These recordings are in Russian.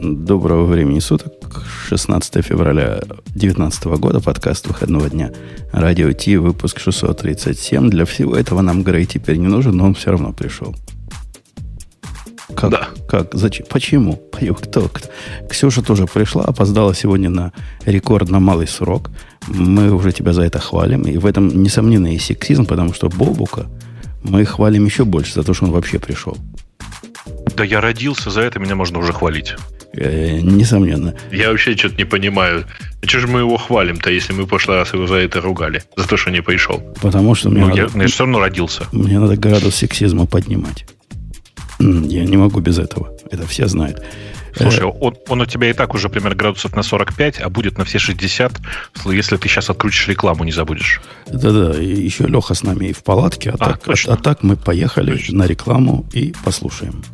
Доброго времени суток. 16 февраля 2019 года. Подкаст выходного дня. Радио Ти. Выпуск 637. Для всего этого нам Грей теперь не нужен, но он все равно пришел. Как? Да. Как? Зачем? Почему? Кто? Ксюша тоже пришла, опоздала сегодня на рекордно малый срок. Мы уже тебя за это хвалим. И в этом, несомненно, есть сексизм, потому что Бобука мы хвалим еще больше за то, что он вообще пришел. Да я родился, за это меня можно уже хвалить. Несомненно. Я вообще что-то не понимаю. Чего же мы его хвалим-то, если мы в прошлый раз его за это ругали? За то, что не пришел. Потому что я все равно родился. Мне надо градус сексизма поднимать. Я не могу без этого. Это все знают. Слушай, он у тебя и так уже примерно градусов на 45, а будет на все 60, если ты сейчас открутишь рекламу, не забудешь. Да-да, и еще Леха с нами и в палатке. А так мы поехали на рекламу и послушаем.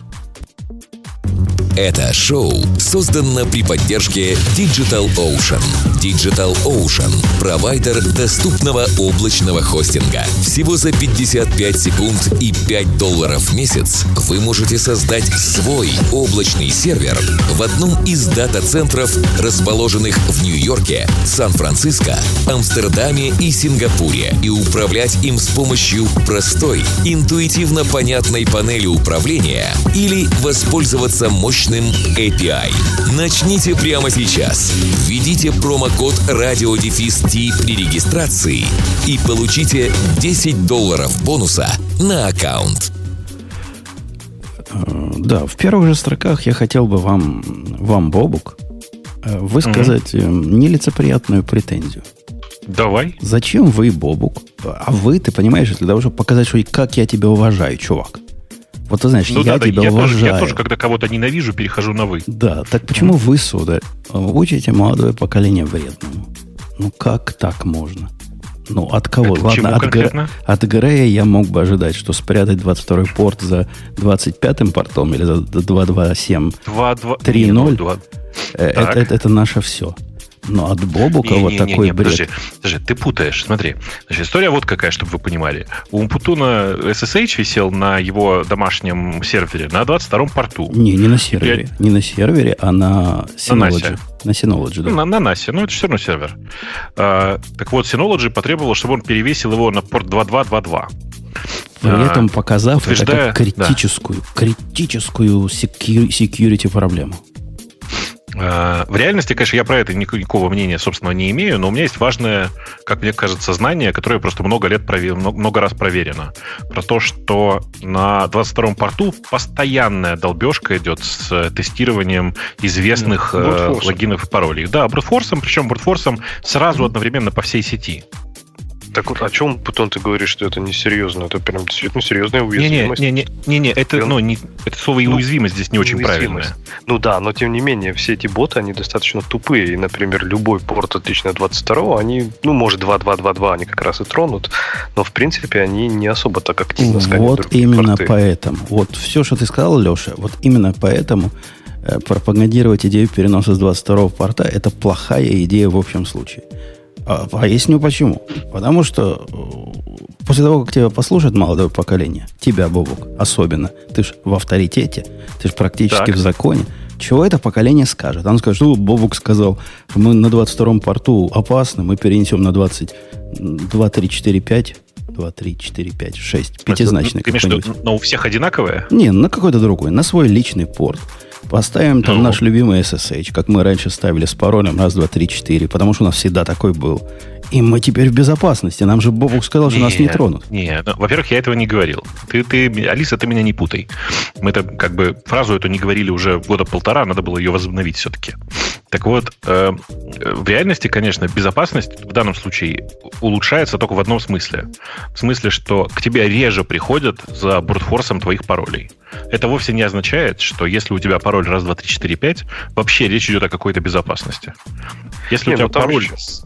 Это шоу создано при поддержке Digital Ocean. Digital Ocean – провайдер доступного облачного хостинга. Всего за 55 секунд и $5 в месяц вы можете создать свой облачный сервер в одном из дата-центров, расположенных в Нью-Йорке, Сан-Франциско, Амстердаме и Сингапуре, и управлять им с помощью простой, интуитивно понятной панели управления или воспользоваться мощным API. Начните прямо сейчас. Введите промокод RadioDefist при регистрации и получите $10 бонуса на аккаунт. Да, в первых же строках я хотел бы вам Бобук, высказать нелицеприятную претензию. Давай. Зачем вы, Бобук? А ты понимаешь, для того, чтобы показать, что как я тебя уважаю, чувак. Вот ты знаешь, я тебя уважаю. Я тоже, когда кого-то ненавижу, перехожу на «вы». Да, так почему вы, сударь, учите молодое поколение вредному? Ну, как так можно? Ну, от кого? Это ладно, от Грея я мог бы ожидать, что спрятать 22-й порт за 25-м портом или за 227 3.0 это наше все. Но от Бобука вот такой бред. Подожди, ты путаешь. Смотри. Значит, история вот какая, чтобы вы понимали. У Умпутуна SSH висел на его домашнем сервере на 22-м порту. Не на сервере. Не на сервере, а на Synology. На Synology, да. На NAS, но это все равно сервер. Так вот, Synology потребовало, чтобы он перевесил его на порт 2222. При этом показав это как критическую security проблему. В реальности, конечно, я про это никакого мнения, собственно, не имею, но у меня есть важное, как мне кажется, знание, которое просто много раз проверено. Про то, что на 22-м порту постоянная долбежка идет с тестированием известных логинов и паролей. Да, брутфорсом, причем брутфорсом сразу одновременно по всей сети. Так вот, о чем потом ты говоришь, что это несерьезно? Это прям действительно серьезная уязвимость. Это слово «уязвимость» здесь не очень правильное. Ну да, но тем не менее, все эти боты, они достаточно тупые. И, например, любой порт отлично 22-го, они, может, 2222 они как раз и тронут, но, в принципе, они не особо так активно сканируют. Вот именно поэтому. Вот все, что ты сказал, Леша, вот именно поэтому пропагандировать идею переноса с 22-го порта – это плохая идея в общем случае. Поясню почему. Потому что после того, как тебя послушает молодое поколение, тебя, Бобук, особенно, ты ж в авторитете, ты ж практически в законе, чего это поколение скажет? Оно скажет, что Бобук сказал, что мы на 22-м порту опасны, мы перенесем на 2, 3, 4, 5, 6, пятизначный. Ты имеешь в виду, но у всех одинаковое? Не, на какой-то другой, на свой личный порт. Поставим там наш любимый SSH, как мы раньше ставили с паролем 1, 2, 3, 4, потому что у нас всегда такой был. И мы теперь в безопасности. Нам же Бобук сказал, что нас не тронут. Во-первых, я этого не говорил. Алиса, ты меня не путай. Мы-то фразу эту не говорили уже года полтора, надо было ее возобновить все-таки. Так вот, в реальности, конечно, безопасность в данном случае улучшается только в одном смысле. В смысле, что к тебе реже приходят за брутфорсом твоих паролей. Это вовсе не означает, что если у тебя пароль 1, 2, 3, 4, 5, вообще речь идет о какой-то безопасности. Если у тебя пароль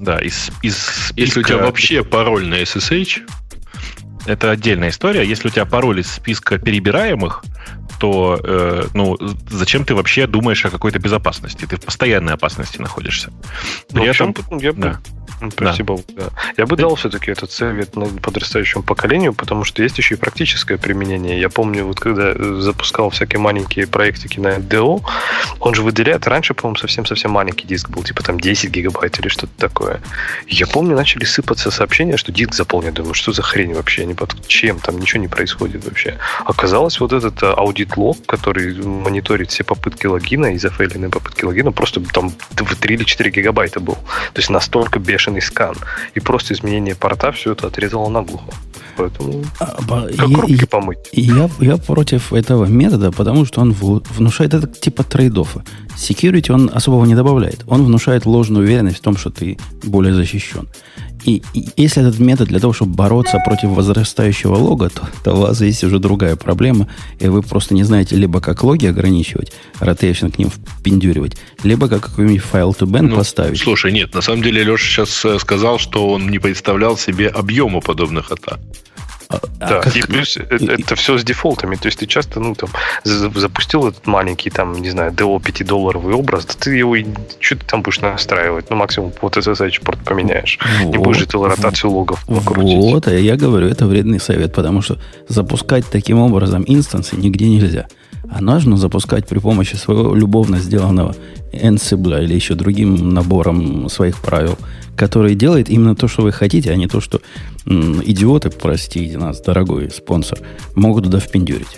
если у тебя вообще пароль на SSH, это отдельная история. Если у тебя пароль из списка перебираемых, то зачем ты вообще думаешь о какой-то безопасности? Ты в постоянной опасности находишься. Спасибо. Да. Я бы дал все-таки этот совет подрастающему поколению, потому что есть еще и практическое применение. Я помню, вот когда запускал всякие маленькие проектики на NDO, он же выделяет, раньше, по-моему, совсем-совсем маленький диск был, типа там 10 гигабайт или что-то такое. Я помню, начали сыпаться сообщения, что диск заполнен. Думаю, что за хрень вообще? Не под чем? Там ничего не происходит вообще. Оказалось, вот этот аудит-лог, который мониторит все попытки логина и зафейленные попытки логина, просто там в 3 или 4 гигабайта был. То есть настолько бешеный скан. И просто изменение порта все это отрезало наглухо. Поэтому как руки помыть. Я против этого метода, потому что он внушает это типа трейд-оффа. Security он особого не добавляет. Он внушает ложную уверенность в том, что ты более защищен. И если этот метод для того, чтобы бороться против возрастающего лога, то у вас есть уже другая проблема, и вы просто не знаете либо как логи ограничивать, rotation к ним впендюривать, либо как какой-нибудь файл to ban поставить. Слушай, нет, на самом деле Леша сейчас сказал, что он не представлял себе объема подобных атак. Да, и плюс это все с дефолтами. То есть ты часто, запустил этот маленький, там, не знаю, DO $5 образ, да ты его, что ты там будешь настраивать? Максимум вот SSH-порт поменяешь. Не будешь же ты ротацию логов накрутить. Вот, а я говорю, это вредный совет, потому что запускать таким образом инстансы нигде нельзя. А нужно запускать при помощи своего любовно сделанного Ansible или еще другим набором своих правил, который делает именно то, что вы хотите, а не то, что идиоты, простите нас, дорогой спонсор, могут туда впендюрить.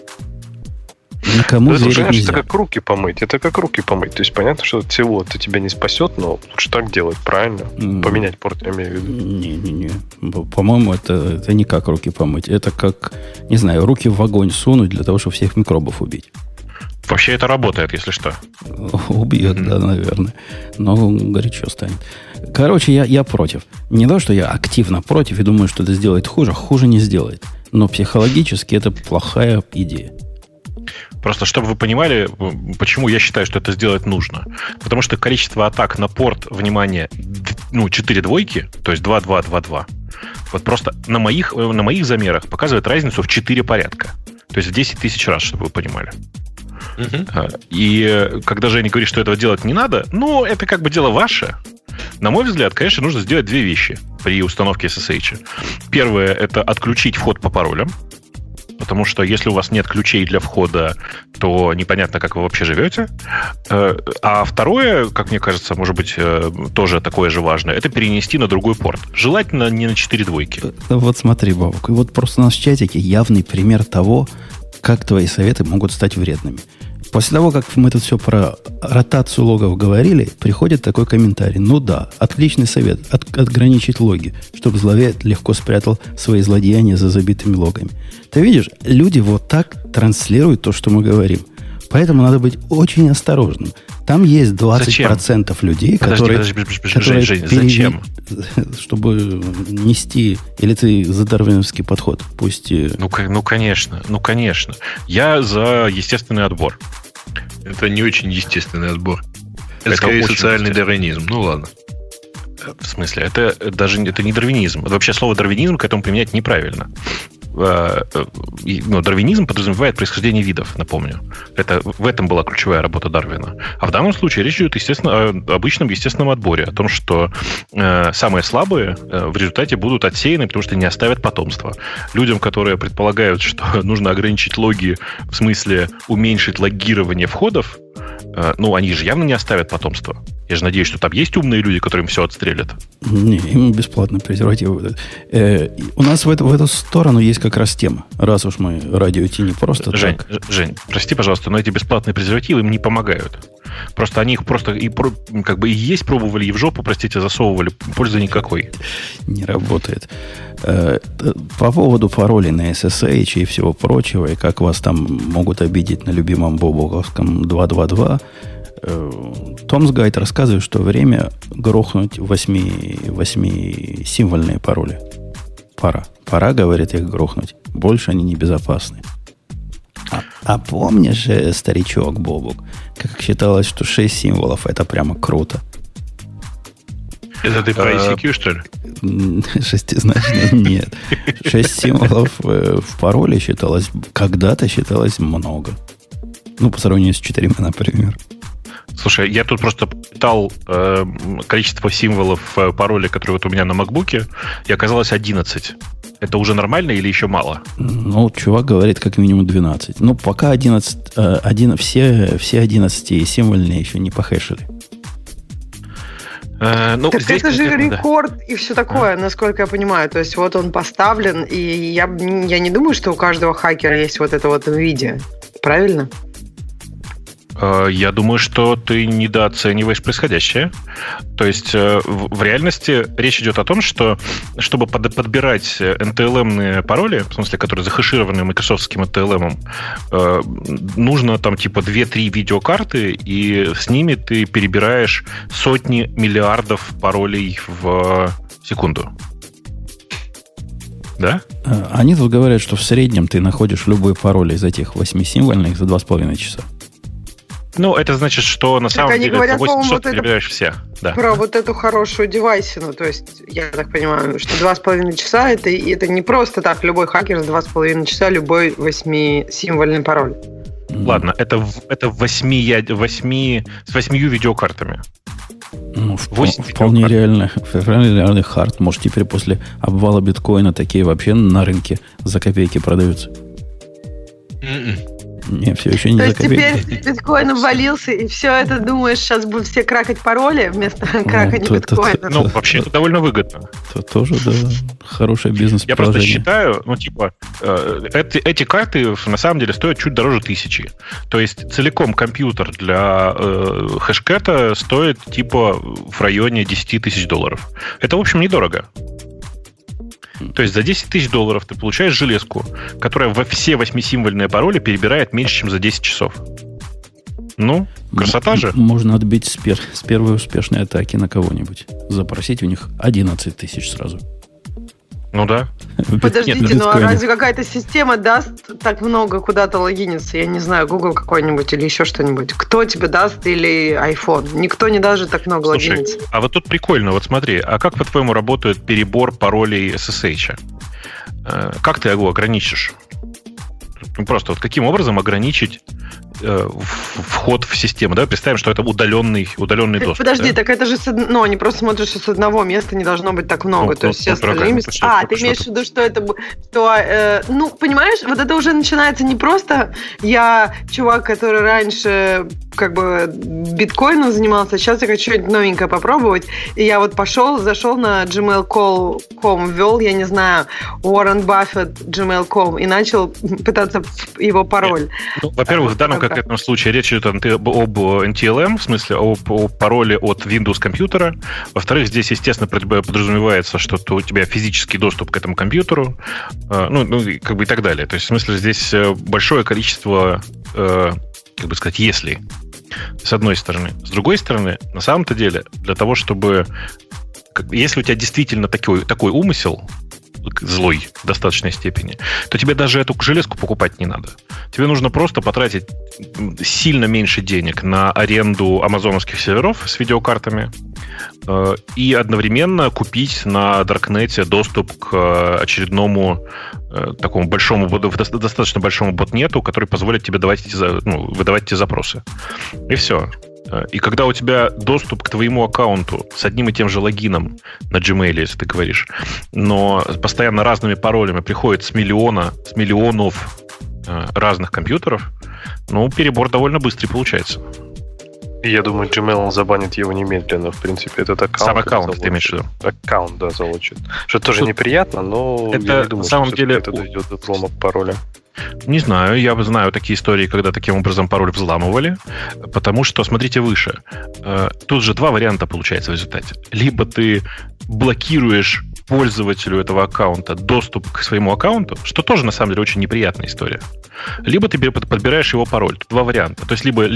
Никому верить нельзя. Это как руки помыть. Это как руки помыть. То есть понятно, что всего это тебя не спасет, но лучше так делать, правильно? Поменять порт, я имею в виду. Не. По-моему, это не как руки помыть. Это как, не знаю, руки в огонь сунуть для того, чтобы всех микробов убить. Вообще это работает, если что. Убьет, да, наверное. Но горячо станет. Короче, я против. Не то, что я активно против и думаю, что это сделает хуже. Хуже не сделает. Но психологически это плохая идея. Просто, чтобы вы понимали, почему я считаю, что это сделать нужно. Потому что количество атак на порт, внимание, 4 двойки, то есть 2-2-2-2, вот просто на моих замерах показывает разницу в 4 порядка. То есть в 10 тысяч раз, чтобы вы понимали. И когда Женя говорит, что этого делать не надо, это как бы дело ваше. На мой взгляд, конечно, нужно сделать 2 вещи при установке SSH. Первое – это отключить вход по паролям. Потому что если у вас нет ключей для входа, то непонятно, как вы вообще живете. А второе, как мне кажется, может быть, тоже такое же важное, это перенести на другой порт. Желательно не на 4 двойки. Вот смотри, Бабок, и вот просто у нас в чатике явный пример того, как твои советы могут стать вредными. После того, как мы тут все про ротацию логов говорили, приходит такой комментарий. Да, отличный совет. Отграничить логи, чтобы злодей легко спрятал свои злодеяния за забитыми логами. Ты видишь, люди вот так транслируют то, что мы говорим. Поэтому надо быть очень осторожным. Там есть 20% людей, которые... Жень, зачем? Чтобы нести... Или ты за дарвиновский подход? Пусть... Конечно. Я за естественный отбор. Это не очень естественный отбор. Это скорее социальный дарвинизм. Ладно. В смысле? Это не дарвинизм. Вообще слово дарвинизм к этому применять неправильно. Дарвинизм подразумевает происхождение видов, напомню. В этом была ключевая работа Дарвина. А в данном случае речь идет, естественно, о обычном естественном отборе, о том, что самые слабые в результате будут отсеяны, потому что не оставят потомства. Людям, которые предполагают, что нужно ограничить логи, в смысле уменьшить логирование входов, они же явно не оставят потомство. Я же надеюсь, что там есть умные люди, которые им все отстрелят. Не, им бесплатно презервативы. У нас в эту сторону есть как раз тема. Раз уж мы радио идти не просто так. Жень, прости, пожалуйста, но эти бесплатные презервативы им не помогают. Просто они их и есть пробовали, и в жопу, простите, засовывали. Пользы никакой. Не работает. По поводу паролей на SSH и всего прочего, и как вас там могут обидеть на любимом бобуковском 222, Томс Гайд рассказывает, что время грохнуть 8-символьные пароли. Пора, говорит, их грохнуть. Больше они небезопасны. А помнишь, старичок Бобук, как считалось, что 6 символов это прямо круто? Это ты про ICQ, что ли? Шестизначно нет. 6 символов в пароле когда-то считалось много. По сравнению с 4, например. Слушай, я тут просто посчитал количество символов пароля, которые вот у меня на MacBook'е, и оказалось 11. Это уже нормально или еще мало? Ну, чувак говорит, как минимум 12. Ну, пока 11, все 11 символьные еще не похэшили. Ну, так здесь, это же рекорд и все такое, насколько я понимаю. То есть вот он поставлен, и я не думаю, что у каждого хакера есть вот это вот NVIDIA. Правильно? Я думаю, что ты недооцениваешь происходящее. То есть в реальности речь идет о том, что чтобы подбирать NTLM-ные пароли, в смысле, которые захэшированы майкрософтским NTLM, нужно там типа 2-3 видеокарты, и с ними ты перебираешь сотни миллиардов паролей в секунду. Да? Они тут говорят, что в среднем ты находишь любой пароль из этих 8 символьных за 2,5 часа. Ну, это значит, что на самом деле говорят, 8 часов вот ты перебираешь все. Да. Про вот эту хорошую девайсину. То есть, я так понимаю, что 2,5 часа это не просто так. Любой хакер за 2,5 часа любой 8-символьный пароль. Ладно, это 8 с 8 видеокартами. Ну, вполне реальный хард. Может, теперь после обвала биткоина такие вообще на рынке за копейки продаются. Не, все еще не за копейки. То есть теперь биткоин обвалился, и все это, думаешь, сейчас будут все кракать пароли вместо кракания биткоина? Ну, вообще, это довольно выгодно. Это тоже, да, хорошее бизнес-положение. Я просто считаю, ну, типа, эти карты на самом деле стоят чуть дороже 1000. То есть целиком компьютер для хэшкэта стоит типа в районе $10 тысяч. Это, в общем, недорого. То есть за $10 тысяч ты получаешь железку, которая во все 8-символьные пароли перебирает меньше, чем за 10 часов. Ну, красота же. Можно отбить с первой успешной атаки на кого-нибудь. Запросить у них 11 тысяч сразу. Ну да. Подождите, ну а разве какая-то система даст так много куда-то логиниться? Я не знаю, Google какой-нибудь или еще что-нибудь. Кто тебе даст или iPhone? Никто не даст так много логиниться. А вот тут прикольно, вот смотри, а как, по-твоему, работает перебор паролей SSH? Как ты его ограничишь? Ну, просто вот каким образом ограничить вход в систему? Да? Представим, что это удаленный доступ. Подожди, да? так это же они просто смотрят, что с одного места не должно быть так много. То есть все остальные места... ты имеешь в виду, что это... понимаешь, вот это уже начинается не просто я чувак, который раньше как бы биткоином занимался, сейчас я хочу что-нибудь новенькое попробовать, и я вот зашел на gmail.com, ввел, я не знаю, Warren Buffett gmail.com и начал пытаться его пароль. Во-первых, в данном конкретном случае речь идет об NTLM, в смысле о пароле от Windows компьютера. Во-вторых, здесь, естественно, подразумевается, что у тебя физический доступ к этому компьютеру, как бы и так далее. То есть, в смысле, здесь большое количество, как бы сказать, если, с одной стороны. С другой стороны, на самом-то деле, для того, чтобы... Если у тебя действительно такой умысел, злой в достаточной степени, то тебе даже эту железку покупать не надо. Тебе нужно просто потратить сильно меньше денег на аренду амазоновских серверов с видеокартами и одновременно купить на Даркнете доступ к очередному такому достаточно большому ботнету, который позволит тебе выдавать эти запросы. И все. И когда у тебя доступ к твоему аккаунту с одним и тем же логином на Gmail, если ты говоришь, но постоянно разными паролями приходит с миллионов разных компьютеров, перебор довольно быстрый получается. Я думаю, Gmail забанит его немедленно. В принципе, этот аккаунт... Сам аккаунт, ты имеешь в виду? Аккаунт, да, залочит. Что тоже неприятно, но это, я не думаю, на самом деле, это дойдет до взлома пароля. Не знаю, я знаю такие истории, когда таким образом пароль взламывали, потому что, смотрите выше, тут же два варианта получается в результате. Либо ты блокируешь пользователю этого аккаунта доступ к своему аккаунту, что тоже, на самом деле, очень неприятная история. Либо ты подбираешь его пароль. Тут два варианта. То есть, либо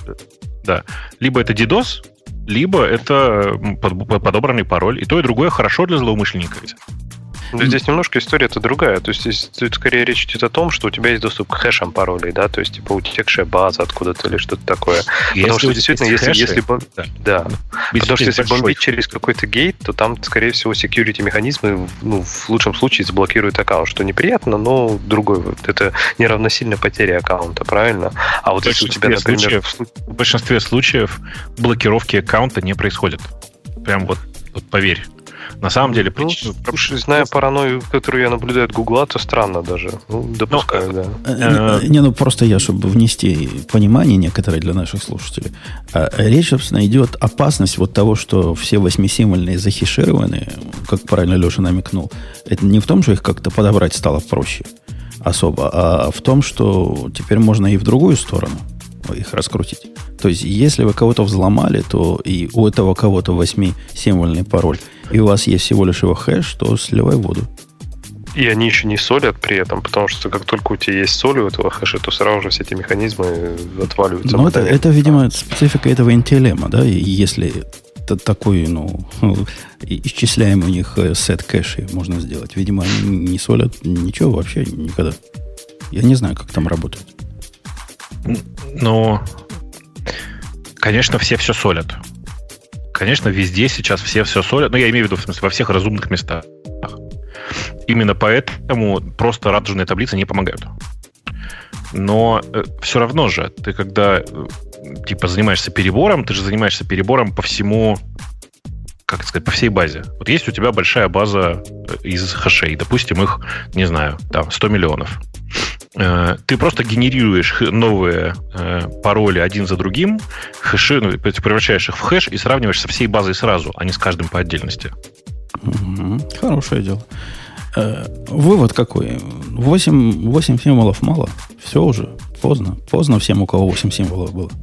это DDoS, либо это подобранный пароль. И то, и другое хорошо для злоумышленника. Но здесь немножко история-то другая. То есть здесь тут скорее речь идет о том, что у тебя есть доступ к хэшам паролей, да, то есть типа утекшая база откуда-то или что-то такое. Потому что действительно, если бомбить через какой-то гейт, то там, скорее всего, security механизмы, в лучшем случае заблокируют аккаунт, что неприятно, но другой. Вот это не равносильно потере аккаунта, правильно? А вот если у тебя, например... В большинстве случаев блокировки аккаунта не происходит. Прям вот поверь. На самом деле, зная паранойю, которую я наблюдаю от Гугла, то странно даже. Допускаю, да. Просто я, чтобы внести понимание некоторое для наших слушателей. Речь, собственно, идет опасность вот того, что все 8-символьные захешированы, как правильно Леша намекнул. Это не в том, что их как-то подобрать стало проще особо, а в том, что теперь можно и в другую сторону их раскрутить. То есть, если вы кого-то взломали, то и у этого кого-то 8-символьный пароль, и у вас есть всего лишь его хэш, то сливай воду. И они еще не солят при этом, потому что как только у тебя есть соль у этого хэша, то сразу же все эти механизмы отваливаются. Ну, это, видимо, специфика этого NTLM, да, и если такой, исчисляемый у них сет кэшей можно сделать. Видимо, они не солят ничего вообще никогда. Я не знаю, как там работает. Но, конечно, все солят. Конечно, везде сейчас все солят. Но я имею в виду, в смысле, во всех разумных местах. Именно поэтому просто радужные таблицы не помогают. Но все равно же, ты когда занимаешься перебором, ты же занимаешься перебором по всему, как сказать, по всей базе. Вот есть у тебя большая база из хэшей, допустим, их, не знаю, там 100 миллионов. Ты просто генерируешь новые пароли один за другим, хэши, превращаешь их в хэш и сравниваешь со всей базой сразу, а не с каждым по отдельности. Хорошее дело. Вывод какой? 8 символов мало. Все уже. Поздно. Поздно всем, у кого 8 символов было.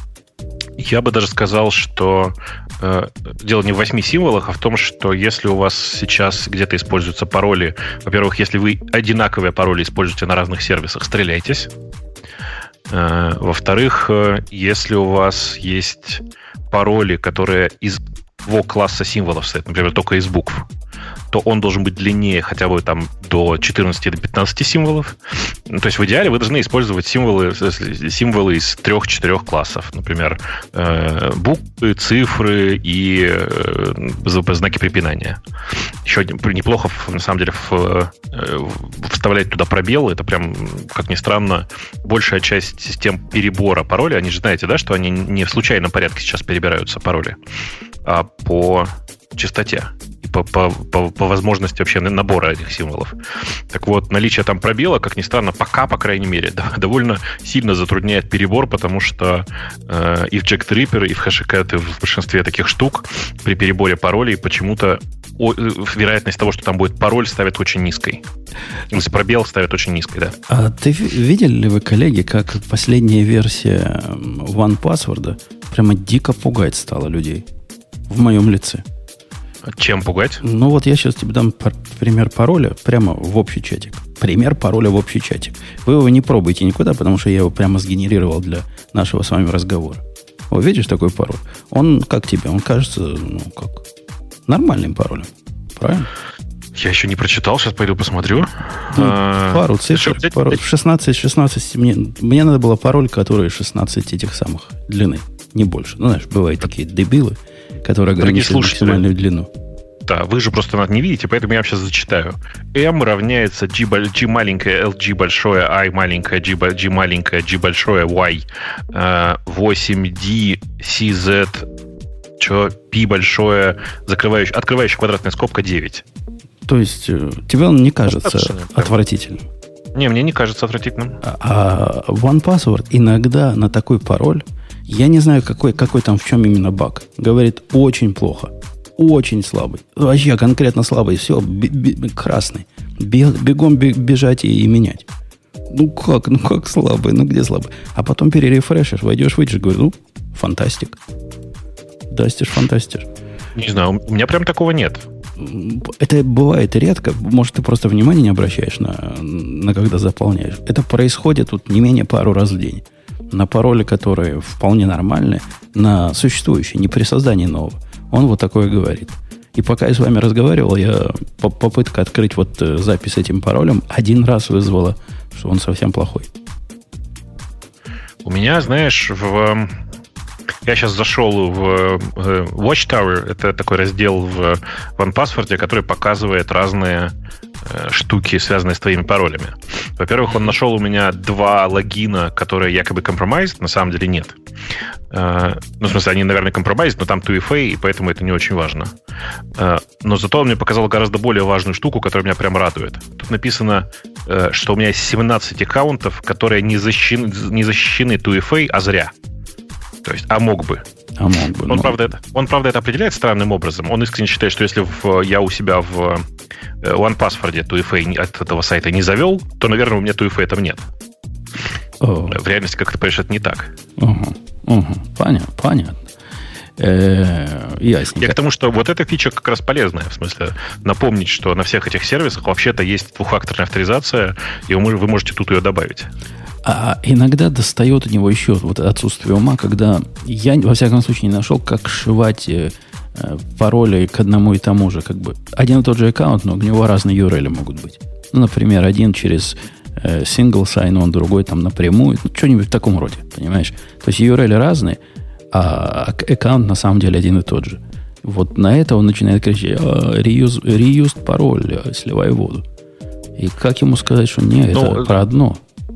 Я бы даже сказал, что дело не в 8 символах, а в том, что если у вас сейчас где-то используются пароли, во-первых, если вы одинаковые пароли используете на разных сервисах, стреляйтесь. Во-вторых, если у вас есть пароли, которые из его класса символов стоят, например, только из букв, то он должен быть длиннее хотя бы там до 14 до 15 символов. То есть в идеале вы должны использовать символы из 3-4 классов. Например, буквы, цифры и знаки препинания. Еще неплохо, на самом деле, вставлять туда пробелы. Это прям, как ни странно, большая часть систем перебора паролей. Они же знаете, да, что они не в случайном порядке сейчас перебираются пароли, а по частоте и по возможности вообще набора этих символов. Так вот, наличие там пробела, как ни странно, пока, по крайней мере, довольно сильно затрудняет перебор, потому что и в JackTripper, и в HashiCat, и в большинстве таких штук при переборе паролей почему-то вероятность того, что там будет пароль, ставят очень низкой. Если пробел ставят очень низкой, да. А ты видели ли вы, коллеги, как последняя версия OnePassword прямо дико пугать стала людей? В моем лице. Чем пугать? Ну вот я сейчас тебе дам пример пароля прямо в общий чатик. Пример пароля в общий чатик. Вы его не пробуйте никуда, потому что я его прямо сгенерировал для нашего с вами разговора. Вот видишь такой пароль? Он как тебе? Он кажется, как нормальным паролем. Правильно? Я еще не прочитал, сейчас пойду посмотрю. Пару цифр. 16. Мне надо было пароль, который 16 этих самых длины. Не больше. Ну, знаешь, бывают такие дебилы, которые ограничивают максимальную длину. Да, вы же просто не видите, поэтому я вам сейчас зачитаю. M равняется G маленькое, LG большое, I маленькое, G маленькое, G большое, Y, 8D, CZ, P большое, открывающая квадратная скобка 9. То есть тебе он не кажется отвратительным? Не, мне не кажется отвратительным. А OnePassword иногда на такой пароль, я не знаю, какой там, в чем именно баг, говорит очень плохо, очень слабый. Вообще конкретно слабый, все, красный. Бегом бежать и менять. Ну как слабый, где слабый? А потом перерефрешишь, выйдешь, говорю, фантастик. Дастишь, фантастишь. Не знаю, у меня прям такого нет. Это бывает редко. Может, ты просто внимания не обращаешь на когда заполняешь. Это происходит тут не менее пару раз в день. На пароли, которые вполне нормальные, на существующие, не при создании нового. Он вот такое говорит. И пока я с вами разговаривал, попытка открыть запись с этим паролем один раз вызвала, что он совсем плохой. У меня, знаешь, я сейчас зашел в Watchtower, это такой раздел в OnePassword, который показывает разные штуки, связанные с твоими паролями. Во-первых, он нашел у меня 2 логина, которые якобы compromised, на самом деле нет. В смысле, они, наверное, compromised, но там 2FA, и поэтому это не очень важно. Но зато он мне показал гораздо более важную штуку, которая меня прям радует. Тут написано, что у меня есть 17 аккаунтов, которые не защищены 2FA, а зря. То есть, мог бы. Он, правда, это определяет странным образом. Он искренне считает, что если я у себя в OnePassword 2FA от этого сайта не завел, то, наверное, у меня 2FA там нет. В реальности, как ты понимаешь, это не так. Понятно. Ясненько. Я к тому, что вот эта фича как раз полезная. В смысле, напомнить, что на всех этих сервисах вообще-то есть двухфакторная авторизация, и вы можете тут ее добавить. А иногда достает у него еще отсутствие ума, когда я, во всяком случае, не нашел, как сшивать пароли к одному и тому же. Как бы один и тот же аккаунт, но у него разные URL могут быть. Ну, например, один через single sign-on, другой там напрямую. Что-нибудь в таком роде, понимаешь? То есть URL разные, а аккаунт на самом деле один и тот же. Вот на это он начинает кричать: reused пароль, сливай воду. И как ему сказать, что нет, это про одно?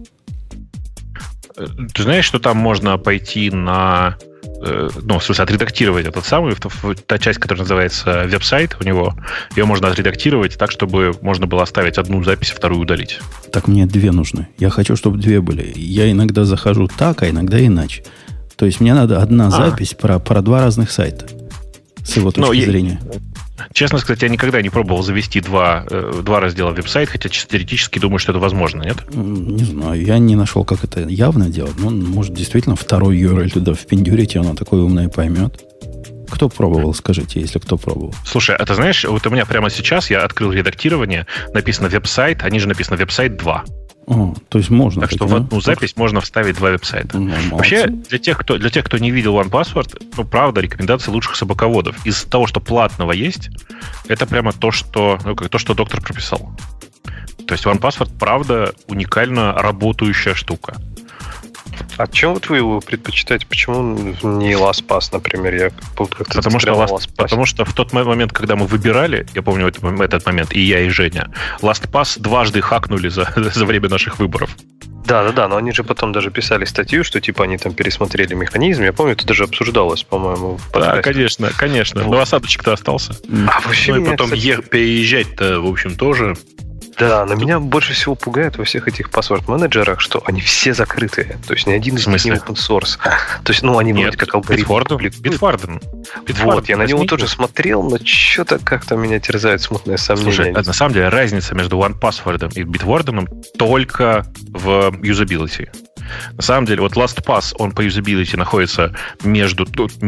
Ты знаешь, что там можно пойти на... в смысле, отредактировать этот самый, та часть, которая называется веб-сайт у него, ее можно отредактировать так, чтобы можно было оставить одну запись, а вторую удалить. Так мне 2 нужны. Я хочу, чтобы 2 были. Я иногда захожу так, а иногда иначе. То есть мне надо одна запись про 2 разных сайта. С его точки зрения. Честно сказать, я никогда не пробовал завести 2 раздела в веб-сайт, хотя чисто теоретически думаю, что это возможно, нет? Не знаю, я не нашел, как это явно делать. Но он может действительно второй URL туда впендюрить, и оно такое умное поймет. Кто пробовал, скажите, если кто пробовал. Слушай, а ты знаешь, вот у меня прямо сейчас я открыл редактирование, написано веб-сайт, они же написано веб-сайт 2. То есть можно. Так что в одну запись можно вставить 2 веб-сайта. Вообще, для тех, кто не видел OnePassword, правда, рекомендации лучших собаководов. Из того, что платного есть, это прямо то, что доктор прописал. То есть OnePassword, правда, уникально работающая штука. А чем вы его предпочитаете? Почему не LastPass, например? Потому что в тот момент, когда мы выбирали, я помню этот момент, и я, и Женя, LastPass дважды хакнули за время наших выборов. Да, но они же потом даже писали статью, что типа они там пересмотрели механизм. Я помню, это даже обсуждалось, по-моему, в подкасте. Да, конечно. Но осадочек-то остался. Вообще и потом переезжать-то, в общем, тоже... Да, но меня больше всего пугает во всех этих паспорт-менеджерах, что они все закрытые. То есть ни один из них не open source. То есть, они вроде как алгоритм. Bitwarden. Вот, я на него тоже смотрел, но что-то как-то меня терзает смутное сомнение. Слушай, на самом деле разница между OnePassword и Bitwarden только в юзабилити. На самом деле, вот LastPass, он по юзабилити находится между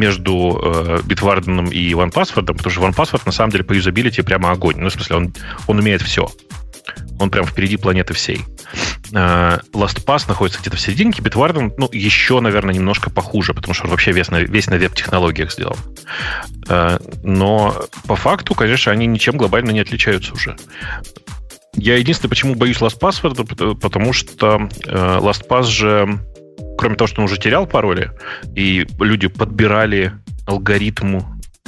Bitwarden и OnePassword, потому что OnePassword на самом деле по юзабилити прямо огонь. Ну, в смысле, он умеет все. Он прям впереди планеты всей. LastPass находится где-то в серединке. Bitwarden, еще, наверное, немножко похуже, потому что он вообще весь на веб-технологиях сделан. Но по факту, конечно, они ничем глобально не отличаются уже. Я единственное, почему боюсь LastPass, потому что LastPass же, кроме того, что он уже терял пароли, и люди подбирали алгоритму,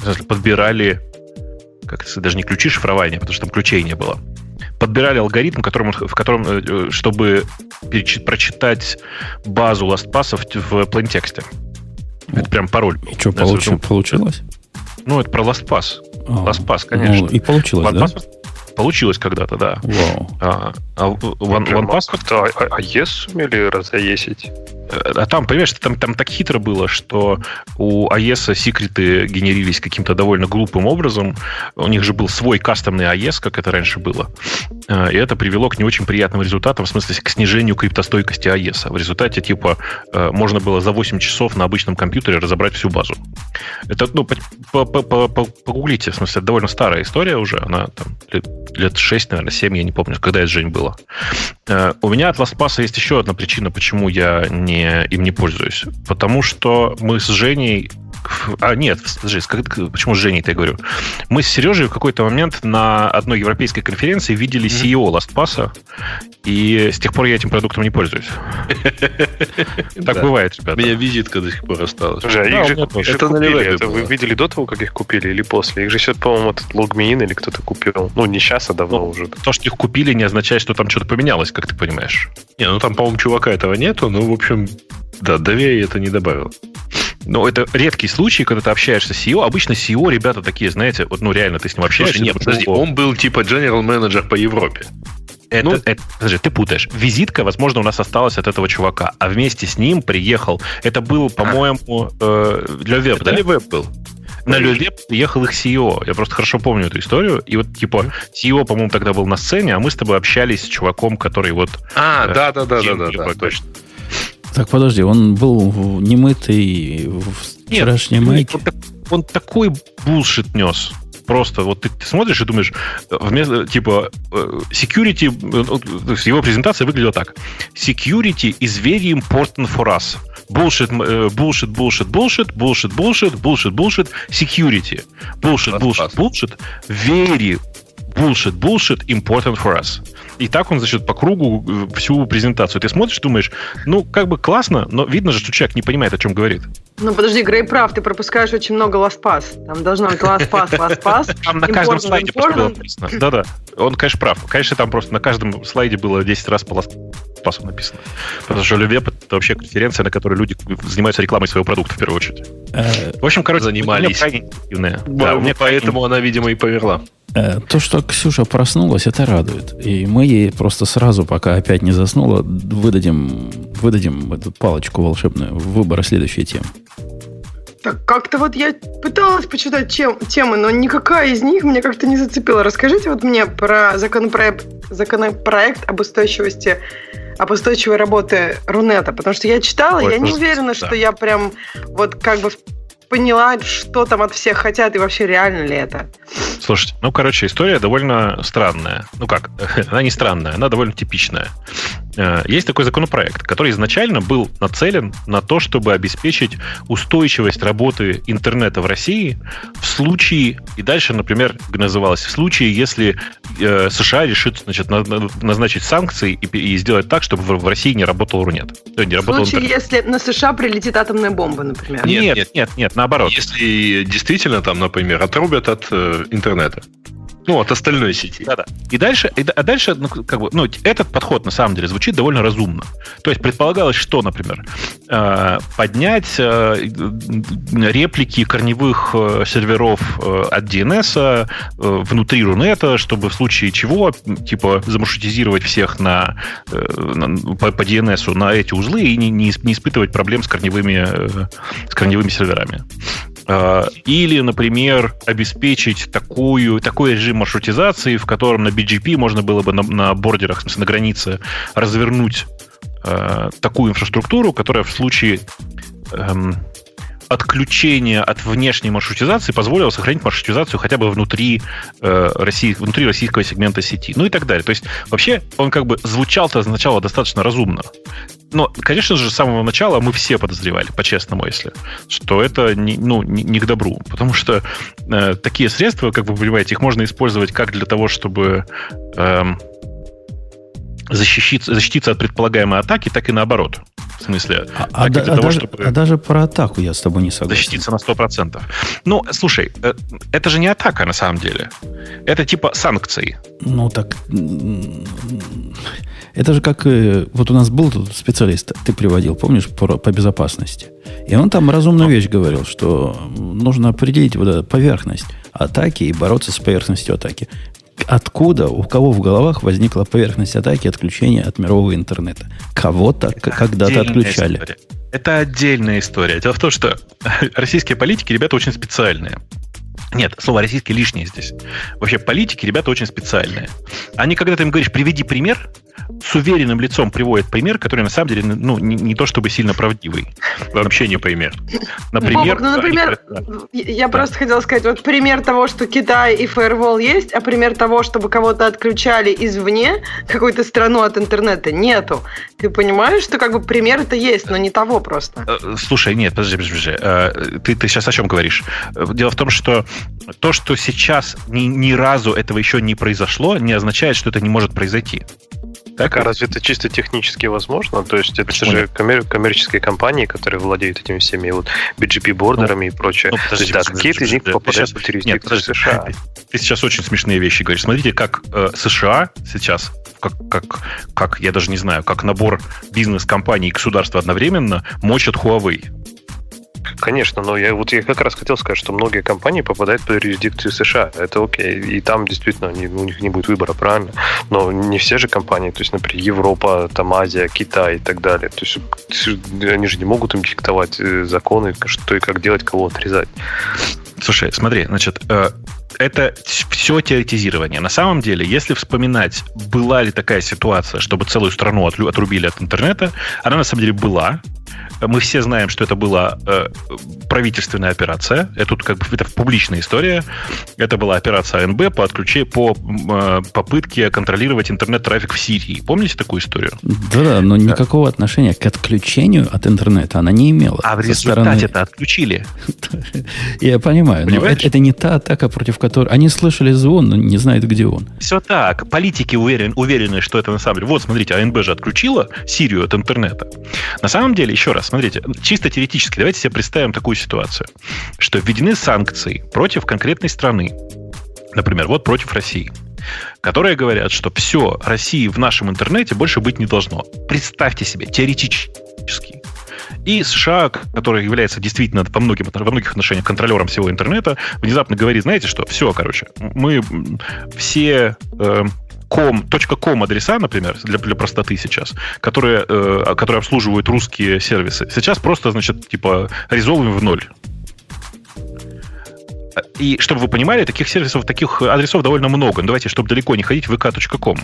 даже не ключи шифрования, потому что там ключей не было. Подбирали алгоритм, в котором, чтобы прочитать базу LastPass в plaintext. Это прям пароль. И что, получилось? Это про LastPass. LastPass, конечно. И получилось, да? Получилось когда-то, да. Вау. OnePassword... AES сумели разоесить? А там, понимаешь, там так хитро было, что у AES секреты генерились каким-то довольно глупым образом. У них же был свой кастомный AES, как это раньше было. И это привело к не очень приятным результатам, в смысле, к снижению криптостойкости AES. В результате, можно было за 8 часов на обычном компьютере разобрать всю базу. Это, погуглите, в смысле, это довольно старая история уже. Она там лет 6, наверное, 7, я не помню, когда это, Жень, было. У меня от LastPass есть еще одна причина, почему я им не пользуюсь. Потому что мы с Женей Нет, почему с Женей-то я говорю? Мы с Сережей в какой-то момент на одной европейской конференции видели CEO LastPass, и с тех пор я этим продуктом не пользуюсь. Так бывает, ребята. У меня визитка до сих пор осталась. Это вы видели до того, как их купили, или после? Их же сейчас, по-моему, этот LogMeIn или кто-то купил. Ну, не сейчас, а давно уже. То, что их купили, не означает, что там что-то поменялось, как ты понимаешь. Не, ну там, по-моему, чувака этого нету, но, в общем, да, доверия это не добавило. Но это редкий случай, когда ты общаешься с CEO. Обычно CEO, ребята такие, знаете, вот, ну реально ты с ним общаешься. Слушай, нет, подожди, он был типа general менеджер по Европе. Подожди, ты путаешь. Визитка, возможно, у нас осталась от этого чувака, а вместе с ним приехал. Это был, по-моему, Левеб, да? Левеб был. На Левеб приехал их CEO. Я просто хорошо помню эту историю. И вот, типа, CEO, по-моему, тогда был на сцене, а мы с тобой общались с чуваком, который вот... Да, точно. Так, подожди, он был немытый в вчерашней майке? Он такой булшит нес. Просто вот ты смотришь и думаешь, вместо, типа, security, его презентация выглядела так. Security is very important for us. Bullshit, security. Bullshit, very bullshit, important for us. И так он, значит, по кругу всю презентацию. Ты смотришь, думаешь, ну, как бы классно, но видно же, что человек не понимает, о чем говорит. Ну, подожди, Грей прав, ты пропускаешь очень много LastPass. Там должно быть LastPass. Там на каждом слайде просто было написано. Да-да, он, конечно, прав. Конечно, там просто на каждом слайде было 10 раз по LastPass написано. Потому что Левеб — это вообще конференция, на которой люди занимаются рекламой своего продукта в первую очередь. В общем, короче, занимались. Да, поэтому она, видимо, и померла. То, что Ксюша проснулась, это радует. И мы ей просто сразу, пока опять не заснула, выдадим эту палочку волшебную выбора следующей темы. Так, как-то вот я пыталась почитать темы, но никакая из них меня как-то не зацепила. Расскажите вот мне про законопроект об устойчивой работе Рунета, потому что я читала, я не уверена, что я прям вот как бы поняла, что там от всех хотят и вообще реально ли это. Слушайте, ну, короче, история довольно странная. Ну как, она не странная, она довольно типичная. Есть такой законопроект, который изначально был нацелен на то, чтобы обеспечить устойчивость работы интернета в России в случае, и дальше, например, называлось, в случае, если США решит, значит, назначить санкции и сделать так, чтобы в России не работал Рунет. В случае, если на США прилетит атомная бомба, например. Нет, наоборот. Если действительно там, например, отрубят от интернета. Ну, от остальной сети. Да-да. И дальше, ну, как бы, ну, этот подход, на самом деле, звучит довольно разумно. То есть предполагалось, что, например, поднять реплики корневых серверов от DNS внутри Рунета, чтобы в случае чего, типа, замаршрутизировать всех по DNS на эти узлы и не испытывать проблем с корневыми серверами. Или, например, обеспечить такой режим маршрутизации, в котором на BGP можно было бы на бордерах, в смысле, на границе развернуть такую инфраструктуру, которая в случае отключения от внешней маршрутизации позволила сохранить маршрутизацию хотя бы внутри российского сегмента сети. Ну и так далее. То есть вообще он как бы звучал-то сначала достаточно разумно. Но, конечно же, с самого начала мы все подозревали, по-честному, если, что это не к добру. Потому что такие средства, как вы понимаете, их можно использовать как для того, чтобы защититься от предполагаемой атаки, так и наоборот. В смысле, даже про атаку я с тобой не согласен. Защититься на 100%. Ну, слушай, это же не атака на самом деле. Это типа санкции. Ну, так... Это же как... Вот у нас был тут специалист, ты приводил, помнишь, по безопасности. И он там разумную вещь говорил, что нужно определить вот эту поверхность атаки и бороться с поверхностью атаки. Откуда, у кого в головах возникла поверхность атаки отключения от мирового интернета? Кого-то когда-то отключали. История. Это отдельная история. Дело в том, что российские политики, ребята, очень специальные. Нет, слово «российский» лишнее здесь. Вообще политики, ребята очень специальные. Они, когда ты им говоришь «приведи пример», с уверенным лицом приводят пример, который на самом деле не то чтобы сильно правдивый. Вообще не пример. Например, Бобок, например, я просто хотела сказать, вот пример того, что Китай и фаервол есть, а пример того, чтобы кого-то отключали извне, какую-то страну от интернета, нету. Ты понимаешь, что как бы пример-то есть, но не того просто. Слушай, нет, подожди. Ты сейчас о чем говоришь? Дело в том, что то, что сейчас ни разу этого еще не произошло, не означает, что это не может произойти. Так, а разве это чисто технически возможно? То есть это же коммерческие компании, которые владеют этими всеми вот BGP-бордерами и прочее. То есть, да, какие-то из них попадают в юрисдикцию США. Ты сейчас очень смешные вещи говоришь. Смотрите, как США сейчас, как я даже не знаю, как набор бизнес-компаний и государства одновременно мочат Huawei. Конечно, но я как раз хотел сказать, что многие компании попадают под юрисдикцию США. Это окей. И там действительно у них не будет выбора, правильно? Но не все же компании, то есть, например, Европа, там Азия, Китай и так далее. То есть они же не могут им диктовать законы, что и как делать, кого отрезать. Слушай, смотри, значит, это все теоретизирование. На самом деле, если вспоминать, была ли такая ситуация, чтобы целую страну отрубили от интернета, она на самом деле была. Мы все знаем, что это была правительственная операция. Это публичная история. Это была операция АНБ по попытке контролировать интернет-трафик в Сирии. Помните такую историю? Да, но никакого отношения к отключению от интернета она не имела. А в результате это отключили. Я понимаю, но это не та атака, против которой... Они слышали звон, но не знают, где он. Все так. Политики уверены, что это на самом деле... Вот, смотрите, АНБ же отключила Сирию от интернета. На самом деле, еще раз, смотрите, чисто теоретически, давайте себе представим такую ситуацию, что введены санкции против конкретной страны, например, вот против России, которые говорят, что все, России в нашем интернете больше быть не должно. Представьте себе, теоретически. И США, который является действительно во многих отношениях контролером всего интернета, внезапно говорит, знаете что, все, короче, мы все... .com адреса, например, для простоты сейчас, которые обслуживают русские сервисы, сейчас просто, значит, резолвим в ноль. И чтобы вы понимали, таких сервисов, таких адресов довольно много. Но давайте, чтобы далеко не ходить, vk.com.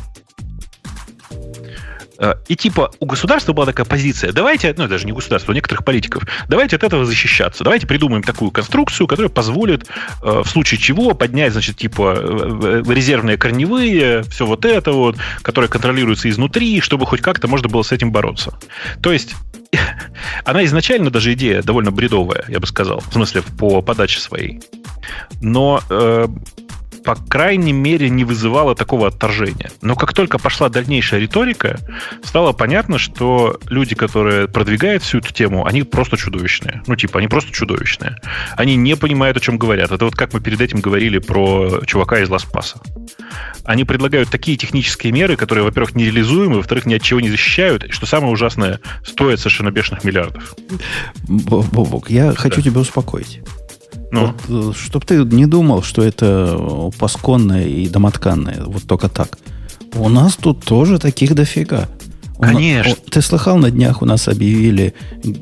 И у государства была такая позиция, давайте, даже не государства, у некоторых политиков, давайте от этого защищаться, давайте придумаем такую конструкцию, которая позволит в случае чего поднять, значит, резервные корневые, все вот это вот, которое контролируется изнутри, чтобы хоть как-то можно было с этим бороться. То есть, она изначально даже идея довольно бредовая, я бы сказал, в смысле, по подаче своей. Но... по крайней мере, не вызывало такого отторжения. Но как только пошла дальнейшая риторика, стало понятно, что люди, которые продвигают всю эту тему, они просто чудовищные. Они просто чудовищные. Они не понимают, о чем говорят. Это вот как мы перед этим говорили про чувака из Лас-Паса. Они предлагают такие технические меры, которые, во-первых, нереализуемы, во-вторых, ни от чего не защищают, и, что самое ужасное, стоят совершенно бешеных миллиардов. Бобок, я хочу тебя успокоить. Вот, чтоб ты не думал, что это пасконное и домотканное, вот только так. У нас тут тоже таких дофига. Конечно. Ты слыхал, на днях у нас объявили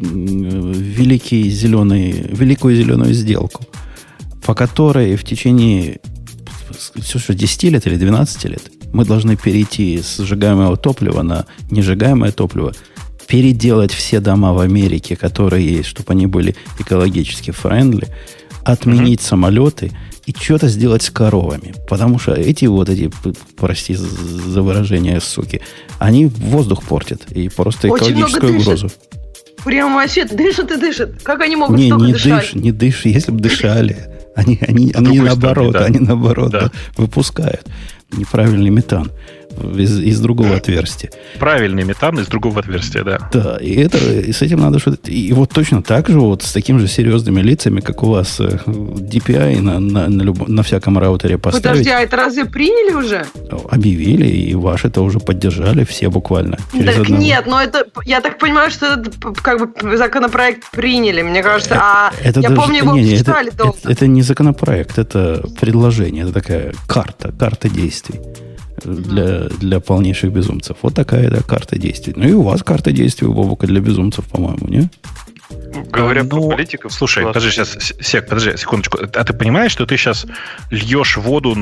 великую зеленую сделку, по которой в течение 10 лет или 12 лет мы должны перейти с сжигаемого топлива на несжигаемое топливо, переделать все дома в Америке, которые есть, чтобы они были экологически френдли, отменить самолеты и что-то сделать с коровами. Потому что эти, прости за выражение, суки, они воздух портят и просто экологическую угрозу. Прям вообще дышат и дышат. Как они могут столько дышать? Не дышат. Если бы дышали, они наоборот выпускают неправильный метан из другого отверстия. Правильный метан из другого отверстия, да. Да, и с этим надо что-то... И вот точно так же, с такими же серьезными лицами, как у вас DPI на всяком раутере поставить. Подожди, а это разве приняли уже? Объявили, и ваши это уже поддержали все буквально. Так нет, но это... Я так понимаю, что это законопроект приняли, мне кажется. Я помню, его обсуждали долго. Это не законопроект, это предложение, это такая карта действий. Для полнейших безумцев. Вот такая карта действий. И у вас карта действий у Бобука для безумцев, по-моему, не? Говоря про политиков... Слушай, подожди, секундочку. А ты понимаешь, что ты сейчас льешь воду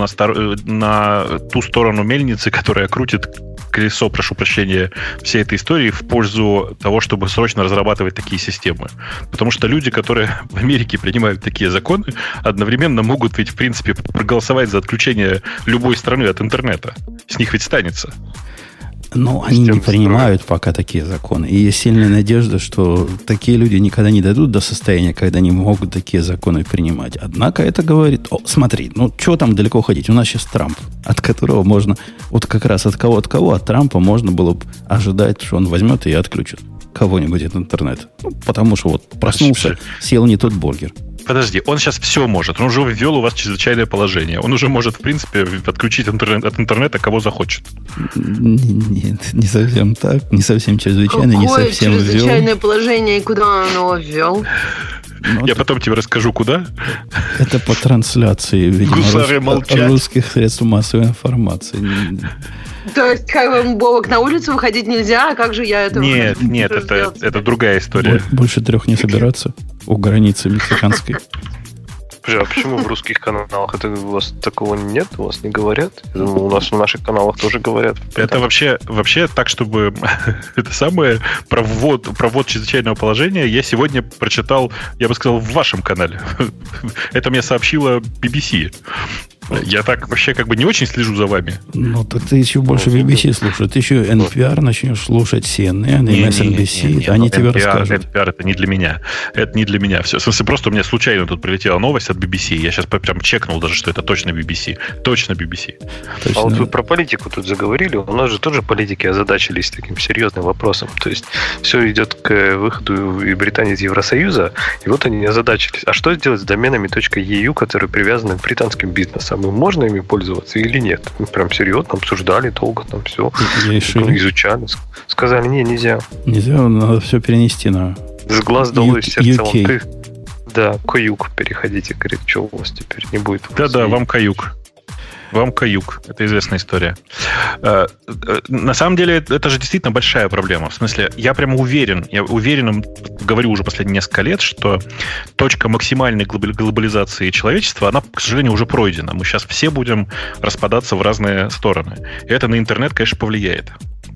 на ту сторону мельницы, которая крутит колесо, прошу прощения, всей этой истории в пользу того, чтобы срочно разрабатывать такие системы? Потому что люди, которые в Америке принимают такие законы, одновременно могут ведь, в принципе, проголосовать за отключение любой страны от интернета. С них ведь станется. Но они не принимают пока такие законы. И есть сильная надежда, что такие люди никогда не дойдут до состояния, когда они могут такие законы принимать. Однако это говорит, смотри, что там далеко ходить? У нас сейчас Трамп, от которого можно, вот как раз от кого, от Трампа можно было бы ожидать, что он возьмет и отключит кого-нибудь от интернета. Потому что вот проснулся, съел не тот бургер. Подожди, он сейчас все может. Он уже ввел у вас чрезвычайное положение. Он уже может, в принципе, отключить от интернета кого захочет. Нет, не совсем так. Не совсем чрезвычайно, не совсем ввел. Какое чрезвычайное положение и куда он его ввел? Я потом тебе расскажу, куда. Это по трансляции, видимо, русских средств массовой информации. То есть, как бы, Бобок, на улицу выходить нельзя, а как же я это... Нет, это другая история. Больше 3 не собираться у границы мексиканской. А почему в русских каналах это у вас такого нет? У вас не говорят? Я думаю, у нас в наших каналах тоже говорят. Это вообще так, чтобы это самое про ввод чрезвычайного положения я сегодня прочитал, я бы сказал, в вашем канале. Это мне сообщила BBC. Я так вообще как бы не очень слежу за вами. Ну, так ты еще больше BBC слушаешь. Ты еще NPR начнешь слушать, CNN и MSNBC. Они тебе расскажут. NPR это не для меня. Это не для меня все. В смысле, просто у меня случайно тут прилетела новость от BBC. Я сейчас прям чекнул даже, что это точно BBC. Точно BBC. А вот вы про политику тут заговорили. У нас же тоже политики озадачились таким серьезным вопросом. То есть все идет к выходу и Британии из Евросоюза. И вот они озадачились. А что сделать с доменами .eu, которые привязаны к британским бизнесам? Можно ими пользоваться или нет? Мы прям серьезно обсуждали долго, там все изучали. Сказали, нельзя. Нельзя, надо все перенести на с глаз долой, сердце вон ты. Да, каюк переходите. Говорит, что у вас теперь не будет? Да, вам каюк. Вам каюк. Это известная история. На самом деле, это же действительно большая проблема. В смысле, я уверен, говорю уже последние несколько лет, что точка максимальной глобализации человечества, она, к сожалению, уже пройдена. Мы сейчас все будем распадаться в разные стороны. И это на интернет, конечно, повлияет.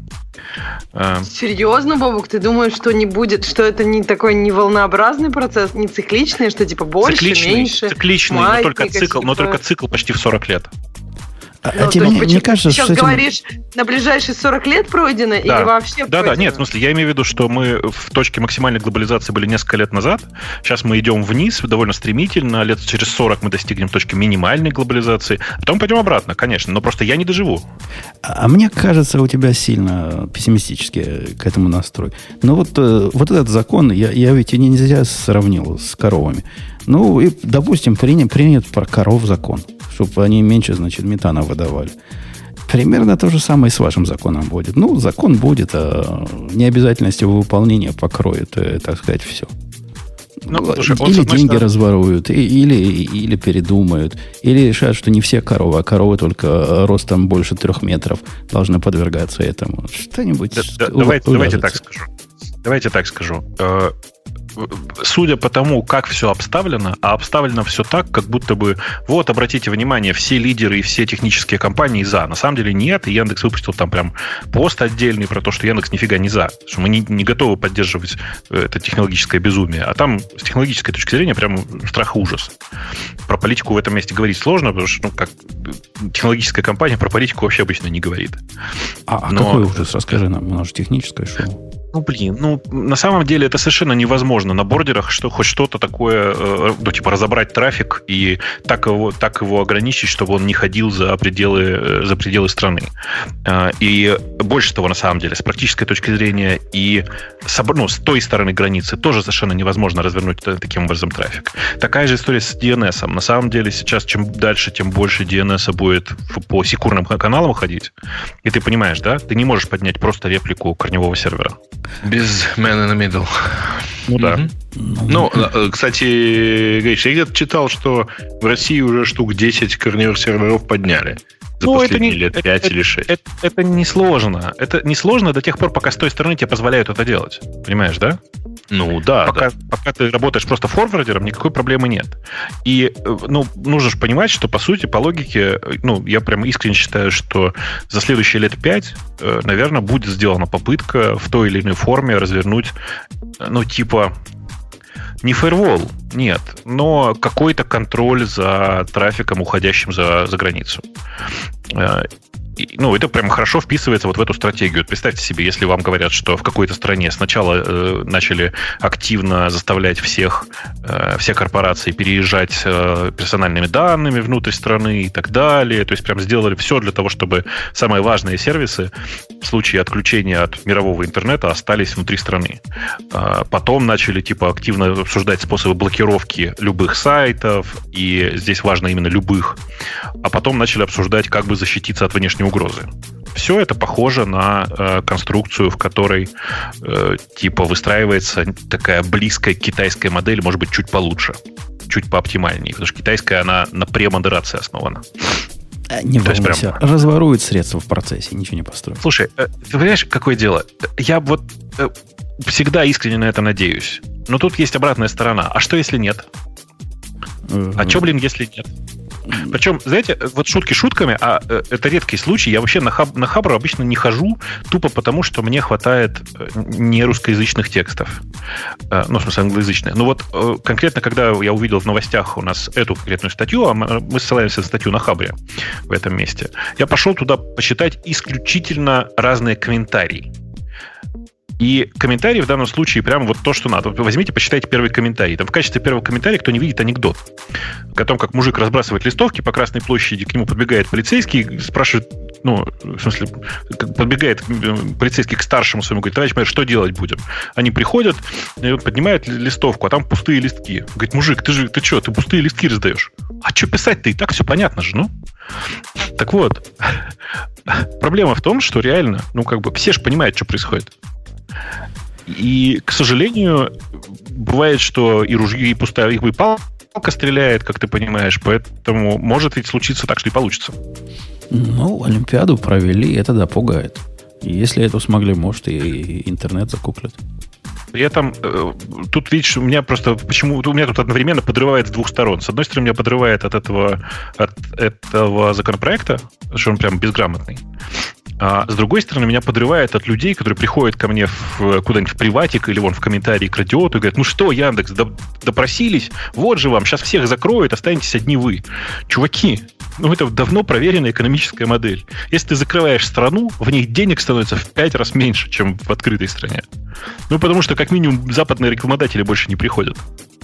Серьезно, Бобук, ты думаешь, что не будет, что это не такой не волнообразный процесс, не цикличный, что типа больше, меньше? Цикличный, но только цикл почти в 40 лет. Тебе не кажется, ты сейчас говоришь, на ближайшие 40 лет пройдено или вообще пройдено? Да, нет, в смысле, я имею в виду, что мы в точке максимальной глобализации были несколько лет назад, сейчас мы идем вниз довольно стремительно, лет через 40 мы достигнем точки минимальной глобализации, а потом пойдем обратно, конечно, но просто я не доживу. А мне кажется, у тебя сильно пессимистически к этому настрой. Но вот этот закон, я ведь и нельзя сравнил с коровами. Ну, и, допустим, принят про коров закон, чтобы они меньше, значит, метана выдавали. Примерно то же самое и с вашим законом будет. Ну, закон будет, а необязательность его выполнения покроет, так сказать, все. Слушай, или деньги разворуют, или передумают, или решают, что не все коровы, а коровы только ростом больше 3 метров должны подвергаться этому. Что-нибудь Давайте так скажу. Судя по тому, как все обставлено, а обставлено все так, как будто бы, вот, обратите внимание, все лидеры и все технические компании за. На самом деле нет, и Яндекс выпустил там прям пост отдельный про то, что Яндекс нифига не за, что мы не готовы поддерживать это технологическое безумие. А там с технологической точки зрения прям страх и ужас. Про политику в этом месте говорить сложно, потому что, как технологическая компания про политику вообще обычно не говорит. Какой ужас? Расскажи нам, у нас же техническое шоу. На самом деле это совершенно невозможно на бордерах, что хоть что-то такое, разобрать трафик и так его ограничить, чтобы он не ходил за пределы страны. И больше того, на самом деле, с практической точки зрения и с той стороны границы тоже совершенно невозможно развернуть таким образом трафик. Такая же история с DNS. На самом деле сейчас чем дальше, тем больше DNS будет по секурным каналам ходить. И ты понимаешь, да? Ты не можешь поднять просто реплику корневого сервера. Без man in the middle. Да. Кстати, Гриш, я где-то читал, что в России уже штук 10 корневых серверов подняли. За последние лет 5 или 6. Это не сложно. Это не сложно до тех пор, пока с той стороны тебе позволяют это делать. Понимаешь, да? Ну да. Пока ты работаешь просто форвардером, никакой проблемы нет. И нужно же понимать, что по сути, по логике, я прям искренне считаю, что за следующие лет 5, наверное, будет сделана попытка в той или иной форме развернуть, не фаервол, нет, но какой-то контроль за трафиком, уходящим за границу. Это прям хорошо вписывается вот в эту стратегию. Представьте себе, если вам говорят, что в какой-то стране сначала начали активно заставлять все корпорации переезжать персональными данными внутрь страны и так далее. То есть прям сделали все для того, чтобы самые важные сервисы в случае отключения от мирового интернета остались внутри страны. Потом начали активно обсуждать способы блокировки любых сайтов, и здесь важно именно любых. А потом начали обсуждать, как бы защититься от внешней угрозы. Все это похоже на конструкцию, в которой выстраивается такая близкая китайская модель, может быть, чуть получше, чуть пооптимальнее, потому что китайская, она на премодерации основана. Не волнуйся, разворуют средства в процессе, ничего не построят. Слушай, ты понимаешь, какое дело? Я всегда искренне на это надеюсь. Но тут есть обратная сторона. А что, если нет? А что, если нет? Причем, знаете, вот шутки шутками, а это редкий случай. Я вообще на Хабру обычно не хожу, тупо потому, что мне хватает не русскоязычных текстов. В смысле, англоязычных. Конкретно, когда я увидел в новостях у нас эту конкретную статью, а мы ссылаемся на статью на Хабре в этом месте, я пошел туда почитать исключительно разные комментарии. И комментарий в данном случае прямо вот то, что надо. Возьмите, почитайте первый комментарий. Там в качестве первого комментария кто не видит анекдот. О том, как мужик разбрасывает листовки по Красной площади, к нему подбегает полицейский, спрашивает, подбегает полицейский к старшему своему, говорит: товарищ майор, что делать будем? Они приходят, и он поднимает листовку, а там пустые листки. Говорит: мужик, ты что, ты пустые листки раздаешь? А что писать-то? И так все понятно же, Так вот, проблема в том, что реально, все же понимают, что происходит. И, к сожалению, бывает, что и ружье, и пустая, и палка стреляет, как ты понимаешь, поэтому может ведь случиться так, что и получится. Олимпиаду провели, это да, пугает. Если это смогли, может, и интернет закуплят. При этом тут, видишь, у меня тут одновременно подрывает с двух сторон. С одной стороны, меня подрывает от этого законопроекта, что он прям безграмотный. А с другой стороны, меня подрывает от людей, которые приходят ко мне куда-нибудь в приватик или в комментарии к Радиоту и говорят: Яндекс, допросились, вот же вам, сейчас всех закроют, останетесь одни вы. Чуваки, это давно проверенная экономическая модель. Если ты закрываешь страну, в ней денег становится в 5 раз меньше, чем в открытой стране. Потому что, как минимум, западные рекламодатели больше не приходят.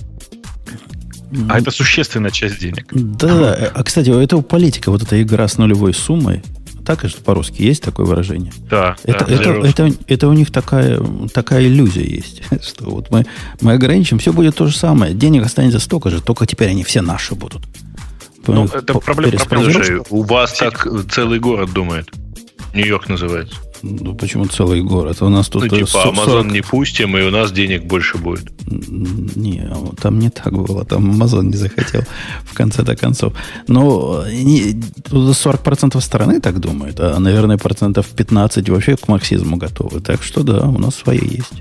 А это существенная часть денег. Да, кстати, у этого политика, вот эта игра с нулевой суммой, так же по-русски есть такое выражение? Да. Это у них такая иллюзия есть, что вот мы ограничим, все будет то же самое, денег останется столько же, только теперь они все наши будут. Это проблема. У вас так целый город думает. Нью-Йорк называется. Почему целый город? У нас тут Amazon не пустим, и у нас денег больше будет. Не, там не так было. Там Amazon не захотел в конце-то концов. Но 40% страны так думают, а, наверное, 15% вообще к марксизму готовы. Так что да, у нас свои есть.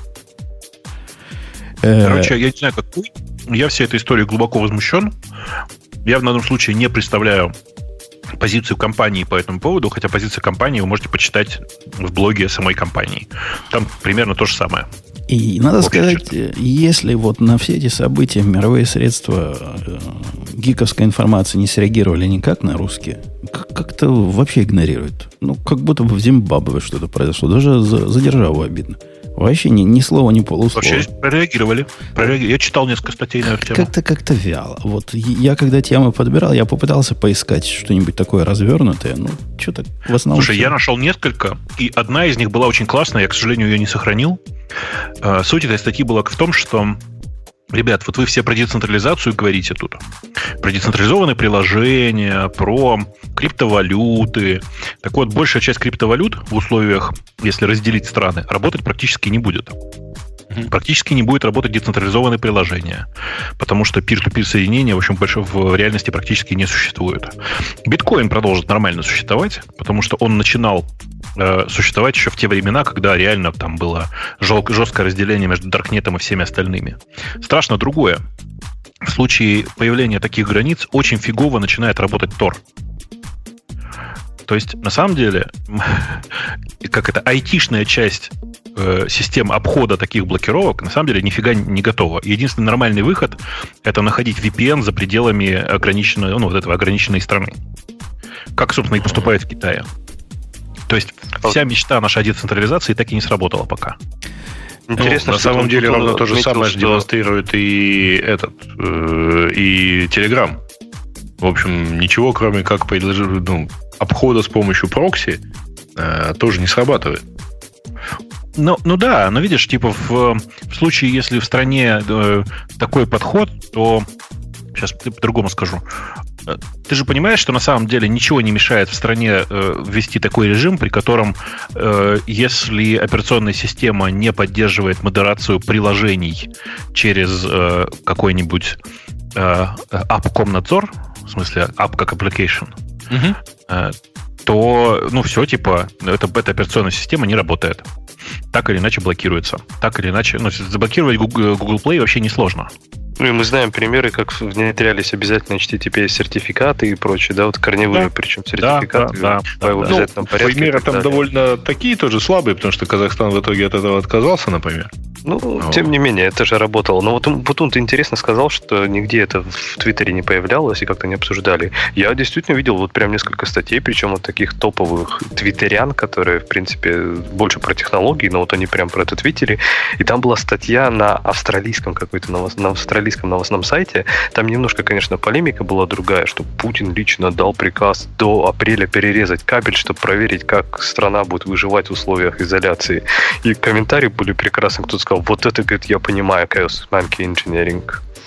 Короче, я не знаю, как вы. Я всей этой историей глубоко возмущен. Я в данном случае не представляю позицию компании по этому поводу, хотя позицию компании вы можете почитать в блоге самой компании. Там примерно то же самое. И надо сказать, если на все эти события мировые средства гиковской информации не среагировали никак на русские, как-то вообще игнорируют. Как будто бы в Зимбабве что-то произошло. Даже за державу обидно. Вообще ни слова, ни полуслова. Вообще прореагировали. Я читал несколько статей на эту тему. Как-то вяло. Я когда темы подбирал, я попытался поискать что-нибудь такое развернутое. Что-то в основном... Слушай, я нашел несколько, и одна из них была очень классная, я, к сожалению, ее не сохранил. Суть этой статьи была в том, что ребят, вы все про децентрализацию говорите тут. Про децентрализованные приложения, про криптовалюты. Так вот, большая часть криптовалют в условиях, если разделить страны, работать практически не будет. Практически не будет работать децентрализованное приложение, потому что peer-to-peer соединения, в общем, в реальности практически не существует. Биткоин продолжит нормально существовать, потому что он начинал существовать еще в те времена, когда реально там было жесткое разделение между Даркнетом и всеми остальными. Страшно другое. В случае появления таких границ очень фигово начинает работать Tor. То есть, на самом деле, как это, айтишная часть систем обхода таких блокировок на самом деле нифига не готова. Единственный нормальный выход — это находить VPN за пределами ограниченной страны. Как, собственно, и поступает в Китае. То есть, вся мечта нашей децентрализации так и не сработала пока. Интересно, на самом деле ровно то же самое демонстрирует и Telegram. В общем, ничего, кроме как обхода с помощью прокси, тоже не срабатывает. Ну да, но видишь, типа в случае, если в стране такой подход, то сейчас по-другому скажу. Ты же понимаешь, что на самом деле ничего не мешает в стране ввести такой режим, при котором, если операционная система не поддерживает модерацию приложений через какой-нибудь app.com-надзор, в смысле app как application, то, все, типа, эта операционная система не работает. Так или иначе блокируется. Так или иначе, заблокировать Google Play вообще несложно. Ну и мы знаем примеры, как внедрялись обязательно HTTP-сертификаты и прочее, да, вот корневые, причем сертификаты в обязательном порядке. Примеры там довольно такие тоже слабые, потому что Казахстан в итоге от этого отказался, например. Тем не менее, это же работало. Но вот ты интересно сказал, что нигде это в Твиттере не появлялось и как-то не обсуждали. Я действительно видел вот прям несколько статей, причем вот таких топовых твиттерян, которые, в принципе, больше про технологии, но вот они прям про это твиттерили. И там была статья на австралийском австралийском новостном сайте. Там немножко, конечно, полемика была другая, что Путин лично дал приказ до апреля перерезать кабель, чтобы проверить, как страна будет выживать в условиях изоляции. И комментарии были прекрасны. Кто-то сказал, вот это, говорит, я понимаю, Chaos Monkey Engineering.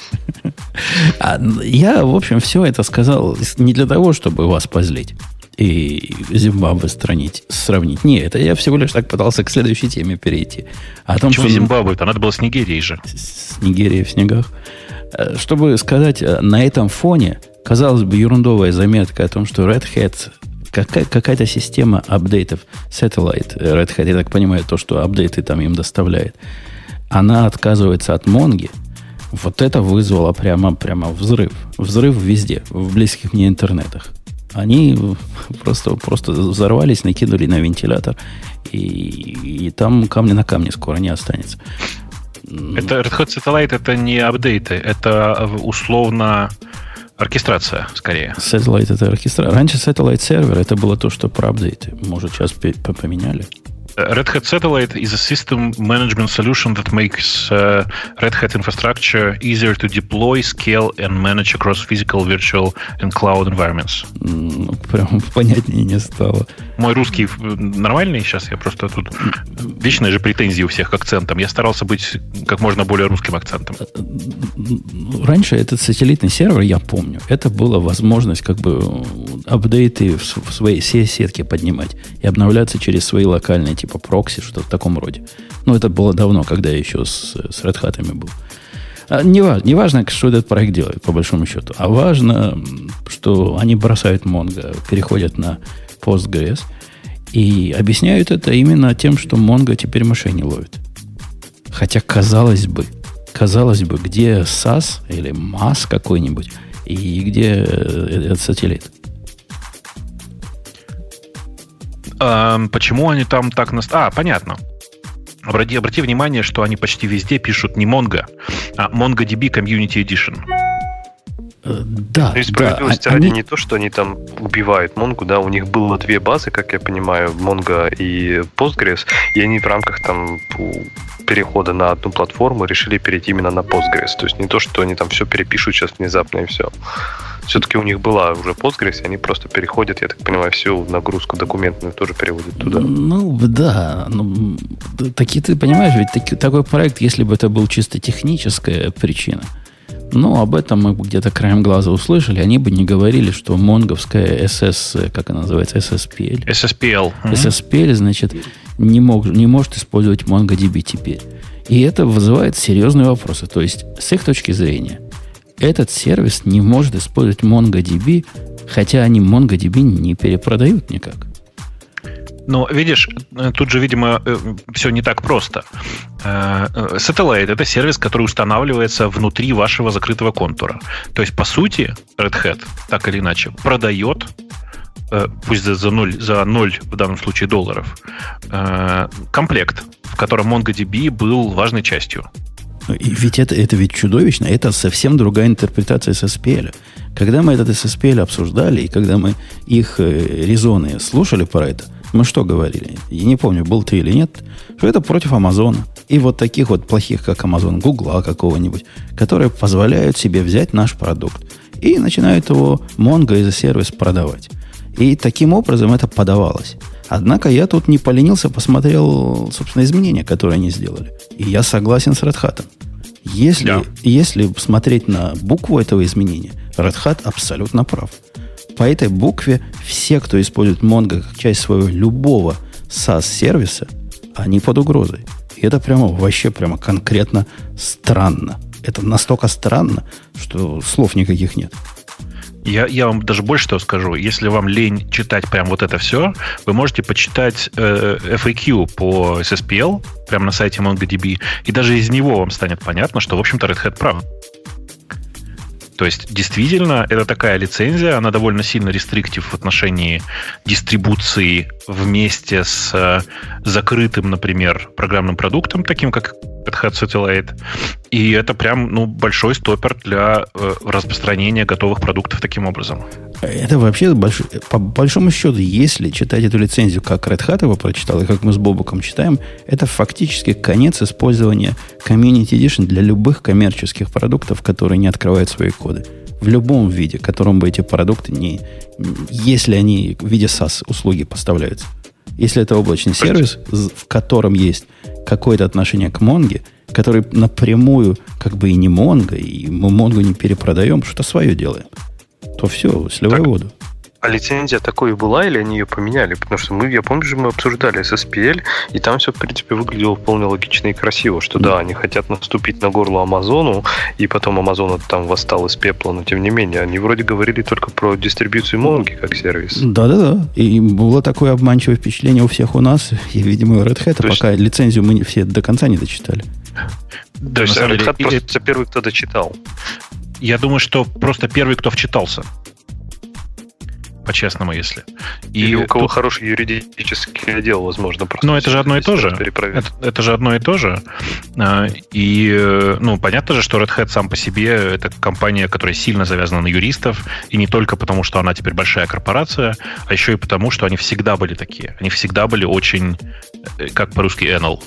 Я, в общем, все это сказал не для того, чтобы вас позлить и Зимбабве сравнить. Нет, это я всего лишь так пытался к следующей теме перейти. Почему Зимбабве-то? Надо было с Нигерией же. С Нигерией в снегах. Чтобы сказать, на этом фоне, казалось бы, ерундовая заметка о том, что Red Hat, какая-то система апдейтов, Satellite, Red Hat, я так понимаю, то, что апдейты там им доставляет, она отказывается от Монги. Вот это вызвало прямо взрыв. Взрыв везде, в близких мне интернетах. Они просто взорвались, накинули на вентилятор, и там камня на камне скоро не останется. Это Red Hat Satellite, это не апдейты, это условно оркестрация, скорее. Satellite это оркестрация. Раньше Satellite сервер это было то, что про апдейты. Может, сейчас поменяли? Red Hat Satellite is a system management solution that makes Red Hat infrastructure easier to deploy, scale and manage across physical, virtual and cloud environments. Прям понятнее не стало. Мой русский нормальный сейчас? Я просто тут... Вечные же претензии у всех к акцентам. Я старался быть как можно более русским акцентом. Раньше этот сателлитный сервер, я помню, это была возможность как бы апдейты в своей сетке поднимать и обновляться через свои локальные типа прокси, что-то в таком роде. Но это было давно, когда я еще с Red Hat'ами был. Не важно, что этот проект делает, по большому счету. А важно, что они бросают Mongo, переходят на Postgres и объясняют это именно тем, что Mongo теперь мышей не ловит. Хотя, казалось бы, где SAS или MAS какой-нибудь и где этот сателлит? Почему они там так... понятно. Обрати внимание, что они почти везде пишут не Mongo, а MongoDB Community Edition. Да, то есть, справедливости ради, не то, что они там убивают Mongo, да, у них было две базы, как я понимаю, Mongo и Postgres, и они в рамках там перехода на одну платформу решили перейти именно на Postgres. То есть не то, что они там все перепишут сейчас внезапно и все. Все-таки у них была уже Postgres, и они просто переходят, я так понимаю, всю нагрузку документную тоже переводят туда. Да. Такие, ты понимаешь, ведь такой проект, если бы это был чисто техническая причина, об этом мы где-то краем глаза услышали, они бы не говорили, что монговская SS, как она называется, SSPL. SSPL. SSPL, значит, не может использовать MongoDB теперь. И это вызывает серьезные вопросы. То есть, с их точки зрения, этот сервис не может использовать MongoDB, хотя они MongoDB не перепродают никак. Но, видишь, тут же, видимо, все не так просто. Satellite — это сервис, который устанавливается внутри вашего закрытого контура. То есть, по сути, Red Hat, так или иначе, продает, пусть за ноль в данном случае долларов, комплект, в котором MongoDB был важной частью. И ведь это ведь чудовищно. Это совсем другая интерпретация SSPL. Когда мы этот SSPL обсуждали, и когда мы их резоны слушали про это, мы что говорили? Я не помню, был ты или нет, что это против Амазона. И вот таких вот плохих, как Амазон, Гугла какого-нибудь, которые позволяют себе взять наш продукт и начинают его Mongo as a сервис продавать. И таким образом это подавалось. Однако я тут не поленился, посмотрел, собственно, изменения, которые они сделали. И я согласен с Red Hat. Если смотреть на букву этого изменения, Red Hat абсолютно прав. По этой букве все, кто использует Mongo как часть своего любого SaaS-сервиса, они под угрозой. И это вообще конкретно странно. Это настолько странно, что слов никаких нет. Я вам даже больше того скажу. Если вам лень читать прям вот это все, вы можете почитать FAQ по SSPL прямо на сайте MongoDB, и даже из него вам станет понятно, что, в общем-то, Red Hat прав. То есть, действительно, это такая лицензия, она довольно сильно рестриктив в отношении дистрибуции вместе с закрытым, например, программным продуктом, таким как Red Hat Satellite. И это прям большой стопер для распространения готовых продуктов таким образом. Это вообще, по большому счету, если читать эту лицензию, как Red Hat его прочитал, и как мы с Бобуком читаем, это фактически конец использования Community Edition для любых коммерческих продуктов, которые не открывают свои коды. В любом виде, которым бы эти продукты если они в виде SaaS-услуги поставляются. Если это облачный сервис, в котором есть какое-то отношение к Монге, который напрямую как бы и не Монго, и мы Монгу не перепродаем, что-то свое делаем, то все, сливай воду. А лицензия такой и была, или они ее поменяли? Потому что я помню, что мы обсуждали SSPL, и там все, в принципе, выглядело вполне логично и красиво, что да, они хотят наступить на горло Амазону, и потом Амазон там восстал из пепла, но тем не менее, они вроде говорили только про дистрибьюцию Монги как сервис. Да-да-да, и было такое обманчивое впечатление у всех у нас, и, видимо, у Red Hat, пока лицензию мы все до конца не дочитали. То есть Red Hat просто первый, кто дочитал. Я думаю, что просто первый, кто вчитался. По-честному, если. Или у кого хороший юридический отдел, возможно, просто. Но это же одно и то же. Это же одно и то же. И, понятно же, что Red Hat сам по себе это компания, которая сильно завязана на юристов, и не только потому, что она теперь большая корпорация, а еще и потому, что они всегда были такие. Они всегда были очень, как по-русски, anal.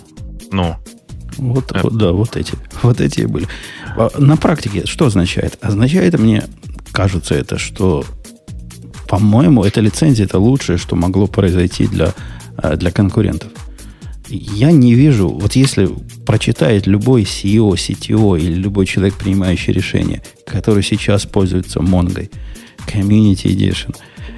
Вот эти были. На практике что означает? Означает, мне кажется, это, что, по-моему, эта лицензия это лучшее, что могло произойти для конкурентов. Я не вижу, вот если прочитает любой CEO, CTO или любой человек, принимающий решения, который сейчас пользуется Mongo, Community Edition,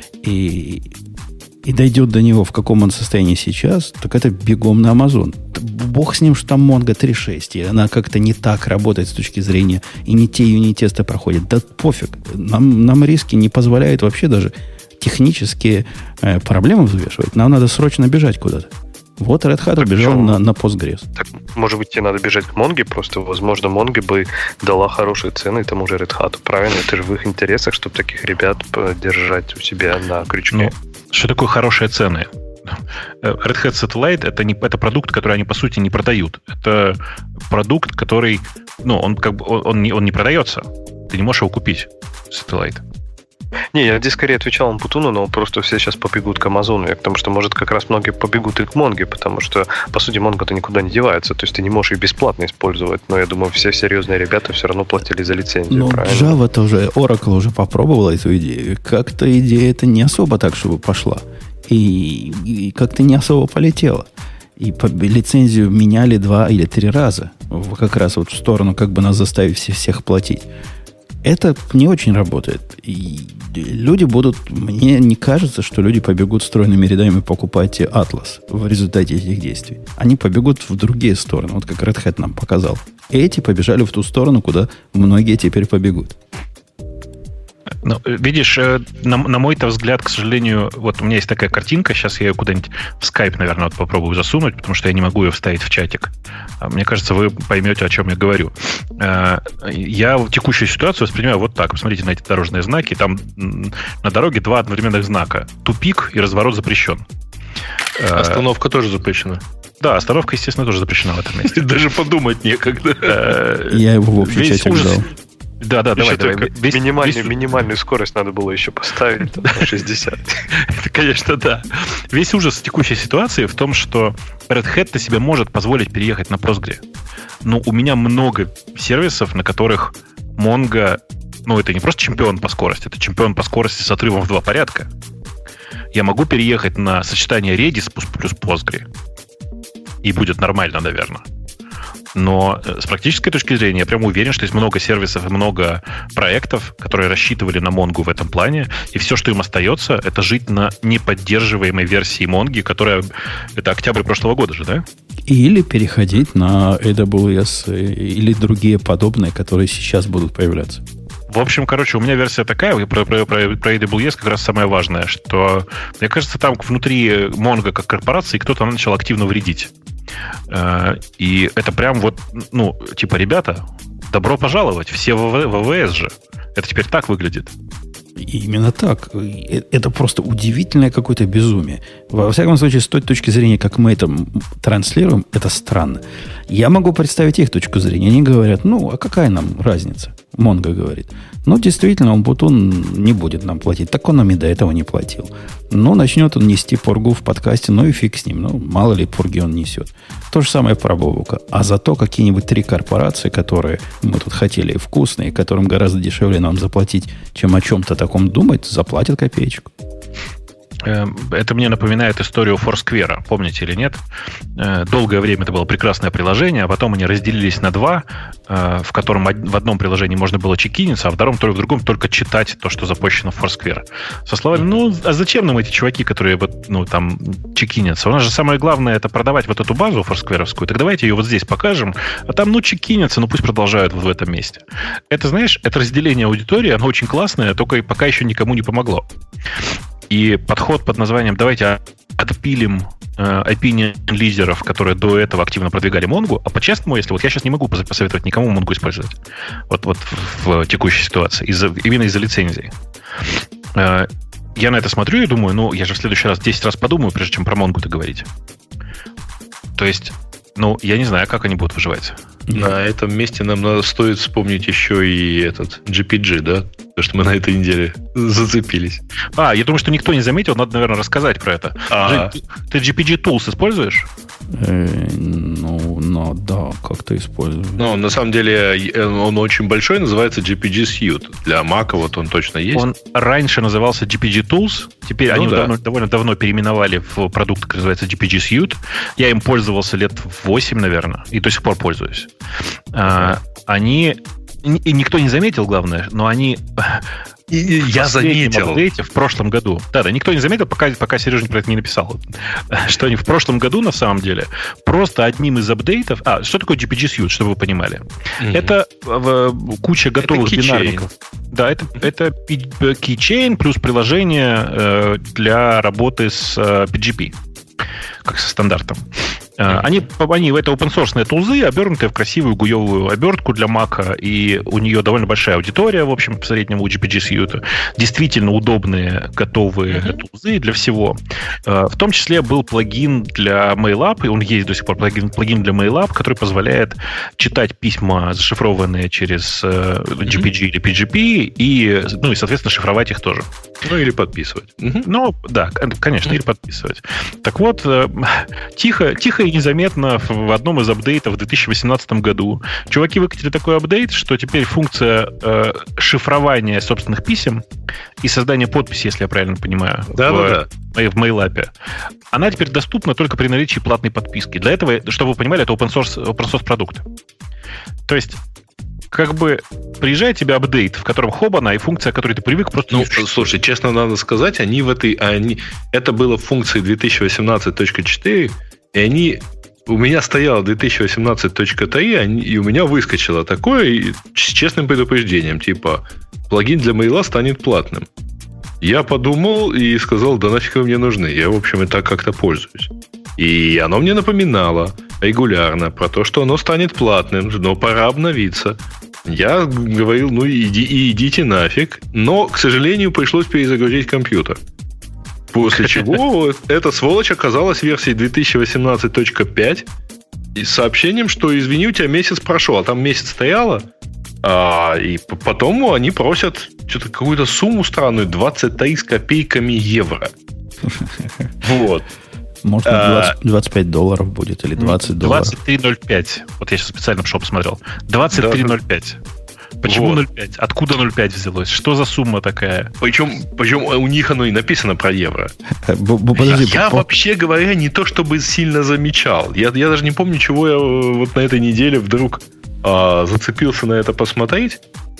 и дойдет до него, в каком он состоянии сейчас, так это бегом на Amazon. Бог с ним, что там Mongo 3.6, и она как-то не так работает с точки зрения, и не те юнит-тесты проходят. Да пофиг. Нам риски не позволяют вообще даже технические проблемы взвешивать. Нам надо срочно бежать куда-то. Вот Red Hat убежал на Postgres. Так, может быть, тебе надо бежать к Mongo, просто, возможно, Mongo бы дала хорошие цены тому же Red Hat. Правильно? Это же в их интересах, чтобы таких ребят держать у себя на крючке. Что такое хорошие цены? Red Hat Satellite это продукт, который они, по сути, не продают. Это продукт, который, он не продается. Ты не можешь его купить, Satellite. Не, я здесь скорее отвечал Ампутуну, но просто все сейчас побегут к Амазону, потому что, может, как раз многие побегут и к Монге, потому что, по сути, Монго-то никуда не девается, то есть ты не можешь их бесплатно использовать, но я думаю, все серьезные ребята все равно платили за лицензию, правильно? Java-то уже, Oracle уже попробовала эту идею, как-то идея это не особо так, чтобы пошла, и как-то не особо полетела. И лицензию меняли 2 или 3 раза, как раз вот в сторону, как бы нас заставить всех платить. Это не очень работает. И люди будут... Мне не кажется, что люди побегут стройными рядами покупать Atlas в результате этих действий. Они побегут в другие стороны, вот как Red Hat нам показал. Эти побежали в ту сторону, куда многие теперь побегут. Ну, видишь, на мой-то взгляд, к сожалению, вот у меня есть такая картинка, сейчас я ее куда-нибудь в Skype, наверное, вот попробую засунуть, потому что я не могу ее вставить в чатик. Мне кажется, вы поймете, о чем я говорю. Я текущую ситуацию воспринимаю вот так. Посмотрите на эти дорожные знаки. Там на дороге два одновременных знака. Тупик и разворот запрещен. Остановка тоже запрещена. Да, остановка, естественно, тоже запрещена в этом месте. Даже подумать некогда. Я его в общем чате ждал. Да, давай. Минимальную скорость надо было еще поставить на 60. Это, конечно, да. Весь ужас текущей ситуации в том, что Red Hat себе может позволить переехать на Postgre. Но у меня много сервисов, на которых Mongo, это не просто чемпион по скорости, это чемпион по скорости с отрывом в 2 порядка. Я могу переехать на сочетание Redis плюс Postgre. И будет нормально, наверное. Но с практической точки зрения я прямо уверен, что есть много сервисов и много проектов, которые рассчитывали на Mongo в этом плане, и все, что им остается, это жить на неподдерживаемой версии Mongo, которая... Это октябрь прошлого года же, да? Или переходить на AWS или другие подобные, которые сейчас будут появляться. В общем, у меня версия такая, про AWS как раз самое важное, что, мне кажется, там внутри Mongo как корпорации кто-то начал активно вредить. И это прям ребята, добро пожаловать, все в АВС же. Это теперь так выглядит. Именно так. Это просто удивительное какое-то безумие. Во всяком случае, с той точки зрения, как мы это транслируем, это странно. Я могу представить их точку зрения. Они говорят, а какая нам разница? Mongo говорит. Действительно, он не будет нам платить. Так он нам и до этого не платил. Начнет он нести пургу в подкасте, и фиг с ним. Мало ли пурги он несет. То же самое про Бобука. А зато какие-нибудь 3 корпорации, которые мы тут хотели вкусные, которым гораздо дешевле нам заплатить, чем о чем-то таком думать, заплатят копеечку. Это мне напоминает историю Foursquare, помните или нет? Долгое время это было прекрасное приложение, а потом они разделились на 2, в котором в одном приложении можно было чекиниться, а в другом только читать то, что запущено в Foursquare. Со словами, а зачем нам эти чуваки, которые там чекинятся? У нас же самое главное это продавать вот эту базу форскверовскую, так давайте ее вот здесь покажем, а там, чекинятся, пусть продолжают в этом месте. Это, знаешь, это разделение аудитории, оно очень классное, только пока еще никому не помогло. И подход под названием «давайте отпилим opinion-лидеров, которые до этого активно продвигали Mongo», а по-честному, если я сейчас не могу посоветовать никому Mongo использовать вот в текущей ситуации, именно из-за лицензии. Я на это смотрю и думаю, я же в следующий раз 10 раз подумаю, прежде чем про Mongo-то говорить. То есть, я не знаю, как они будут выживать. На этом месте нам стоит вспомнить еще и этот GPG, да? Потому что мы на этой неделе зацепились. Я думаю, что никто не заметил, надо, наверное, рассказать про это. Ты GPG Tools используешь? Да, как-то использую. На самом деле, он очень большой, называется GPG Suite. Для Mac он точно есть. Он раньше назывался GPG Tools, теперь они довольно давно переименовали в продукт, который называется GPG Suite. Я им пользовался лет 8, наверное, и до сих пор пользуюсь. Они... И никто не заметил, главное, но они... Я заметил. В прошлом году. Да, никто не заметил, пока Сережа про это не написал. Что они в прошлом году, на самом деле, просто одним из апдейтов... Что такое GPG Suite, чтобы вы понимали? Это куча готовых бинарников. Да, это keychain плюс приложение для работы с PGP, как со стандартом. Они это open-source тулзы, обернутые в красивую гуевую обертку для Mac, и у нее довольно большая аудитория, в общем, по среднему у GPG Suite. Действительно удобные, готовые тулзы для всего. В том числе был плагин для MailApp, и он есть до сих пор, плагин для MailApp, который позволяет читать письма, зашифрованные через GPG или PGP, и, соответственно, шифровать их тоже. Или подписывать. Да, конечно, или подписывать. Так вот, тихо и незаметно в одном из апдейтов в 2018 году чуваки выкатили такой апдейт, что теперь функция шифрования собственных писем и создания подписи, если я правильно понимаю, в MailApp, она теперь доступна только при наличии платной подписки. Для этого, чтобы вы понимали, это open source продукт. То есть приезжает тебе апдейт, в котором хобана, и функция, к которой ты привык, просто не существует. Слушай, честно надо сказать, это было в функции 2018.4, и у меня стояло 2018.3, и у меня выскочило такое с честным предупреждением, типа, плагин для мейла станет платным. Я подумал и сказал, да нафиг вы мне нужны. Я, в общем, и так как-то пользуюсь. И оно мне напоминало регулярно про то, что оно станет платным, но пора обновиться. Я говорил, ну идите нафиг. Но, к сожалению, пришлось перезагрузить компьютер. После чего эта сволочь оказалась в версии 2018.5 и с сообщением, что, извини, у тебя месяц прошел, а там месяц стояло. И потом они просят что-то какую-то сумму странную, 23 с копейками евро. Вот. Может, $25 будет или $20. 23.05. Вот я сейчас специально пошел посмотрел. 23.05. Почему 0,5? Откуда 0,5 взялось? Что за сумма такая? Причем у них оно и написано про евро. Подожди, я вообще говоря, не то чтобы сильно замечал. Я даже не помню, чего я вот на этой неделе вдруг зацепился на это посмотреть.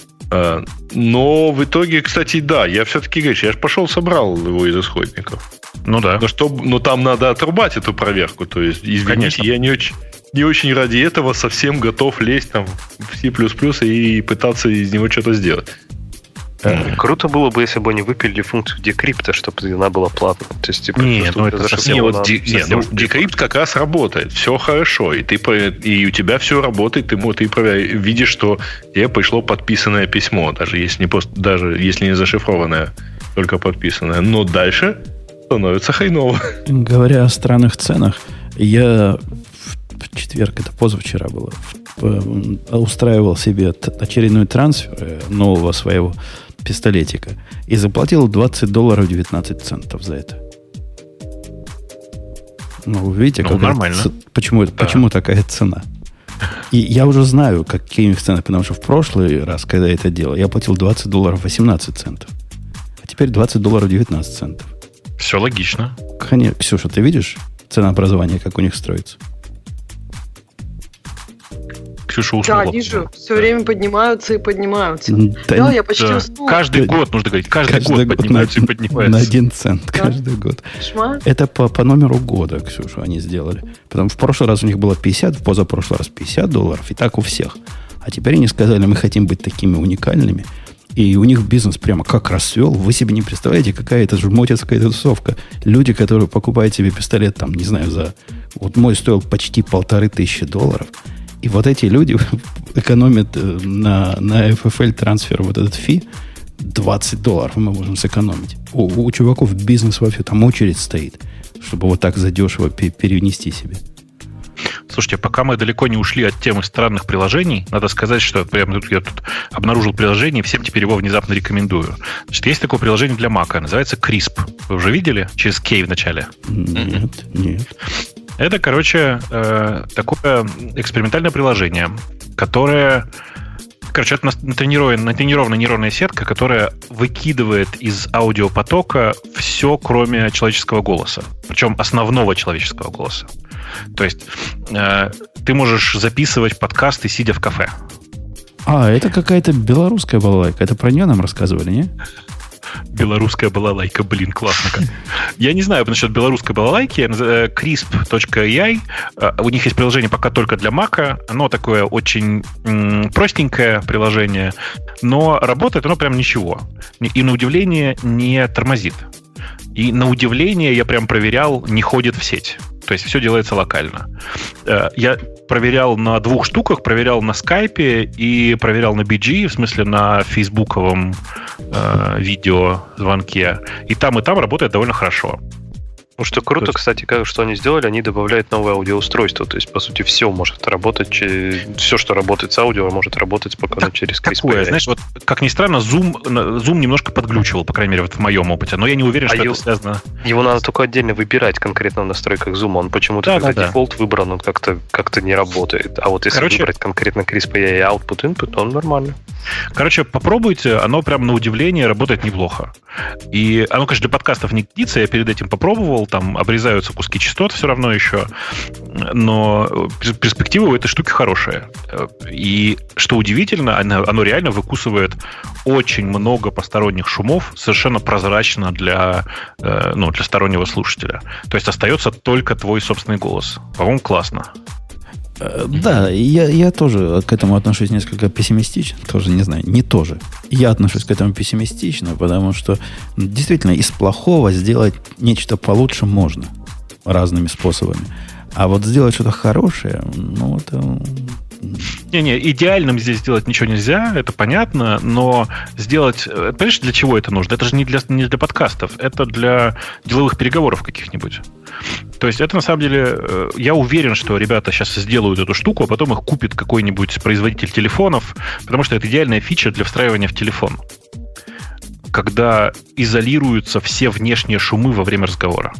Но в итоге, кстати, да, я все-таки, говоришь, я же пошел собрал его из исходников. Ну да. Но там надо отрубать эту проверку. То есть, извините, конечно. Я не очень ради этого совсем готов лезть там в C++ и пытаться из него что-то сделать. Круто было бы, если бы они выпилили функцию декрипта, чтобы она была платной. То есть, типа, декрипт как раз работает. Все хорошо. И у тебя все работает. Ты видишь, что тебе пришло подписанное письмо, даже если не зашифрованное, только подписанное. Но дальше становится хреново. Говоря о странных ценах, я в четверг, это позавчера было, устраивал себе очередной трансфер нового своего пистолетика и заплатил $20.19 за это. Ну, вы видите, почему такая цена? И я уже знаю, какие цены, потому что в прошлый раз, когда я это делал, я платил $20.18, а теперь $20.19. Все логично. Конечно. Ксюша, ты видишь ценообразование, как у них строится? Ксюша уснула. Да, вижу. Все время поднимаются и поднимаются. Да, я почти уснула. Каждый год, нужно говорить, каждый год поднимаются и поднимаются. На 1 цент каждый год. Это по номеру года, Ксюша, они сделали. Потому что в прошлый раз у них было 50, в позапрошлый раз $50, и так у всех. А теперь они сказали, мы хотим быть такими уникальными. И у них бизнес прямо как расцвел. Вы себе не представляете, какая это жмотецкая тусовка. Люди, которые покупают себе пистолет, там, не знаю, вот мой стоил почти $1500. И вот эти люди экономят на FFL трансфер вот этот фи $20 мы можем сэкономить. У чуваков бизнес вообще, там очередь стоит, чтобы вот так задешево перенести себе. Слушайте, пока мы далеко не ушли от темы странных приложений, надо сказать, что я тут обнаружил приложение, всем теперь его внезапно рекомендую. Значит, есть такое приложение для Mac, называется Crisp. Вы уже видели? Через K в начале? Нет. Это, такое экспериментальное приложение, которое... это натренированная нейронная сетка, которая выкидывает из аудиопотока все, кроме человеческого голоса. Причем основного человеческого голоса. То есть ты можешь записывать подкасты, сидя в кафе. Это какая-то белорусская балалайка. Это про нее нам рассказывали, не? Белорусская балалайка, блин, классно как. Я не знаю насчет белорусской балалайки. Crisp.ai. У них есть приложение пока только для Mac. Оно такое очень простенькое приложение, но работает оно прям ничего. И на удивление не тормозит. И на удивление я прям проверял, не ходит в сеть. То есть все делается локально. Я проверял на 2 штуках, проверял на скайпе и проверял на BG, в смысле на фейсбуковом видеозвонке. И там работает довольно хорошо. Ну, что круто, кстати, что они сделали, они добавляют новое аудиоустройство. То есть, по сути, все может работать, все, что работает с аудио, может работать спокойно через CRISPR. Знаешь, вот, как ни странно, Zoom немножко подглючивал, по крайней мере, вот в моем опыте. Но я не уверен, что это связано... Его надо только отдельно выбирать конкретно в настройках Zoom. Он почему-то, когда дефолт выбран, он как-то не работает. А вот если выбрать конкретно CRISPR и output-input, он нормально. Попробуйте, оно прям на удивление работает неплохо. И оно, конечно, для подкастов не годится, я перед этим попробовал, там обрезаются куски частот все равно еще, но перспектива у этой штуки хорошая. И, что удивительно, оно реально выкусывает очень много посторонних шумов совершенно прозрачно для стороннего слушателя. То есть остается только твой собственный голос. По-моему, классно. Да, я тоже к этому отношусь несколько пессимистично. Тоже не знаю, не тоже. Я отношусь к этому пессимистично, потому что действительно из плохого сделать нечто получше можно разными способами. А вот сделать что-то хорошее, ну, это... Не, идеальным здесь сделать ничего нельзя, это понятно, но сделать... Понимаешь, для чего это нужно? Это же не для подкастов, это для деловых переговоров каких-нибудь. То есть это, на самом деле, я уверен, что ребята сейчас сделают эту штуку, а потом их купит какой-нибудь производитель телефонов, потому что это идеальная фича для встраивания в телефон, когда изолируются все внешние шумы во время разговора.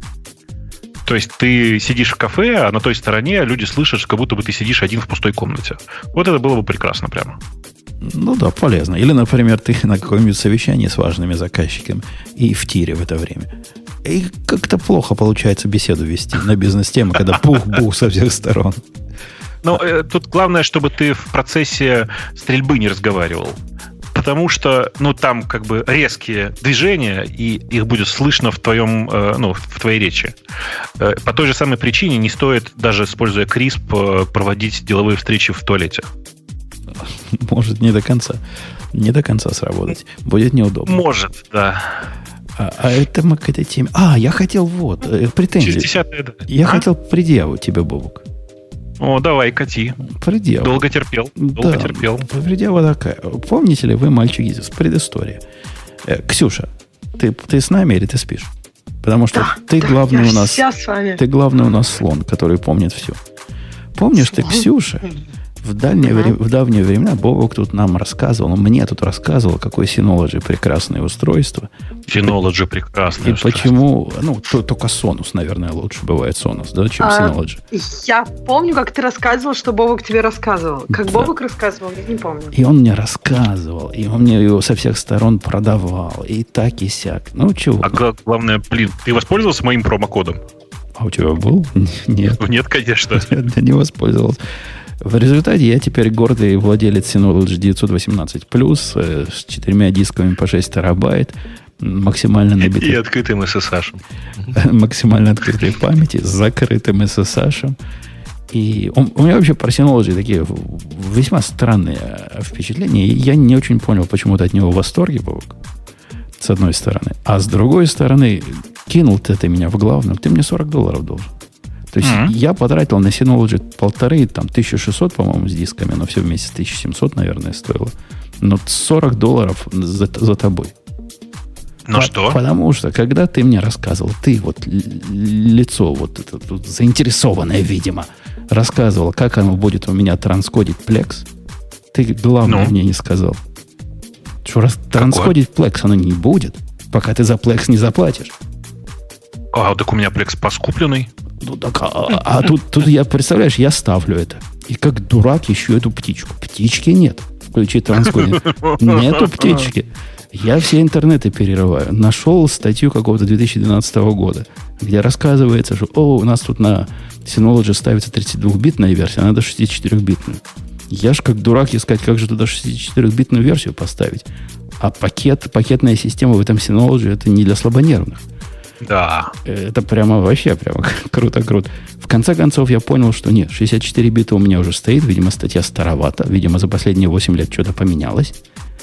То есть ты сидишь в кафе, а на той стороне люди слышат, как будто бы ты сидишь один в пустой комнате. Вот это было бы прекрасно прямо. Ну да, полезно. Или, например, ты на каком-нибудь совещании с важными заказчиками и в тире в это время. И как-то плохо получается беседу вести на бизнес-темы, когда бух-бух со всех сторон. Ну, тут главное, чтобы ты в процессе стрельбы не разговаривал. Потому что, там как бы резкие движения, и их будет слышно в твоей речи. По той же самой причине не стоит, даже используя CRISP, проводить деловые встречи в туалете. Может, не до конца сработать. Будет неудобно. Может, да. А это мы к этой теме... я хотел претензии. 60-е, да. Я хотел предъяву тебе, Бобук. О, давай, кати. Предъява. Долго терпел. Предъява такая. Помните ли вы, мальчики, с предыстории? Ксюша, ты с нами или ты спишь? Потому что ты главный у нас... Сейчас с вами. Ты главный у нас слон, который помнит все. Помнишь ты, Ксюша, в давние времена Бобук тут нам рассказывал, мне тут рассказывал, какое Synology прекрасное устройство. Synology прекрасное устройство. И почему... только Sonos, наверное, лучше бывает Sonos, да, чем Synology. Я помню, как ты рассказывал, что Бобук тебе рассказывал. Как Бобук рассказывал, я не помню. И он мне рассказывал, и он мне его со всех сторон продавал, и так, и сяк. Чего? А главное, ты воспользовался моим промокодом? А у тебя был? Нет. Нет, конечно. Я не воспользовался. В результате я теперь гордый владелец Synology 918 Plus с 4 дисками по 6 терабайт, максимально набитый... И открытым SSH. Максимально открытой памяти, с закрытым SSH. И у меня вообще про Synology такие весьма странные впечатления. Я не очень понял, почему ты от него в восторге, Бог, с одной стороны. А с другой стороны, кинул ты меня в главную, ты мне $40 должен. То есть я потратил на Synology 1600, по-моему, с дисками, но все вместе 1700, наверное, стоило. Но $40 за тобой. Ну что? Потому что, когда ты мне рассказывал, ты лицо это тут заинтересованное, видимо, рассказывал, как оно будет у меня транскодить Plex, ты главное мне не сказал. Что раз транскодить Plex оно не будет, пока ты за Plex не заплатишь. Так у меня Plex Pass купленный. Тут я, представляешь, я ставлю это. И как дурак ищу эту птичку. Птички нет. Включи транскодинг. Нету птички. Я все интернеты перерываю. Нашел статью какого-то 2012 года, где рассказывается, что у нас тут на Synology ставится 32-битная версия, а надо 64-битную. Я ж как дурак искать, как же туда 64-битную версию поставить. А пакетная система в этом Synology это не для слабонервных. Да. Это прямо круто-круто. В конце концов, я понял, что нет, 64 бита у меня уже стоит. Видимо, статья старовата. Видимо, за последние 8 лет что-то поменялось.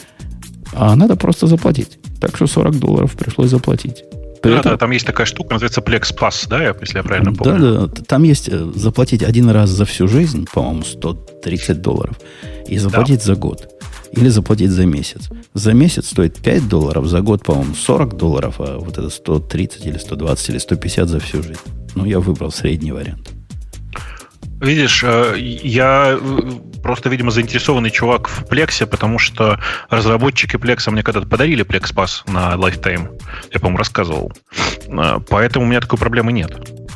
А надо просто заплатить. Так что $40 пришлось заплатить. Да, там есть такая штука, называется Plex Pass, да, если я правильно помню? Да. Там есть заплатить один раз за всю жизнь, по-моему, $130. И заплатить за год. Или заплатить за месяц. За месяц стоит $5, за год, по-моему, $40, а вот это 130 или 120 или 150 за всю жизнь. Я выбрал средний вариант. Видишь, я просто, видимо, заинтересованный чувак в Plex, потому что разработчики Plex мне когда-то подарили Plex Pass на Lifetime. Я, по-моему, рассказывал. Поэтому у меня такой проблемы нет.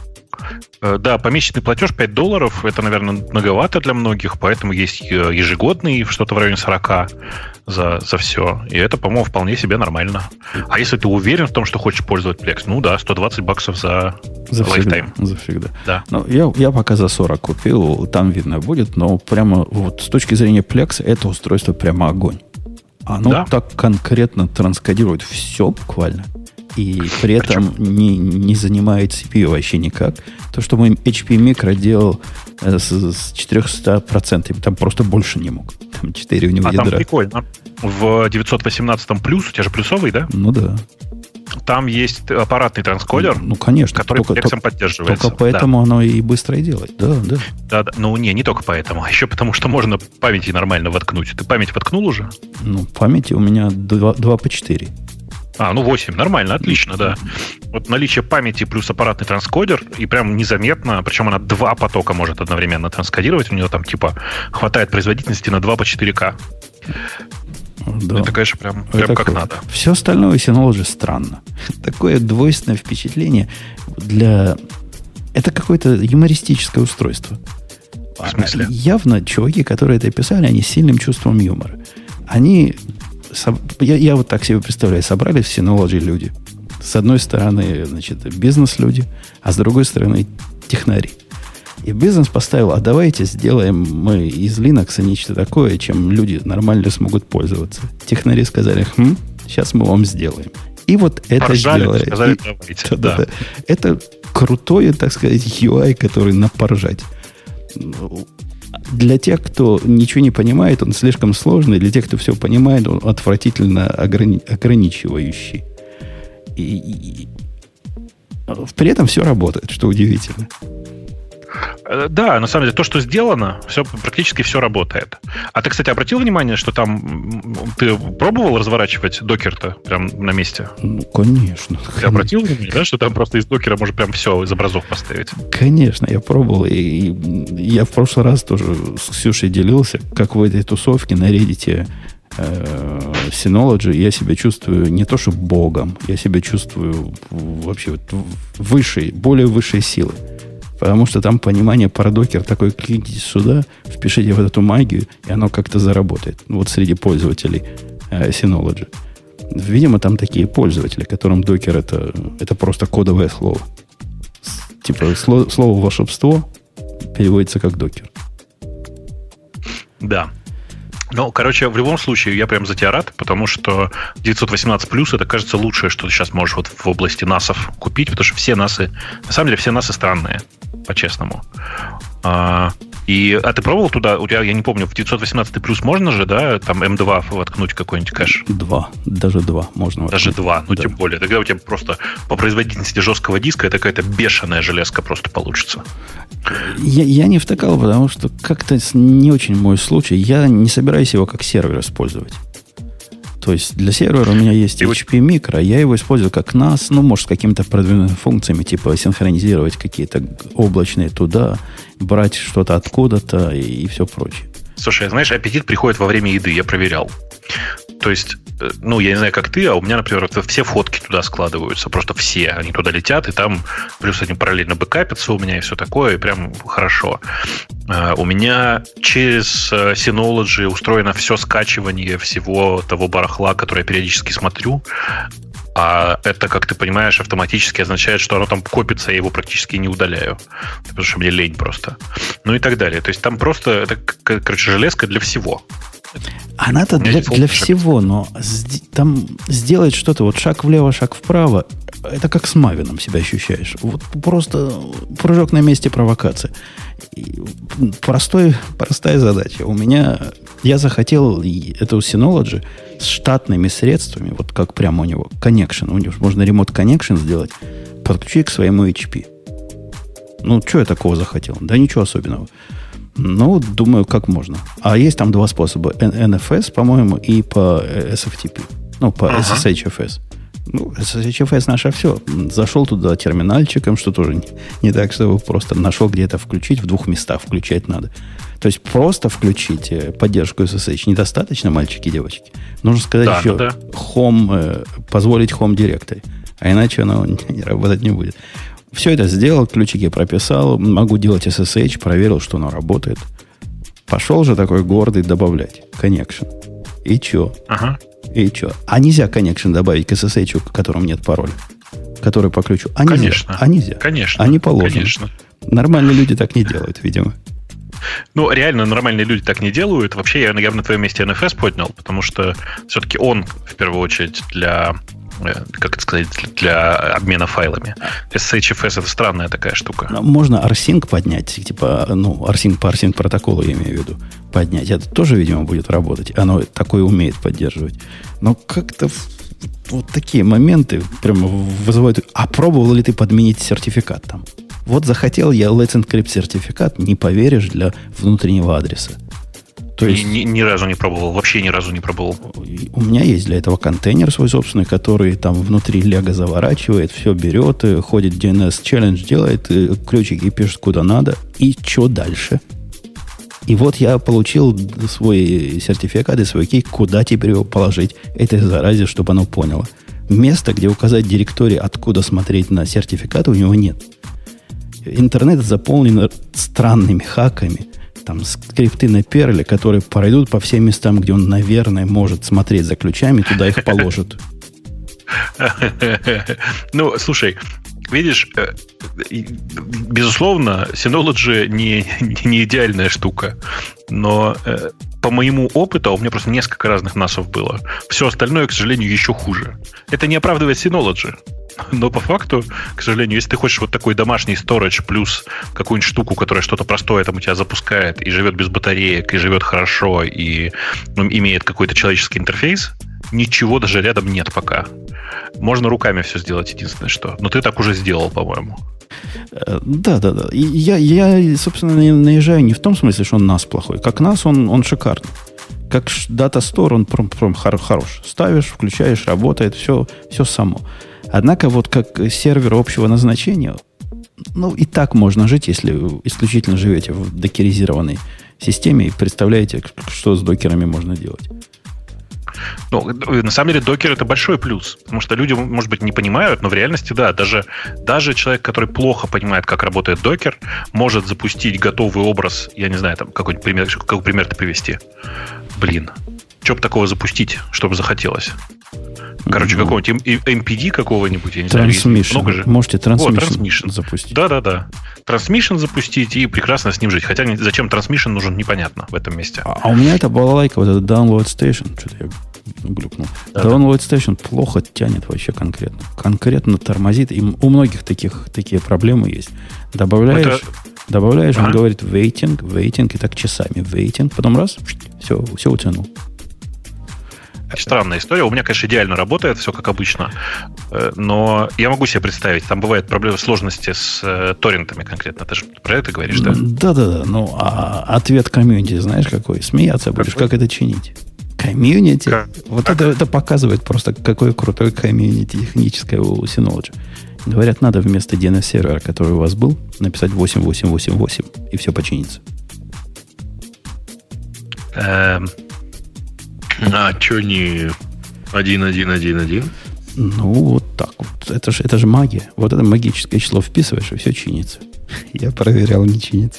Да, помесячный платеж $5, это, наверное, многовато для многих, поэтому есть ежегодный, что-то в районе 40 за все. И это, по-моему, вполне себе нормально. А если ты уверен в том, что хочешь пользовать Plex, $120 за Lifetime. Завсегда. Да. Я пока за 40 купил, там видно будет, но прямо с точки зрения Plex это устройство прямо огонь. Оно так конкретно транскодирует все буквально. И при этом не занимает CPU вообще никак. То, что мой HP Micro делал с 400%. Там просто больше не мог. Там 4 у него ядра. Там прикольно. В 918 плюс, у тебя же плюсовый, да? Ну да. Там есть аппаратный транскодер, конечно, который Plex'ом поддерживается. Только поэтому оно и быстро и делает. Да. Ну, не только поэтому. А еще потому, что можно памяти нормально воткнуть. Ты память воткнул уже? Ну, памяти у меня 2 по 4. 8. Нормально, отлично, да. Вот наличие памяти плюс аппаратный транскодер, и прям незаметно, причем она 2 потока может одновременно транскодировать, у нее там типа хватает производительности на 2 по 4К. Да. Это, конечно, прям как надо. Все остальное у Synology странно. Такое двойственное впечатление Это какое-то юмористическое устройство. В смысле? Явно чуваки, которые это писали, они с сильным чувством юмора. Они... Я вот так себе представляю, собрали в Synology люди. С одной стороны, значит, бизнес-люди, а с другой стороны, технари. И бизнес поставил, а давайте сделаем мы из Linux нечто такое, чем люди нормально смогут пользоваться. Технари сказали, сейчас мы вам сделаем. И вот это сделали. Сказали, давайте. Да. Это крутое, так сказать, UI, который на поржать. Для тех, кто ничего не понимает, он слишком сложный. Для тех, кто все понимает, он отвратительно ограничивающий. И при этом все работает, что удивительно. Да, на самом деле, то, что сделано, практически все работает. А ты, кстати, обратил внимание, что там ты пробовал разворачивать докер-то прям на месте? Ну, конечно. Ты обратил внимание, да, что там просто из докера можно прям все из образов поставить? Конечно, я пробовал. И я в прошлый раз тоже с Ксюшей делился, как в этой тусовке на Reddit Synology я себя чувствую не то что богом, я себя чувствую вообще более высшей силы. Потому что там понимание про докер такое: кликните сюда, впишите в эту магию, и оно как-то заработает. Вот среди пользователей Synology. Видимо, там такие пользователи, которым докер это просто кодовое слово. Типа слово волшебство переводится как докер. Да. Ну, короче, в любом случае, я прям за тебя рад, потому что 918 плюс это, кажется, лучшее, что ты сейчас можешь вот в области насов купить, потому что все насы, на самом деле, все насы странные, по-честному. А ты пробовал туда, у тебя, я не помню, в 918 плюс можно же, да, там M2 воткнуть какой-нибудь кэш? Даже 2 можно. Даже 2, ну да. Тем более. Тогда у тебя просто по производительности жесткого диска это какая-то бешеная железка просто получится. Я не втыкал, потому что как-то не очень мой случай. Я не собираюсь его как сервер использовать. То есть для сервера у меня есть HP Micro, я его использую как NAS, может, с какими-то продвинутыми функциями, типа синхронизировать какие-то облачные туда, брать что-то откуда-то и все прочее. Слушай, знаешь, аппетит приходит во время еды, я проверял. То есть, я не знаю, как ты, а у меня, например, все фотки туда складываются, просто все, они туда летят, и там плюс они параллельно бэкапятся у меня и все такое, и прям хорошо. У меня через Synology устроено все скачивание всего того барахла, которое я периодически смотрю, а это, как ты понимаешь, автоматически означает, что оно там копится, я его практически не удаляю, потому что мне лень просто. Ну и так далее. То есть там просто, это, короче, железка для всего. Она-то для всего, но там сделать что-то, вот шаг влево, шаг вправо, это как с Мавином себя ощущаешь. Вот просто прыжок на месте, провокация. Простая задача. Я захотел эту Synology с штатными средствами, вот как прямо у него connection, у него можно remote connection сделать, подключить к своему HP. Что я такого захотел? Да ничего особенного. Думаю, как можно. А есть там 2 способа. NFS, по-моему, и по SFTP. По SSHFS. SSHFS наше все. Зашел туда терминальчиком, что тоже не так, чтобы просто нашел где-то включить. В 2 местах включать надо. То есть просто включить поддержку SSH недостаточно, мальчики и девочки. Нужно сказать еще home, позволить home directory. А иначе оно работать не будет. Все это сделал, ключики прописал, могу делать SSH, проверил, что оно работает. Пошел же такой гордый добавлять connection. И че? И че? А нельзя connection добавить к SSH, в котором нет пароля, который по ключу? Конечно. Нельзя. Конечно. А не положено. Конечно. Нормальные люди так не делают, видимо. Реально нормальные люди так не делают. Вообще, я бы на твоем месте NFS поднял, потому что все-таки он, в первую очередь, для как это сказать, для обмена файлами. SHFS — это странная такая штука. Можно rsync поднять, типа, rsync по rsync протоколу, я имею в виду, поднять. Это тоже, видимо, будет работать. Оно такое умеет поддерживать. Но как-то вот такие моменты прямо вызывают... А пробовал ли ты подменить сертификат там? Вот захотел я Let's Encrypt сертификат, не поверишь, для внутреннего адреса. То есть, ни разу не пробовал, вообще ни разу не пробовал. У меня есть для этого контейнер свой собственный, который там внутри Lego заворачивает, все берет, ходит DNS challenge, делает ключики, пишет куда надо. И что дальше? И вот я получил свой сертификат и свой кей, куда теперь его положить этой заразе, чтобы оно поняло. Места, где указать директории, откуда смотреть на сертификаты, у него нет. Интернет заполнен странными хаками. Там скрипты на перле, которые пройдут по всем местам, где он, наверное, может смотреть за ключами, туда их положат. Ну, слушай, видишь, безусловно, Synology не идеальная штука, но по моему опыту, у меня просто несколько разных насов было, все остальное, к сожалению, еще хуже. Это не оправдывает Synology. Но по факту, к сожалению, если ты хочешь вот такой домашний storage плюс какую-нибудь штуку, которая что-то простое там у тебя запускает и живет без батареек, и живет хорошо, и имеет какой-то человеческий интерфейс, ничего даже рядом нет пока. Можно руками все сделать, единственное что. Но ты так уже сделал, по-моему. Да. И я, собственно, наезжаю не в том смысле, что он NAS плохой. Как NAS он шикарный. Как Data Store он прям хорош. Ставишь, включаешь, работает, все само. Однако вот как сервер общего назначения, и так можно жить, если исключительно живете в докеризированной системе и представляете, что с докерами можно делать. На самом деле докер — это большой плюс, потому что люди, может быть, не понимают, но в реальности, да, даже человек, который плохо понимает, как работает докер, может запустить готовый образ, я не знаю, там какой пример-то привести. Что бы такого запустить, чтобы захотелось? Короче, какого-нибудь MPD какого-нибудь, я не знаю. Много же. Можете Transmission запустить. Да. Transmission запустить и прекрасно с ним жить. Хотя зачем Transmission нужен, непонятно в этом месте. А у меня это балалайка, вот этот Download Station, что-то я глюкнул. Download Station плохо тянет вообще конкретно. Конкретно тормозит. И у многих такие проблемы есть. Добавляешь, он говорит waiting, и так часами waiting, потом раз, все утянул. Странная история. У меня, конечно, идеально работает, все как обычно. Но я могу себе представить, там бывают проблемы, сложности с торрентами конкретно. Ты же про это говоришь, да? Да. Ответ комьюнити, знаешь, какой? Смеяться будешь, как это чинить. Комьюнити? Вот это показывает просто, какое крутое комьюнити техническое у Synology. Говорят, надо вместо DNS-сервера, который у вас был, написать 8888, и все починится. А что не 1111? Вот так вот. Это же магия. Вот это магическое число вписываешь, и все чинится. Я проверял, не чинится.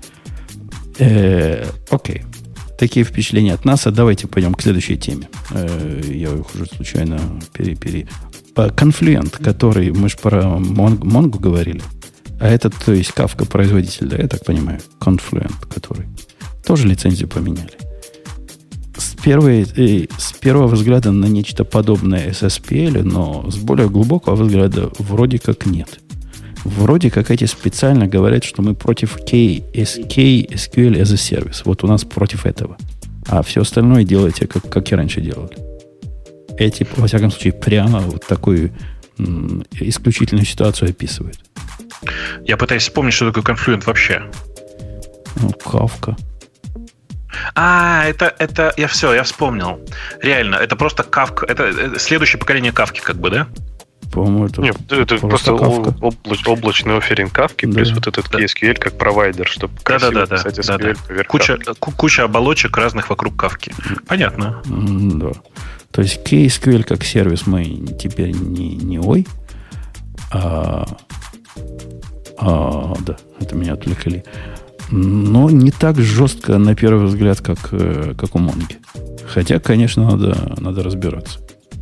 Окей. Такие впечатления от НАСА. Давайте пойдем к следующей теме. Я их уже случайно Confluent, который мы же про Mongo говорили. А этот, то есть, Kafka производитель, да, я так понимаю, Confluent, который тоже лицензию поменяли. С первого взгляда на нечто подобное SSPL, но с более глубокого взгляда вроде как нет. Вроде как эти специально говорят, что мы против SQL as a Service. Вот у нас против этого. А все остальное делайте, как и раньше делали. Эти, во всяком случае, прямо вот такую исключительную ситуацию описывают. Я пытаюсь вспомнить, что такое Confluent вообще. Kafka. Это я вспомнил. Реально, это просто Kafka. Это следующее поколение Kafka, как бы, да? По-моему, это просто облачный офферинг Kafka, плюс вот этот KSQL как провайдер, чтобы красиво писать SQL поверх Kafka. Куча оболочек разных вокруг Kafka. Понятно. Да. То есть KSQL как сервис мы теперь не да, это меня отвлекли. Но не так жестко, на первый взгляд, как у Монги. Хотя, конечно, надо разбираться.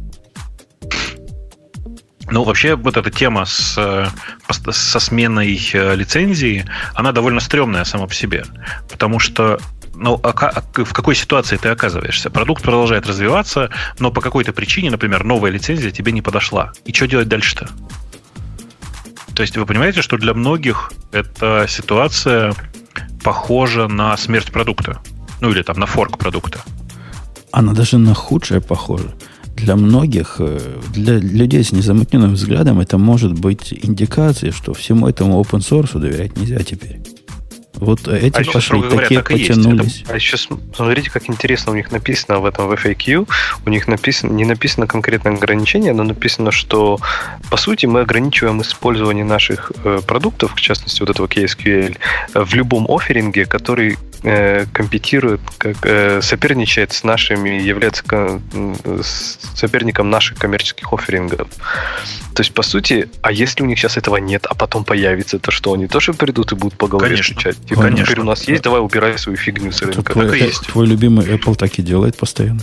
Вообще, вот эта тема со сменой лицензии, она довольно стрёмная сама по себе. Потому что ну, в какой ситуации ты оказываешься? Продукт продолжает развиваться, но по какой-то причине, например, новая лицензия тебе не подошла. И что делать дальше-то? То есть вы понимаете, что для многих эта ситуация похожа на смерть продукта. Ну, или там на форк продукта. Она даже на худшее похожа. Для многих, для людей с незамутненным взглядом, это может быть индикацией, что всему этому open source доверять нельзя теперь. Вот эти пошли, такие потянулись. А еще смотрите, как интересно у них написано в этом FAQ. У них не написано конкретное ограничение, но написано, что по сути мы ограничиваем использование наших продуктов, в частности вот этого KSQL, в любом офферинге, который компетирует, соперничает с нашими, является соперником наших коммерческих офферингов. То есть, по сути, а если у них сейчас этого нет, а потом появится, то что, они тоже придут и будут по голове стучать? Типа, конечно. Теперь у нас есть, давай убирай свою фигню с рынка. Твой любимый Apple так и делает постоянно.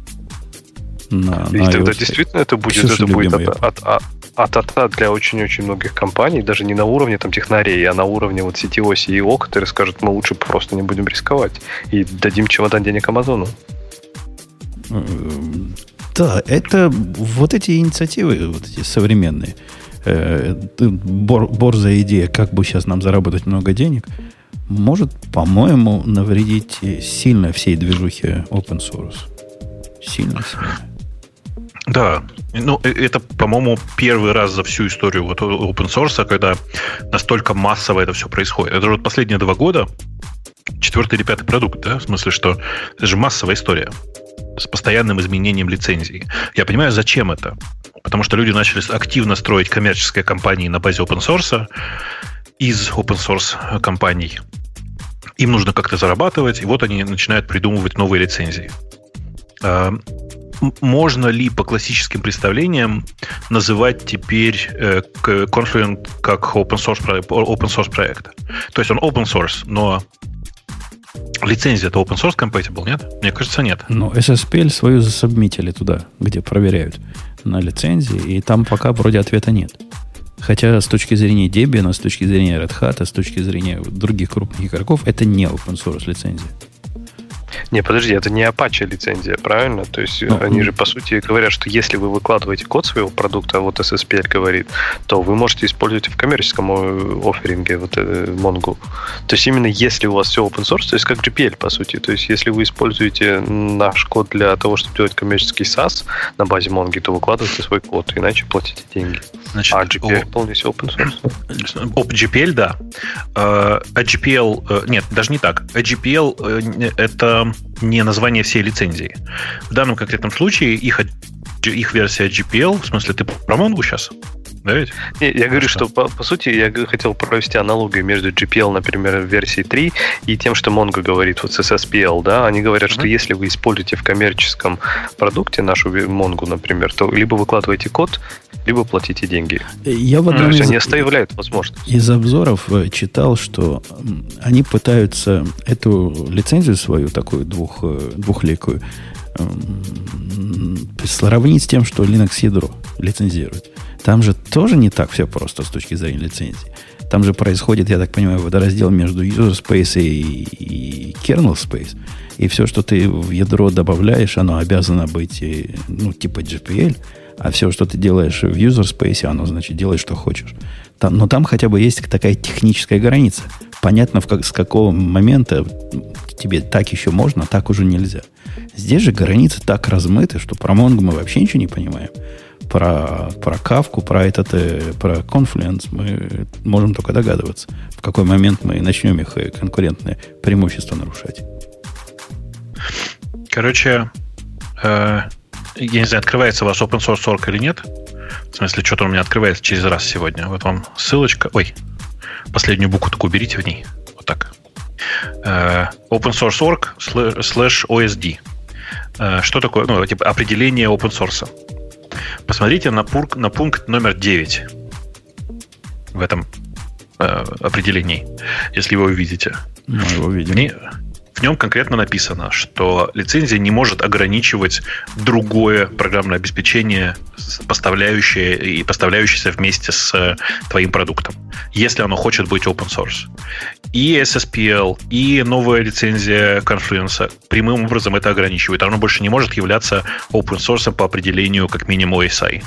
И тогда действительно это будет для очень-очень многих компаний, даже не на уровне там технарей, а на уровне вот CTO, CEO, которые скажут, мы лучше просто не будем рисковать и дадим чемодан денег Амазону. Да, это вот эти инициативы, вот эти современные, борзая идея, как бы сейчас нам заработать много денег, может, по-моему, навредить сильно всей движухе open source. Сильно. Да, ну это, по-моему, первый раз за всю историю вот open source, когда настолько массово это все происходит. Это же вот последние 2 года, 4-й или 5-й продукт, да, в смысле, что это же массовая история с постоянным изменением лицензий. Я понимаю, зачем это. Потому что люди начали активно строить коммерческие компании на базе open source, из open source компаний. Им нужно как-то зарабатывать, и вот они начинают придумывать новые лицензии. Можно ли по классическим представлениям называть теперь Confluent как open source проект? То есть он open source, но лицензия это open source compatible, нет? Мне кажется, нет. Ну, SSPL свою засубмитили туда, где проверяют на лицензии, и там пока вроде ответа нет. Хотя с точки зрения Debian, с точки зрения Red Hat, с точки зрения других крупных игроков, это не open source лицензия. Не, подожди, это не Apache лицензия, правильно? То есть они же, по сути, говорят, что если вы выкладываете код своего продукта, а вот SSPL говорит, то вы можете использовать в коммерческом офферинге вот Mongo. То есть именно если у вас все open source, то есть как GPL, по сути. То есть если вы используете наш код для того, чтобы делать коммерческий SaaS на базе Mongo, то выкладывайте свой код, иначе платите деньги. Значит, а GPL полностью open source? GPL, да. А GPL, нет, даже не так. GPL это не название всей лицензии. В данном конкретном случае их версия GPL, в смысле, ты про Mongo сейчас? Да ведь? Не, я говорю, что по сути я хотел провести аналогию между GPL, например, версии 3 и тем, что Mongo говорит вот с SSPL, да, они говорят, что если вы используете в коммерческом продукте нашу Mongo, например, то либо выкладываете код, либо платите деньги. Я в одном они оставляют возможность. Из обзоров читал, что они пытаются эту лицензию свою, такую двухликую, сравнить с тем, что Linux ядро лицензирует. Там же тоже не так все просто с точки зрения лицензии. Там же происходит, я так понимаю, водораздел между user space и kernel space. И все, что ты в ядро добавляешь, оно обязано быть, ну, типа GPL, а все, что ты делаешь в user space, оно, значит, делай, что хочешь. Но там хотя бы есть такая техническая граница. Понятно, с какого момента тебе так еще можно, а так уже нельзя. Здесь же границы так размыты, что про Mongo мы вообще ничего не понимаем. Про Kafka, про Confluence мы можем только догадываться, в какой момент мы начнем их конкурентное преимущество нарушать. Короче, я не знаю, открывается у вас open source org или нет. В смысле, что-то у меня открывается через раз сегодня. Вот вам ссылочка. Ой, последнюю букву только уберите в ней. Вот так. Open source org /OSD. Что такое? Ну, типа определение open source. Посмотрите на пункт номер 9 в этом определении, если вы увидите. Мы его видим. в нем конкретно написано, что лицензия не может ограничивать другое программное обеспечение, поставляющееся вместе с твоим продуктом, если оно хочет быть open source. И SSPL, и новая лицензия Confluence прямым образом это ограничивает. Оно больше не может являться open source по определению как минимум OSI.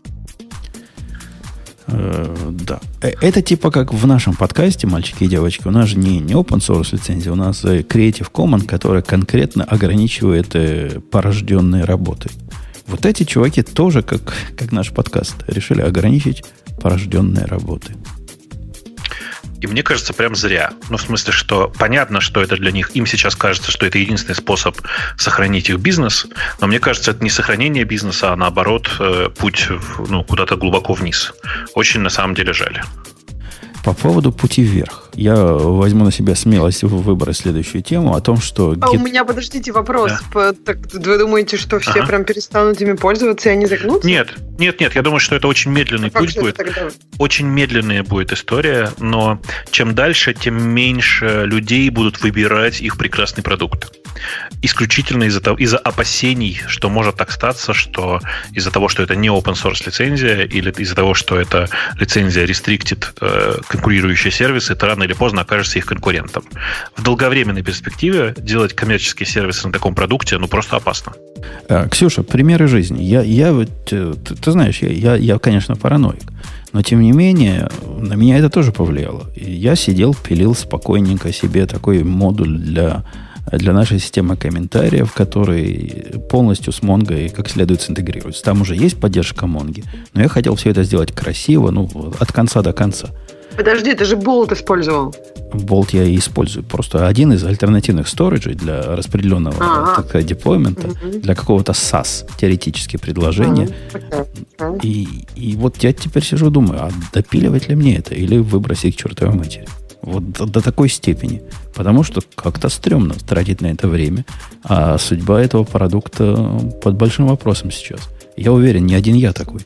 Да. Это типа как в нашем подкасте, мальчики и девочки, у нас же не open source лицензия, у нас Creative Commons, которая конкретно ограничивает порожденные работы. Вот эти чуваки тоже, как наш подкаст, решили ограничить порожденные работы. И мне кажется, прям зря. Ну, в смысле, что понятно, что это для них, им сейчас кажется, что это единственный способ сохранить их бизнес, но мне кажется, это не сохранение бизнеса, а наоборот, путь куда-то глубоко вниз. Очень, на самом деле, жаль. По поводу пути вверх. Я возьму на себя смелость выбрать следующую тему о том, что... у меня, подождите, вопрос. Да. Вы думаете, что все прям перестанут ими пользоваться и они загнутся? Нет. Я думаю, что это очень медленный путь будет. Очень медленная будет история, но чем дальше, тем меньше людей будут выбирать их прекрасный продукт. Исключительно из-за опасений, что может так статься, что из-за того, что это не open source лицензия, или из-за того, что это лицензия restricted, конкурирующие сервисы, ты рано или поздно окажешься их конкурентом. В долговременной перспективе делать коммерческие сервисы на таком продукте просто опасно. Ксюша, примеры жизни. Ты знаешь, я, конечно, параноик, но тем не менее на меня это тоже повлияло. Я сидел, пилил спокойненько себе такой модуль для нашей системы комментариев, который полностью с Mongo как следует синтегрируется. Там уже есть поддержка Mongo, но я хотел все это сделать красиво, от конца до конца. Подожди, ты же Bolt использовал. Bolt я и использую. Просто один из альтернативных сториджей для распределенного деплоймента, для какого-то SaaS теоретически предложения. И вот я теперь сижу и думаю, а допиливать ли мне это или выбросить к чертовой матери? Вот до такой степени. Потому что как-то стрёмно тратить на это время. А судьба этого продукта под большим вопросом сейчас. Я уверен, не один я такой.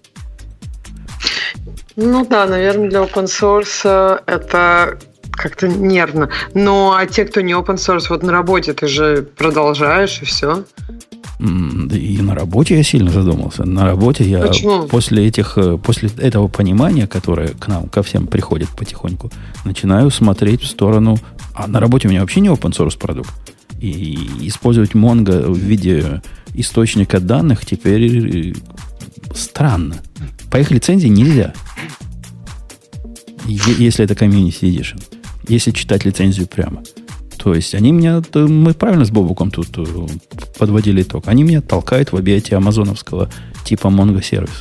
Ну да, наверное, для open source это как-то нервно. Но а те, кто не open source, вот на работе ты же продолжаешь и все. И на работе я сильно задумался. На работе я после этого понимания, которое к нам, ко всем приходит потихоньку, начинаю смотреть в сторону... А на работе у меня вообще не open source продукт. И использовать Mongo в виде источника данных теперь странно. По их лицензии нельзя. Если это Community Edition. Если читать лицензию прямо. То есть мы правильно с Бобуком тут подводили итог. Они меня толкают в объятия амазоновского типа Mongo сервиса.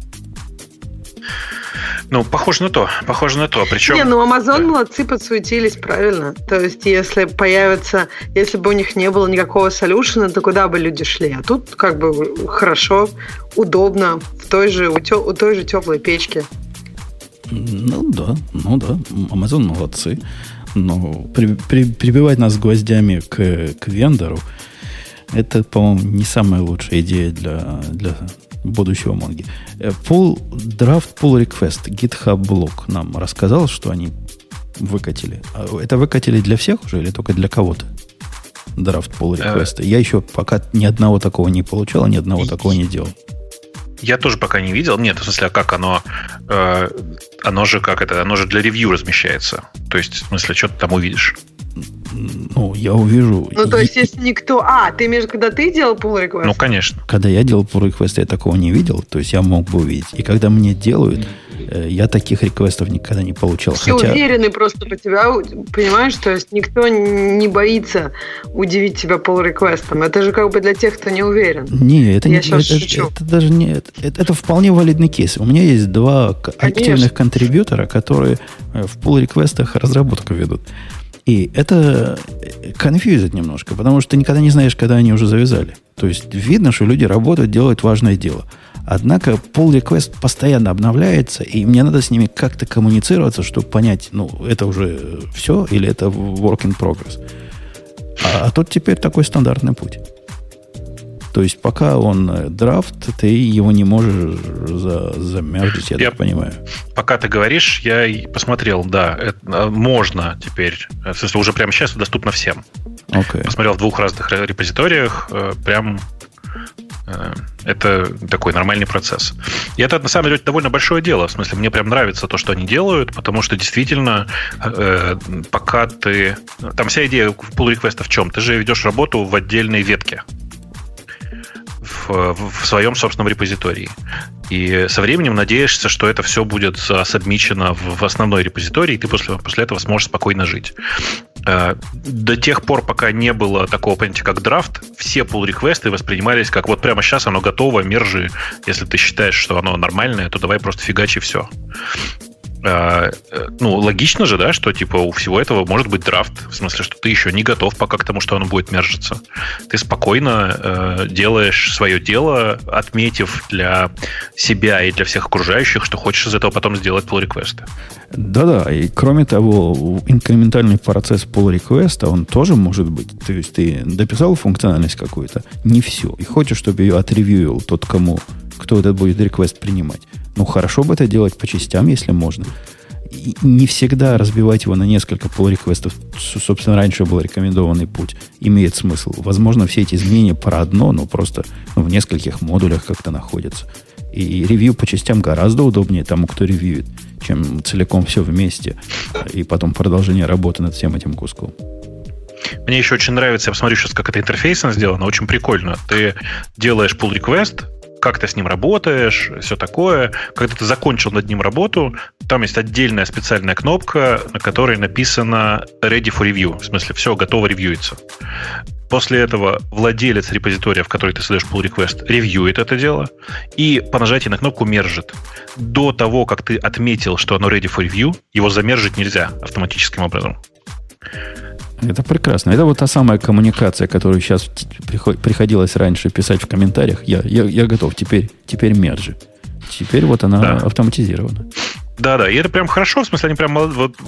Похоже на то. Причем... Amazon молодцы, подсуетились, правильно. То есть, если бы у них не было никакого солюшена, то куда бы люди шли? А тут как бы хорошо, удобно, у той же теплой печке. Ну да. Amazon молодцы. Но прибивать нас гвоздями к вендору, это, по-моему, не самая лучшая идея для будущего Mongo. Draft Pull Request, GitHub блог нам рассказал, что они выкатили. Это выкатили для всех уже или только для кого-то? Draft Pull Request. Я еще пока ни одного такого не получал, ни одного такого не делал. Я тоже пока не видел. Нет, в смысле, а как оно? Оно же для ревью размещается. То есть, в смысле, что ты там увидишь? Я увижу... то есть, если никто... ты имеешь, когда ты делал pull request? Конечно. Когда я делал pull request, я такого не видел. То есть, я мог бы увидеть. И когда мне делают, я таких реквестов никогда не получал. Все уверены просто по тебя, понимаешь? То есть, никто не боится удивить тебя pull реквестом. Это же как бы для тех, кто не уверен. Не, это даже не... Это вполне валидный кейс. У меня есть два активных контрибьютора, которые в pull реквестах разработку ведут. И это конфьюзит немножко, потому что ты никогда не знаешь, когда они уже завязали. То есть видно, что люди работают, делают важное дело. Однако pull request постоянно обновляется, и мне надо с ними как-то коммуницироваться, чтобы понять, это уже все или это work in progress. А тут теперь такой стандартный путь. То есть пока он драфт, ты его не можешь замержить, я так понимаю. Пока ты говоришь, я посмотрел, да, это можно теперь. В смысле, уже прямо сейчас доступно всем. Посмотрел в 2 разных репозиториях, прям это такой нормальный процесс. И это, на самом деле, довольно большое дело. В смысле, мне прям нравится то, что они делают, потому что действительно, пока ты... Там вся идея pull request в чем? Ты же ведешь работу в отдельной ветке. В своем собственном репозитории. И со временем надеешься, что это все будет засабмичено в основной репозитории, и ты после этого сможешь спокойно жить. До тех пор, пока не было такого понятия, как драфт, все pull-реквесты воспринимались как вот прямо сейчас оно готово, мержи. Если ты считаешь, что оно нормальное, то давай просто фигачи все. Логично же, да, что типа у всего этого может быть драфт, в смысле, что ты еще не готов пока к тому, что оно будет мержиться. Ты спокойно делаешь свое дело, отметив для себя и для всех окружающих, что хочешь из этого потом сделать pull-реквесты. Да-да, и кроме того, инкрементальный процесс pull-реквеста, он тоже может быть. То есть ты дописал функциональность какую-то, не все, и хочешь, чтобы ее отревьюил тот, кто этот будет реквест принимать. Хорошо бы это делать по частям, если можно. И не всегда разбивать его на несколько pull-реквестов. Собственно, раньше был рекомендованный путь. Имеет смысл. Возможно, все эти изменения про одно, но просто в нескольких модулях как-то находятся. И ревью по частям гораздо удобнее тому, кто ревьюет, чем целиком все вместе. И потом продолжение работы над всем этим куском. Мне еще очень нравится, я посмотрю сейчас, как это интерфейсно сделано. Очень прикольно. Ты делаешь pull-request, как ты с ним работаешь, все такое. Когда ты закончил над ним работу, там есть отдельная специальная кнопка, на которой написано Ready for Review. В смысле, все готово ревьюется. После этого владелец репозитория, в который ты создаешь pull request, ревьюет это дело и по нажатии на кнопку мержит. До того, как ты отметил, что оно ready for review, его замержить нельзя автоматическим образом. Это прекрасно. Это вот та самая коммуникация, которую сейчас приходилось раньше писать в комментариях. Я готов. Теперь мержи. Теперь вот она автоматизирована. Да, и это прям хорошо, в смысле, они прям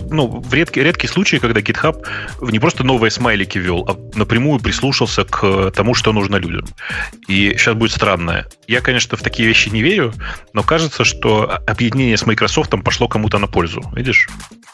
в редкие случаи, когда GitHub не просто новые смайлики ввел, а напрямую прислушался к тому, что нужно людям. И сейчас будет странное. Я, конечно, в такие вещи не верю, но кажется, что объединение с Microsoft пошло кому-то на пользу. Видишь?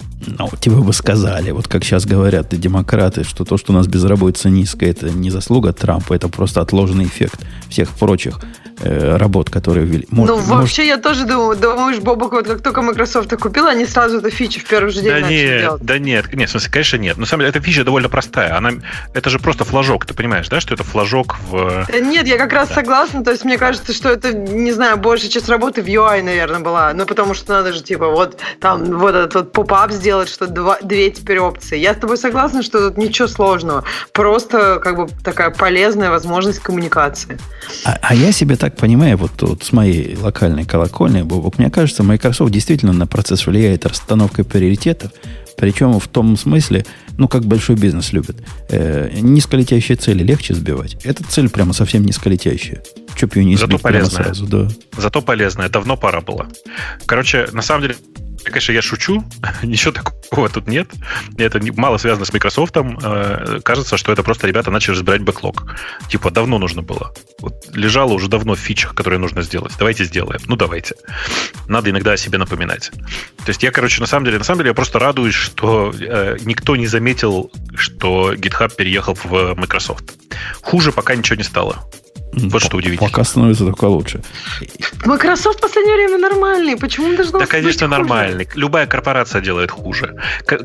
Тебе бы сказали, вот как сейчас говорят демократы, что то, что у нас безработица низкая, это не заслуга Трампа, это просто отложенный эффект всех прочих работ, которые ввели. Вообще я тоже думаешь, Бобок, вот как только Microsoft купила, они сразу эту фичу в первый же день начали делать. Да нет, в смысле, конечно, нет. На самом деле, эта фича довольно простая. Это же просто флажок, ты понимаешь, да, что это флажок в... Нет, я как раз согласна, то есть мне кажется, что это, не знаю, большая часть работы в UI, наверное, была. Потому что надо же, вот этот вот поп-ап сделать, что две теперь опции. Я с тобой согласна, что тут ничего сложного. Просто как бы такая полезная возможность коммуникации. А я себе так понимаю, вот с моей локальной колокольни, Бобок, мне кажется, Microsoft действительно на процесс влияет расстановкой приоритетов, причем в том смысле, как большой бизнес любит. Низколетящие цели легче сбивать. Эта цель прямо совсем низколетящая. Че б ее не сбить прямо сразу, да. Зато полезная. Давно пора было. Короче, на самом деле, конечно, я шучу, ничего такого тут нет. Это мало связано с Microsoft. Кажется, что это просто ребята начали разбирать бэклог. Давно нужно было. Лежало уже давно в фичах, которые нужно сделать. Давайте сделаем. Давайте. Надо иногда о себе напоминать. То есть я, на самом деле, я просто радуюсь, что никто не заметил, что GitHub переехал в Microsoft. Хуже пока ничего не стало. Вот что удивительно. Пока становится только лучше. Microsoft в последнее время нормальный. Почему должно быть конечно, хуже? Нормальный. Любая корпорация делает хуже.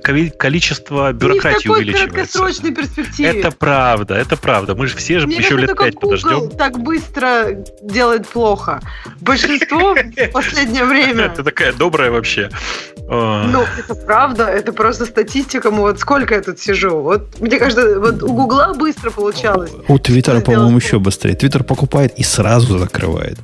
Количество бюрократии увеличивается. В краткосрочной перспективе. Это правда. Мы же все еще лет 5 подождем. Так быстро делает плохо. Большинство в последнее время. Это такая добрая вообще. Это правда. Это просто статистика. Сколько я тут сижу. Мне кажется, у Гугла быстро получалось. У Твиттера, по-моему, еще быстрее. Твиттер покупает и сразу закрывает.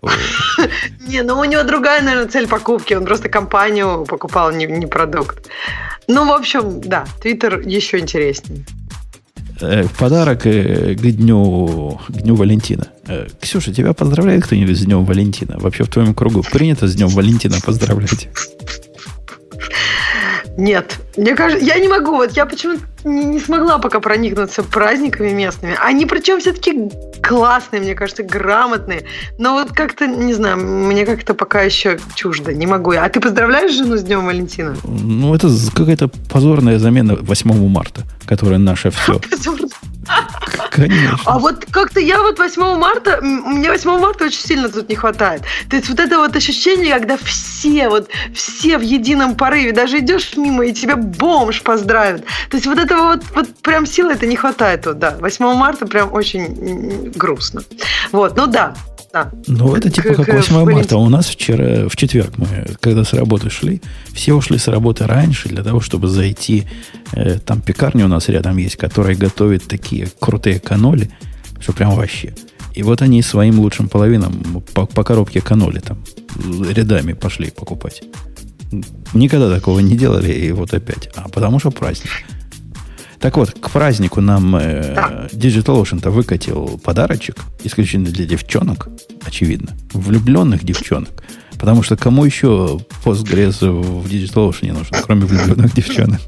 У него другая, наверное, цель покупки. Он просто компанию покупал, не продукт. В общем, да, Твиттер еще интереснее. В подарок к Дню Валентина. Ксюша, тебя поздравляет кто-нибудь с Днем Валентина? Вообще в твоем кругу принято с Днем Валентина поздравлять? Нет, мне кажется, я не могу, вот я почему-то не смогла пока проникнуться праздниками местными. Они причем все-таки классные, мне кажется, грамотные. Но вот как-то, не знаю, мне как-то пока еще чуждо, не могу я. А ты поздравляешь жену с Днем Валентина? Ну, это какая-то позорная замена 8 марта, которая наше все. Конечно. А вот как-то я вот 8 марта, мне 8 марта очень сильно тут не хватает. То есть вот это вот ощущение, когда все в едином порыве, даже идешь мимо, и тебя бомж поздравит. То есть вот этого вот прям силы это не хватает тут, да. 8 марта прям очень грустно. Вот, ну да. Ну, это типа как 8 марта. У нас вчера, в четверг, мы, когда с работы шли, все ушли с работы раньше для того, чтобы зайти. Там пекарня у нас рядом есть, которая готовит такие крутые каноли, что прям вообще. И вот они своим лучшим половинам по коробке каноли там рядами пошли покупать. Никогда такого не делали, и вот опять. Потому что праздник. Так вот, к празднику нам DigitalOcean-то выкатил подарочек, исключительно для девчонок, очевидно, влюбленных девчонок. Потому что кому еще Postgres в DigitalOcean не нужен, кроме влюбленных девчонок?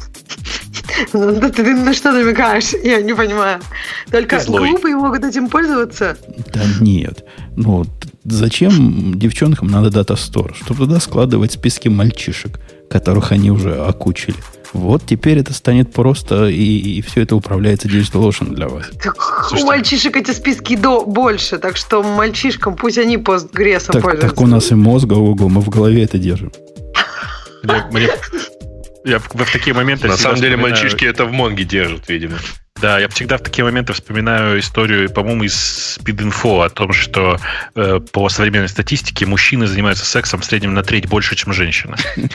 Ты на что намекаешь? Я не понимаю. Только глупые могут этим пользоваться? Да нет. Ну, зачем девчонкам надо Data Store? Чтобы туда складывать списки мальчишек, которых они уже окучили. Вот теперь это станет просто, и все это управляется DigitalOcean для вас. У мальчишек эти списки больше, так что мальчишкам пусть они постгрессом пользуются. Так у нас и мозга, ого, мы в голове это держим. Я в такие моменты... На самом деле мальчишки это в Монге держат, видимо. Да, я всегда в такие моменты вспоминаю историю, по-моему, из SpeedInfo о том, что по современной статистике мужчины занимаются сексом в среднем на треть больше, чем женщины.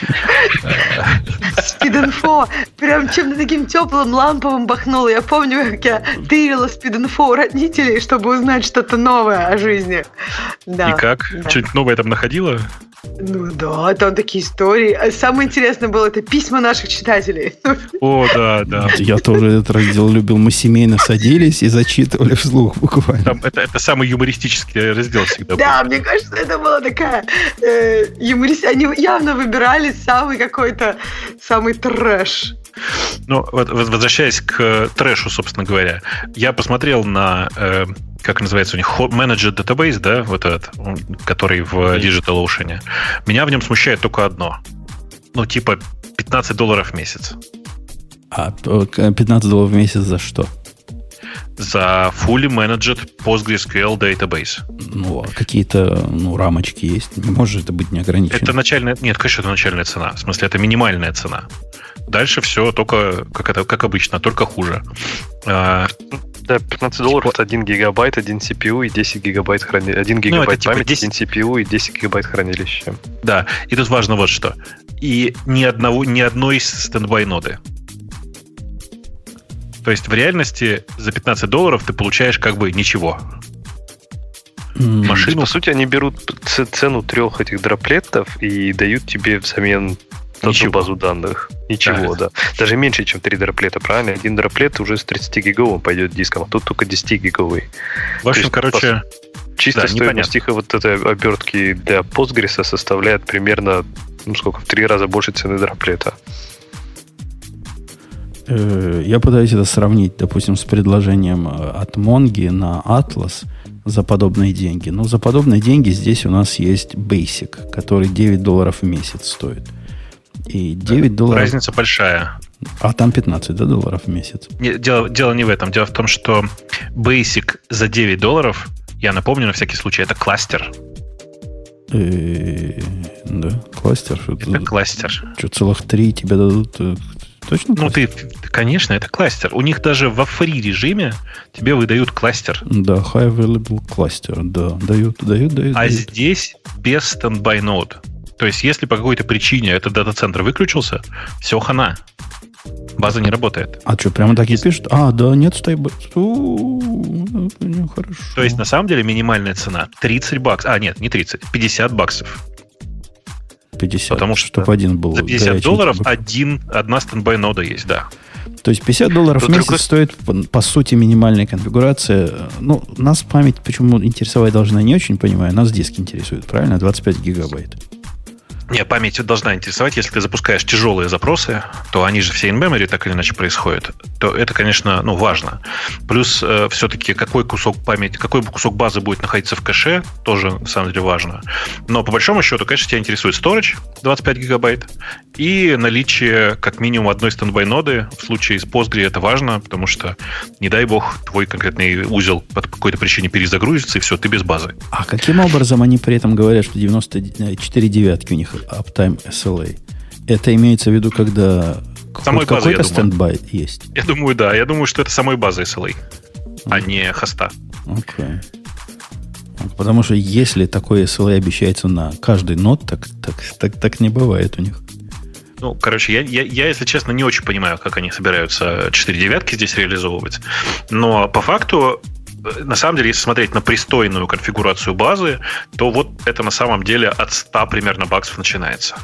SpeedInfo прям чем-то таким теплым, ламповым бахнуло. Я помню, как я тырила SpeedInfo у родителей, чтобы узнать что-то новое о жизни. Да. И как? Да. Что-нибудь новое там находила? Ну да, там такие истории. Самое интересное было это письма наших читателей. О, да. Я тоже этот раздел любил. Мы семейно садились и зачитывали вслух буквально. Там, это самый юмористический раздел всегда. Да, мне кажется, это была такая юмористическая. Они явно выбирали самый трэш. Ну, вот возвращаясь к трэшу, собственно говоря, я посмотрел на, как называется у них, Managed Database, да, вот этот, который в DigitalOcean. Меня в нем смущает только одно. Ну, типа $15 в месяц. А $15 в месяц за что? За fully managed PostgreSQL database. Ну, а какие-то рамочки есть? Не может это быть неограниченно. Это начальная... Нет, конечно, это начальная цена. В смысле, это минимальная цена. Дальше все только, как обычно, только хуже. Да, $15 это 1 гигабайт, 1 CPU и 10 гигабайт хранилища. 1 гигабайт памяти, 1 CPU и 10 гигабайт хранилища. Да, и тут важно вот что. И ни одной стендбай-ноды. То есть в реальности за $15 ты получаешь как бы ничего. Машину. По сути, они берут цену 3 этих дроплетов и дают тебе взамен одну базу данных. Ничего, да. Даже меньше, чем 3 дроплета, правильно? Один дроплет уже с 30 гиговым пойдет диском, а тут только 10 гиговый. В общем, короче... Чисто стоимость их вот этой обертки для Postgres составляет примерно, в 3 раза больше цены дроплета. Я пытаюсь это сравнить, допустим, с предложением от Mongo на Atlas за подобные деньги. Но за подобные деньги здесь у нас есть Basic, который $9 в месяц стоит. И $9... Разница большая. А там $15 в месяц. Дело не в этом. Дело в том, что Basic за $9, я напомню на всякий случай, это кластер. Да, кластер. Это кластер. Что, целых 3 тебе дадут... Точно? Ну, конечно, это кластер. У них даже во фри режиме тебе выдают кластер. Да, high available cluster, да, дают. А здесь без standby node. То есть, если по какой-то причине этот дата-центр выключился, все хана. База не работает. А что, прямо так и пишут? А, да, нет, стейбл. Хорошо. То есть, на самом деле, минимальная цена $30. А, нет, не 30, $50. 50, потому что чтобы один был. За $50 одна стендбай-нода есть, да. То есть $50 в месяц стоит, по сути, минимальная конфигурация. Ну, нас память почему интересовать должна, не очень понимаю. Нас диск интересует, правильно? 25 гигабайт. Не, память должна интересовать. Если ты запускаешь тяжелые запросы, то они же все in-memory так или иначе происходят. То это, конечно, важно. Плюс все-таки какой кусок памяти, какой кусок базы будет находиться в кэше, тоже на самом деле важно. Но по большому счету, конечно, тебя интересует storage 25 гигабайт и наличие как минимум одной стендбай-ноды. В случае с Postgre это важно, потому что, не дай бог, твой конкретный узел по какой-то причине перезагрузится, и все, ты без базы. А каким образом они при этом говорят, что 94 девятки у них Uptime SLA? Это имеется в виду, когда какой-то стендбай есть? Я думаю, да. Я думаю, что это самой базы SLA, а не хоста. Окей. Потому что если такое SLA обещается на каждый нод, так не бывает у них. Короче, я, если честно, не очень понимаю, как они собираются 4 девятки здесь реализовывать. Но по факту, на самом деле, если смотреть на пристойную конфигурацию базы, то вот это на самом деле от 100 примерно баксов начинается.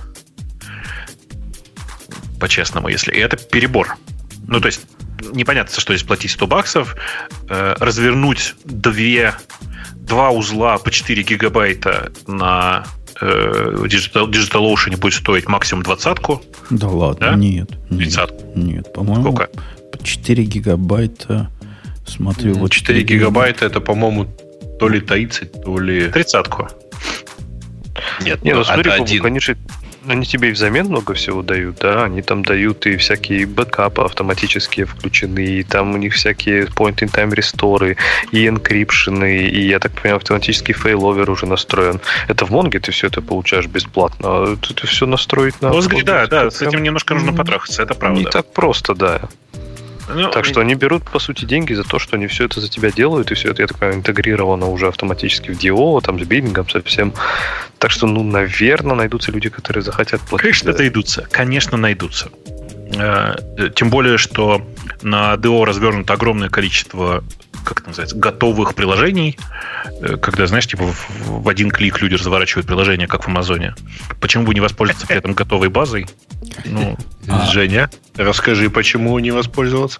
По-честному, если. И это перебор. То есть, непонятно, что здесь платить 100 баксов, развернуть два узла по 4 гигабайта на DigitalOcean будет стоить максимум 20-ку. Да ладно, да? Нет. 30-ку. Нет, по-моему, сколько? 4 гигабайта. Смотрю, 4 гигабайта это, по-моему, то ли 30, то ли... 30-ку. Нет, смотри, конечно, они тебе и взамен много всего дают, да, они там дают и всякие бэкапы автоматические включены, и там у них всякие point-in-time ресторы, и энкрипшены, и, я так понимаю, автоматический фейловер уже настроен. Это в Монге ты все это получаешь бесплатно, а это все настроить надо. Да, с этим немножко нужно потрахаться, это правда. Не так просто, да. Так что они берут, по сути, деньги за то, что они все это за тебя делают, и все это, я так понимаю, интегрировано уже автоматически в DO, там, с биллингом, совсем. Так что, наверное, найдутся люди, которые захотят платить. Конечно, найдутся. Тем более, что на DO развернуто огромное количество, как это называется, готовых приложений, когда, знаешь, типа в один клик люди разворачивают приложение, как в Амазоне. Почему бы не воспользоваться при этом готовой базой? Женя, расскажи, почему не воспользоваться?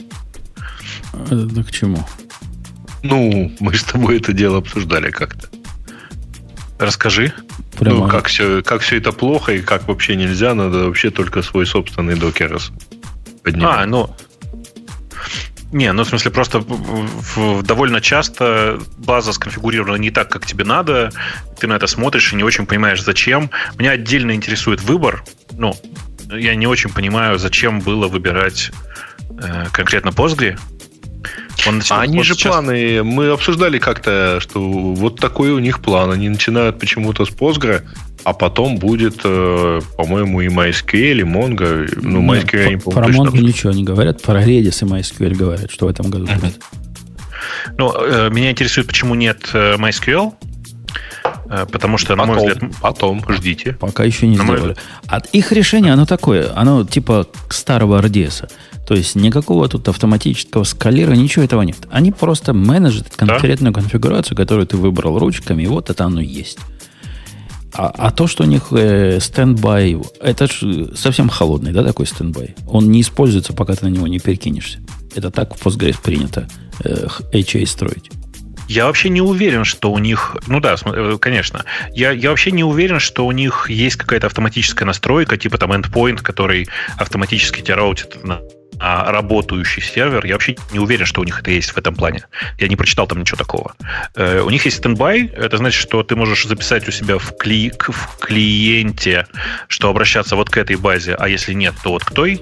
Да к чему? Мы с тобой это дело обсуждали как-то. Расскажи. Прямо... как все это плохо и как вообще нельзя, надо вообще только свой собственный докер поднимать. В смысле, просто довольно часто база сконфигурирована не так, как тебе надо. Ты на это смотришь и не очень понимаешь, зачем. Меня отдельно интересует выбор. Я не очень понимаю, зачем было выбирать конкретно Postgre. Они же планы, мы обсуждали как-то, что вот такой у них план. Они начинают почему-то с Postgre, а потом будет, по-моему, и MySQL, и Mongo. MySQL я не помню. Про Mongo ничего не говорят, про Redis и MySQL говорят, что в этом году будет. Меня интересует, почему нет MySQL. Потому что, на мой взгляд... Потом, ждите. Пока еще не сделали. Их решение, оно такое, оно типа старого RDS. То есть никакого тут автоматического скалирования, ничего этого нет. Они просто менеджат конкретную конфигурацию, которую ты выбрал ручками, и вот это оно есть. А то, что у них стендбай, это же совсем холодный, да, такой стендбай. Он не используется, пока ты на него не перекинешься. Это так в Postgres принято HA строить. Я вообще не уверен, что у них... конечно. Я вообще не уверен, что у них есть какая-то автоматическая настройка, типа там endpoint, который автоматически тебя раутит на работающий сервер. Я вообще не уверен, что у них это есть в этом плане. Я не прочитал там ничего такого. У них есть стендбай. Это значит, что ты можешь записать у себя в клиенте, что обращаться вот к этой базе, а если нет, то вот к той.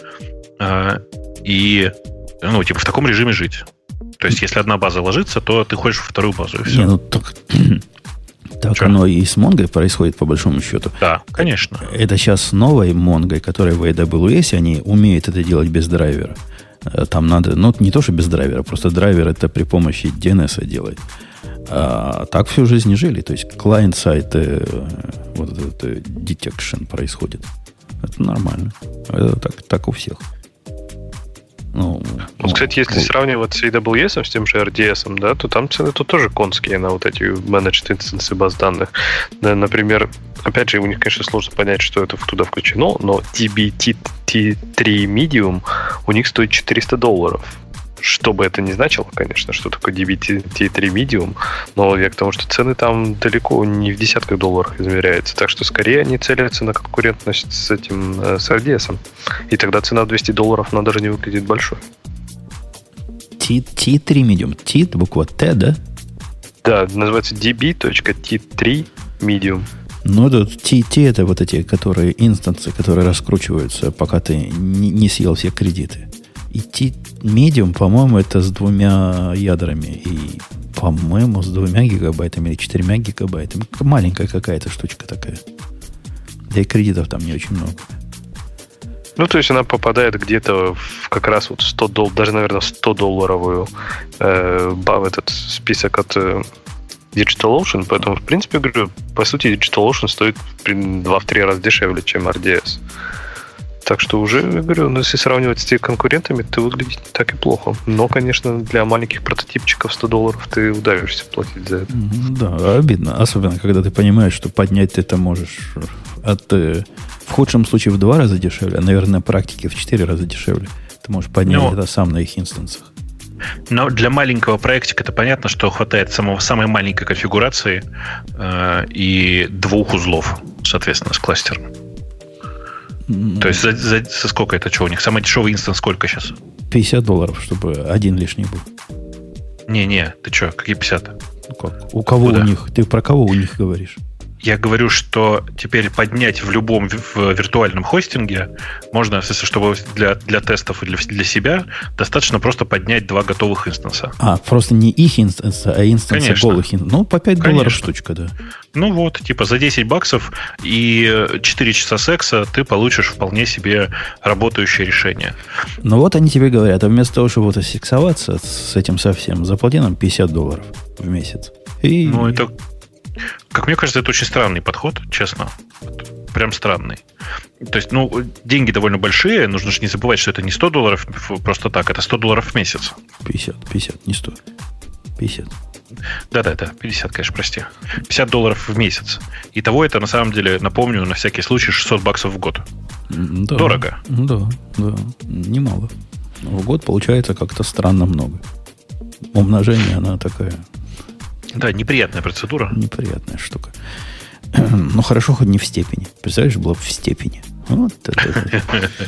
И в таком режиме жить. То есть, если одна база ложится, то ты ходишь во вторую базу, и все. Так оно и с Mongo происходит, по большому счету. Да, конечно. Это сейчас с новой Mongo, которая в AWS, они умеют это делать без драйвера. Там надо, не то, что без драйвера, просто драйвер это при помощи DNS делает. А так всю жизнь не жили. То есть, клиент-сайт вот это detection происходит. Это нормально. Это так у всех. Кстати, если сравнивать с AWS, с тем же RDS, да, то там цены тоже конские на вот эти managed инстансы баз данных. Да, например, опять же, у них, конечно, сложно понять, что это туда включено, но DBT3 Medium у них стоит $400, что бы это ни значило, конечно, что такое DBT3 Medium, но я к тому, что цены там далеко не в десятках долларов измеряются, так что скорее они целятся на конкурентность с этим, с RDS. И тогда цена в $200, она даже не выглядит большой. T3 Medium. T, буква T, да? Да, называется db.t3 Medium. Ну, это T это вот эти, которые инстансы, которые раскручиваются, пока ты не съел все кредиты. И T Medium, по-моему, это с 2 ядрами. И, по-моему, с 2 гигабайтами или 4 гигабайтами. Маленькая какая-то штучка такая. Да и кредитов там не очень много. Ну, то есть она попадает где-то в как раз вот $100, даже, наверное, $100 этот список от DigitalOcean, поэтому, в принципе, говорю, по сути, DigitalOcean стоит в 2-3 раза дешевле, чем RDS. Так что уже, говорю, ну, если сравнивать с теми конкурентами, то выглядит не так и плохо. Но, конечно, для маленьких прототипчиков $100 ты удавишься платить за это. Да, обидно. Особенно, когда ты понимаешь, что поднять ты это можешь в худшем случае в 2 раза дешевле, а, наверное, на практике в 4 раза дешевле. Ты можешь поднять это сам на их инстансах. Но для маленького проектика это понятно, что хватает самой маленькой конфигурации и 2 узлов, соответственно, с кластером. То есть за сколько это? Что у них? Самый дешевый инстанс сколько сейчас? $50, чтобы один лишний был. Не, ты что, какие 50? Ну как? У кого у них? Ты про кого у них говоришь? Я говорю, что теперь поднять в любом виртуальном хостинге можно, чтобы для тестов и для себя достаточно просто поднять 2 готовых инстанса. Просто не их инстанса, а инстанса голых инстансов. Ну, по $5 штучка, да. Ну вот, типа за $10 и 4 часа секса ты получишь вполне себе работающее решение. Ну вот они тебе говорят, а вместо того, чтобы вот сексоваться с этим совсем, заплати нам $50 в месяц. Ну, это... Как мне кажется, это очень странный подход, честно. Прям странный. То есть, деньги довольно большие. Нужно же не забывать, что это не $100 просто так, это $100 в месяц. 50, не 100. 50. Да, 50, конечно, прости. $50 в месяц. Итого это, на самом деле, напомню, на всякий случай, $600 в год. Да, дорого. Да, немало. В год получается как-то странно много. Умножение, она такая... Да, неприятная процедура. Неприятная штука. Ну, хорошо, хоть не в степени. Представляешь, было бы в степени. Вот это.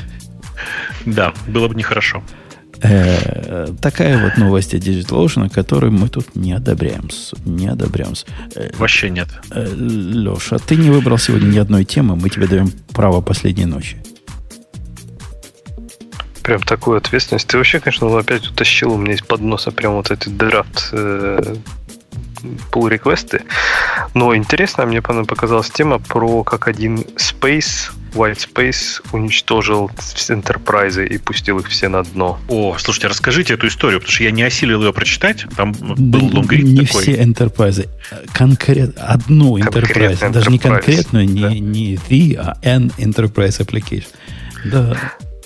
Да, было бы нехорошо. Такая вот новость от DigitalOcean, которую мы тут не одобряем. Вообще нет. Леша, ты не выбрал сегодня ни одной темы, мы тебе даем право последней ночи. Прям такую ответственность. Ты вообще, конечно, опять утащил у меня из-под носа прям вот этот драфт pull-реквесты. Но интересно, мне показалась тема про как один White Space уничтожил Enterprise и пустил их все на дно. О, слушайте, расскажите эту историю, потому что я не осилил ее прочитать. Там был лонгрид не такой. Все Enterprise. Одну Enterprise. Даже не конкретную, не the, а an Enterprise Application. Да.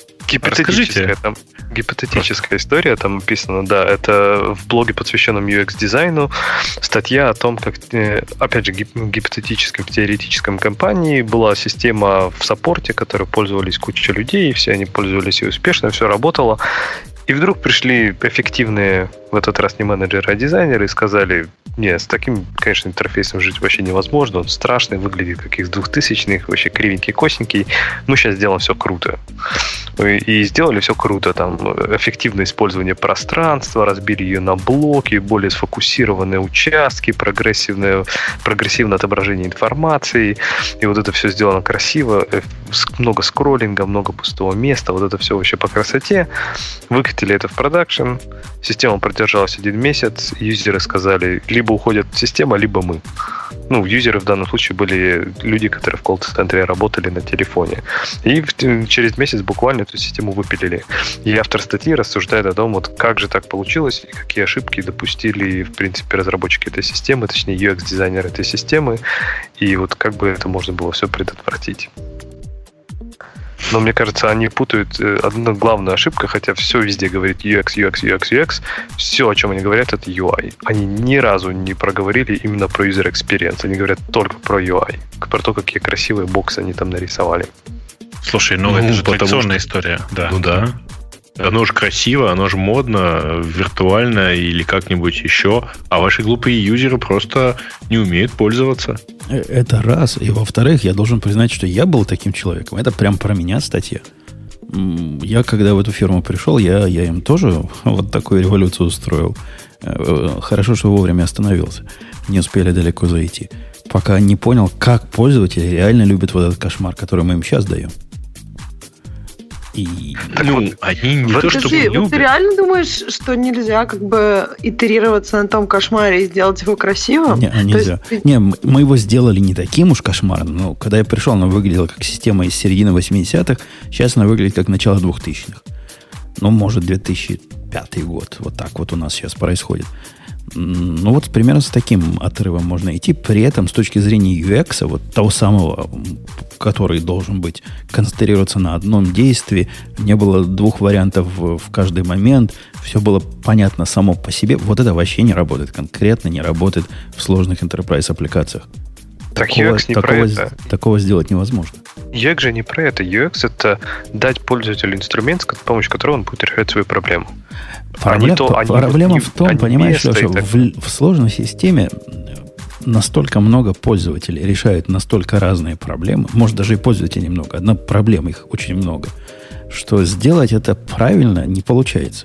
Гипотетическая история там описана, да, это в блоге, посвященном UX-дизайну, статья о том, как, опять же, гипотетическом, теоретическом компании была система в саппорте, которой пользовались куча людей, все они пользовались и успешно, все работало. И вдруг пришли эффективные, в этот раз не менеджеры, а дизайнеры, и сказали, нет, с таким, конечно, интерфейсом жить вообще невозможно, он страшный, выглядит как из 2000-х, вообще кривенький, косенький, мы сейчас сделаем все круто. И сделали все круто, там, эффективное использование пространства, разбили ее на блоки, более сфокусированные участки, прогрессивное отображение информации, и вот это все сделано красиво, много скроллинга, много пустого места, вот это все вообще по красоте. Выкатили это в продакшн, система продержалась 1 месяц, юзеры сказали, либо уходят система, либо мы. Ну, юзеры в данном случае были люди, которые в колл-центре работали на телефоне. И через месяц буквально эту систему выпилили. И автор статьи рассуждает о том, вот как же так получилось, и какие ошибки допустили, в принципе, разработчики этой системы, точнее, UX-дизайнер этой системы, и вот как бы это можно было все предотвратить. Но мне кажется, они путают одну главную ошибку, хотя все везде говорит UX. Все, о чем они говорят, это UI. Они ни разу не проговорили именно про user experience. Они говорят только про UI. Про то, какие красивые боксы они там нарисовали. Слушай, это же традиционная история. Да. Ну да. Оно же красиво, оно же модно, виртуально или как-нибудь еще, а ваши глупые юзеры просто не умеют пользоваться. Это раз. И во-вторых, я должен признать, что я был таким человеком. Это прям про меня статья. Я, когда в эту фирму пришел, я им тоже вот такую революцию устроил. Хорошо, что вовремя остановился. Не успели далеко зайти. Пока не понял, как пользователи реально любят вот этот кошмар, который мы им сейчас даем. И, они не то, чтобы любят. Ты реально думаешь, что нельзя как бы итерироваться на том кошмаре и сделать его красивым? Нельзя. Мы его сделали не таким уж кошмарным. Но когда я пришел, она выглядела как система из середины 80-х. Сейчас она выглядит как начало 2000-х. Ну, может, 2005 год. Вот так вот у нас сейчас происходит. Ну, вот примерно с таким отрывом можно идти. При этом, с точки зрения UX, вот того самого, который должен быть, концентрироваться на одном действии, не было двух вариантов в каждый момент, все было понятно само по себе. Вот это вообще не работает. Конкретно не работает в сложных enterprise аппликациях. Так UX не про это. Такого сделать невозможно. UX же не про это. UX — это дать пользователю инструмент, с помощью которого он будет решать свою проблему. Проблема в том, понимаешь, Леша, в сложной системе настолько много пользователей решают настолько разные проблемы, может, даже и пользователей много, одна проблема, их очень много, что сделать это правильно не получается.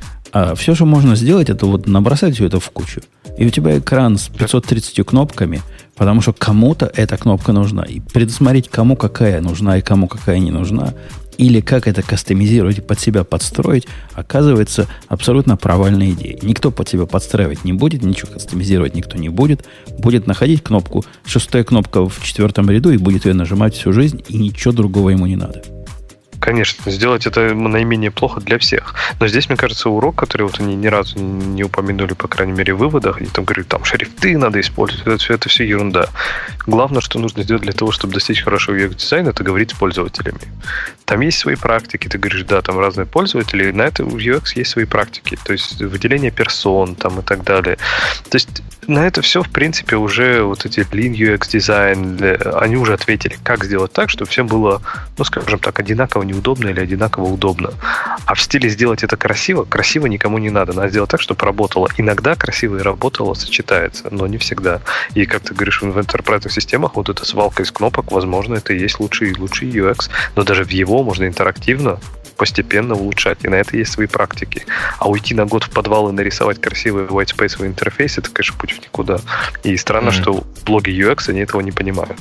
А все, что можно сделать, это вот набросать все это в кучу. И у тебя экран с 530 кнопками, потому что кому-то эта кнопка нужна. И предусмотреть, кому какая нужна и кому какая не нужна, или как это кастомизировать и под себя подстроить, оказывается абсолютно провальная идея. Никто под себя подстраивать не будет, ничего кастомизировать никто не будет. Будет находить кнопку, 6-я кнопка в 4-м ряду, и будет ее нажимать всю жизнь, и ничего другого ему не надо. Конечно, сделать это наименее плохо для всех. Но здесь, мне кажется, урок, который вот они ни разу не упомянули, по крайней мере, в выводах, они там говорят, там шрифты надо использовать, это все ерунда. Главное, что нужно сделать для того, чтобы достичь хорошего UX-дизайна, это говорить с пользователями. Там есть свои практики, ты говоришь, да, там разные пользователи, и на это у UX есть свои практики, то есть выделение персон там и так далее. То есть на это все, в принципе, уже вот эти Lean UX дизайн, они уже ответили, как сделать так, чтобы всем было, ну, скажем так, одинаково неудобно или одинаково удобно. А в стиле сделать это красиво никому не надо. Надо сделать так, чтобы работало. Иногда красиво и работало сочетается, но не всегда. И, как ты говоришь, в enterprise системах вот эта свалка из кнопок, возможно, это и есть лучший UX, но даже в его можно интерактивно постепенно улучшать, и на это есть свои практики. А уйти на год в подвал и нарисовать красивый white space интерфейс, это, конечно, путь в никуда. И странно, что блоги UX, они этого не понимают.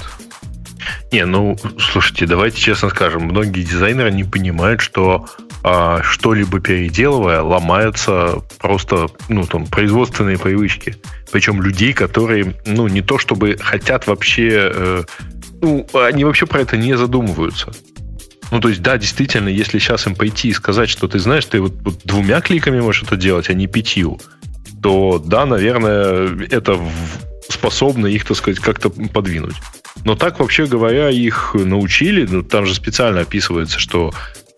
Не, ну, слушайте, давайте честно скажем, многие дизайнеры не понимают, что что-либо переделывая, ломаются просто, производственные привычки. Причем людей, которые, не то чтобы хотят вообще, они вообще про это не задумываются. То есть, да, действительно, если сейчас им пойти и сказать, что ты знаешь, ты вот 2 кликами можешь это делать, а не 5, то, да, наверное, это способно их, так сказать, как-то подвинуть. Но так, вообще говоря, их научили, там же специально описывается, что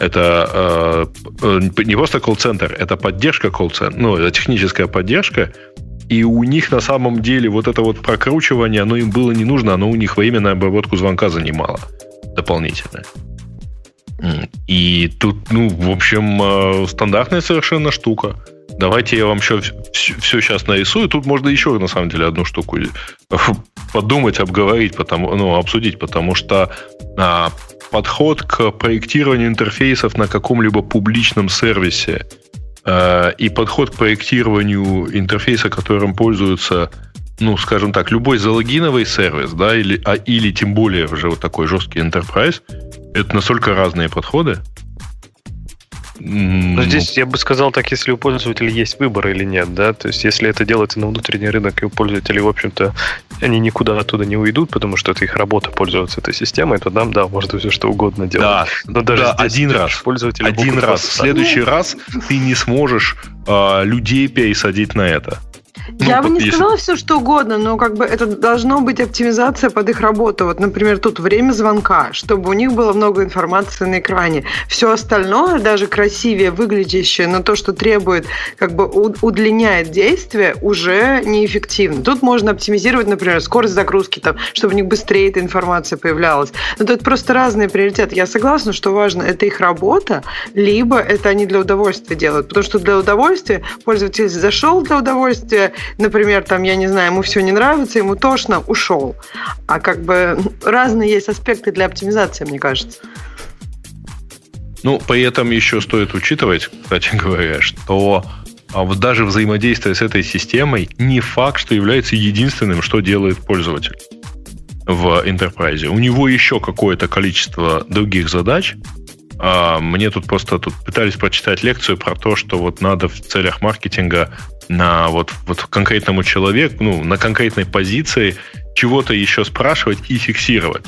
это не просто колл-центр, это поддержка колл-центра, это техническая поддержка, и у них на самом деле вот это вот прокручивание, оно им было не нужно, оно у них время на обработку звонка занимало дополнительно. И тут, в общем, стандартная совершенно штука. Давайте я вам все сейчас нарисую. Тут можно еще, на самом деле, одну штуку подумать, обговорить, обсудить, потому что подход к проектированию интерфейсов на каком-либо публичном сервисе и подход к проектированию интерфейса, которым пользуются, скажем так, любой залогиновый сервис, да, или тем более уже вот такой жесткий enterprise, это настолько разные подходы. Но здесь я бы сказал так, если у пользователя есть выбор или нет, да, то есть если это делается на внутренний рынок, и у пользователей, в общем-то, они никуда оттуда не уйдут, потому что это их работа пользоваться этой системой, то нам, да, можно все что угодно делать. Да, но даже да, один раз. В следующий раз ты не сможешь людей пересадить на это. Я бы не сказала все, что угодно, но как бы это должно быть оптимизация под их работу. Вот, например, тут время звонка, чтобы у них было много информации на экране. Все остальное, даже красивее выглядящее, но то, что требует, как бы удлиняет действие, уже неэффективно. Тут можно оптимизировать, например, скорость загрузки, там, чтобы у них быстрее эта информация появлялась. Но тут просто разные приоритеты. Я согласна, что важно, это их работа, либо это они для удовольствия делают. Потому что для удовольствия пользователь зашел для удовольствия, например, там, я не знаю, ему все не нравится, ему тошно, ушел. А как бы разные есть аспекты для оптимизации, мне кажется. Ну, при этом еще стоит учитывать, кстати говоря, что вот даже взаимодействие с этой системой не факт, что является единственным, что делает пользователь в Enterprise. У него еще какое-то количество других задач. Мне тут пытались прочитать лекцию про то, что вот надо в целях маркетинга на вот конкретному человеку, ну, на конкретной позиции чего-то еще спрашивать и фиксировать.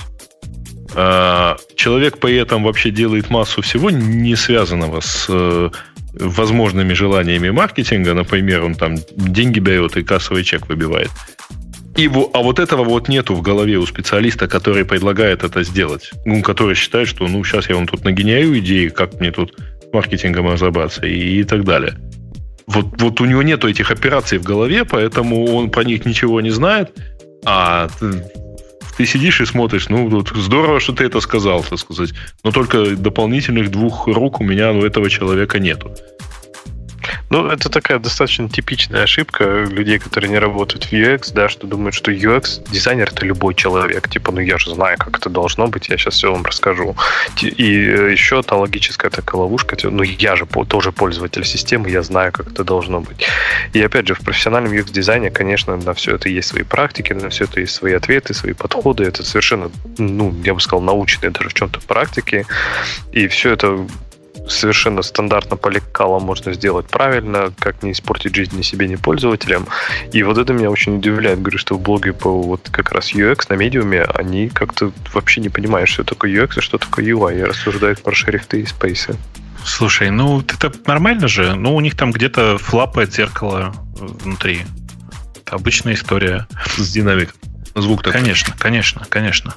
Человек при этом вообще делает массу всего, не связанного с возможными желаниями маркетинга. Например, он там деньги берет и кассовый чек выбивает. А вот этого вот нету в голове у специалиста, который предлагает это сделать. Ну, который считает, что сейчас я вам тут нагеняю идеи, как мне тут с маркетингом разобраться и так далее. Вот у него нету этих операций в голове, поэтому он про них ничего не знает. А ты сидишь и смотришь, здорово, что ты это сказал, так сказать. Но только дополнительных 2 рук у меня у этого человека нету. Ну, это такая достаточно типичная ошибка людей, которые не работают в UX, да, что думают, что UX-дизайнер — это любой человек. Типа, я же знаю, как это должно быть, я сейчас все вам расскажу. И еще та логическая такая ловушка, я же тоже пользователь системы, я знаю, как это должно быть. И опять же, в профессиональном UX-дизайне, конечно, на все это есть свои практики, на все это есть свои ответы, свои подходы. Это совершенно, я бы сказал, научные даже в чем-то практики. И все это совершенно стандартно по лекалам можно сделать правильно, как не испортить жизнь ни себе, ни пользователям. И вот это меня очень удивляет. Говорю, что в блоге по вот как раз UX на медиуме они как-то вообще не понимают, что такое UX и что такое UI. И рассуждают про шрифты и спейсы. Слушай, это нормально же. У них там где-то флапает зеркало внутри. Это обычная история. С динамиком. Звук такой. Конечно.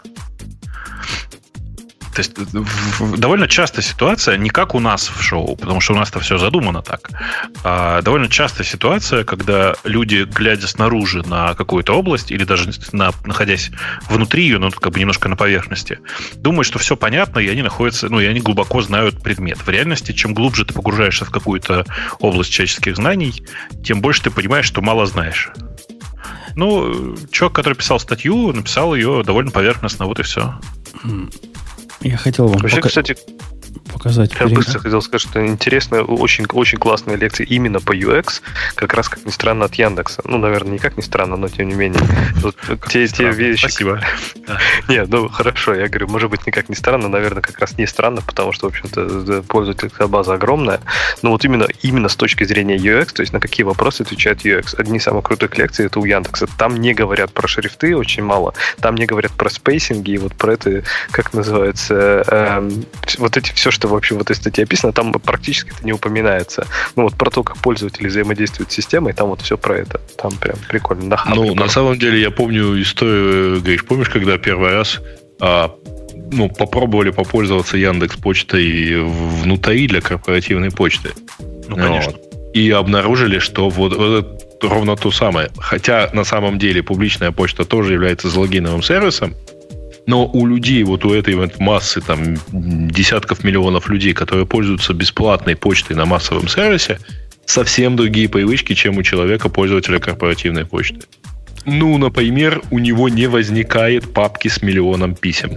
То есть довольно часто ситуация, не как у нас в шоу, потому что у нас-то все задумано так, а довольно часто ситуация, когда люди, глядя снаружи на какую-то область или даже находясь внутри ее, но как бы немножко на поверхности, думают, что все понятно, и они находятся, и они глубоко знают предмет. В реальности, чем глубже ты погружаешься в какую-то область человеческих знаний, тем больше ты понимаешь, что мало знаешь. Чувак, который писал статью, написал ее довольно поверхностно, вот и все. Я хотел вам показать. Я быстро хотел сказать, что интересная, очень, очень классная лекция именно по UX, как раз, как ни странно, от Яндекса. Наверное, не как ни странно, но тем не менее. Те вещи... Спасибо. Нет, хорошо, я говорю, может быть, никак не странно, наверное, как раз не странно, потому что, в общем-то, пользовательская база огромная. Но вот именно с точки зрения UX, то есть на какие вопросы отвечает UX. Одни из самых крутых лекций — это у Яндекса. Там не говорят про шрифты очень мало, там не говорят про спейсинги, и вот про это, как называется, вот эти все, что вообще в этой статье описано, там практически это не упоминается. Про то, как пользователи взаимодействуют с системой, там вот все про это. Там прям прикольно. На самом деле, я помню историю, Гриш, помнишь, когда первый раз попробовали попользоваться Яндекс.Почтой внутри для корпоративной почты? Конечно. И обнаружили, что вот это ровно то самое. Хотя, на самом деле, публичная почта тоже является залогиновым сервисом, но у людей, вот у этой массы, там, десятков миллионов людей, которые пользуются бесплатной почтой на массовом сервисе, совсем другие привычки, чем у человека, пользователя корпоративной почты. Например, у него не возникает папки с миллионом писем.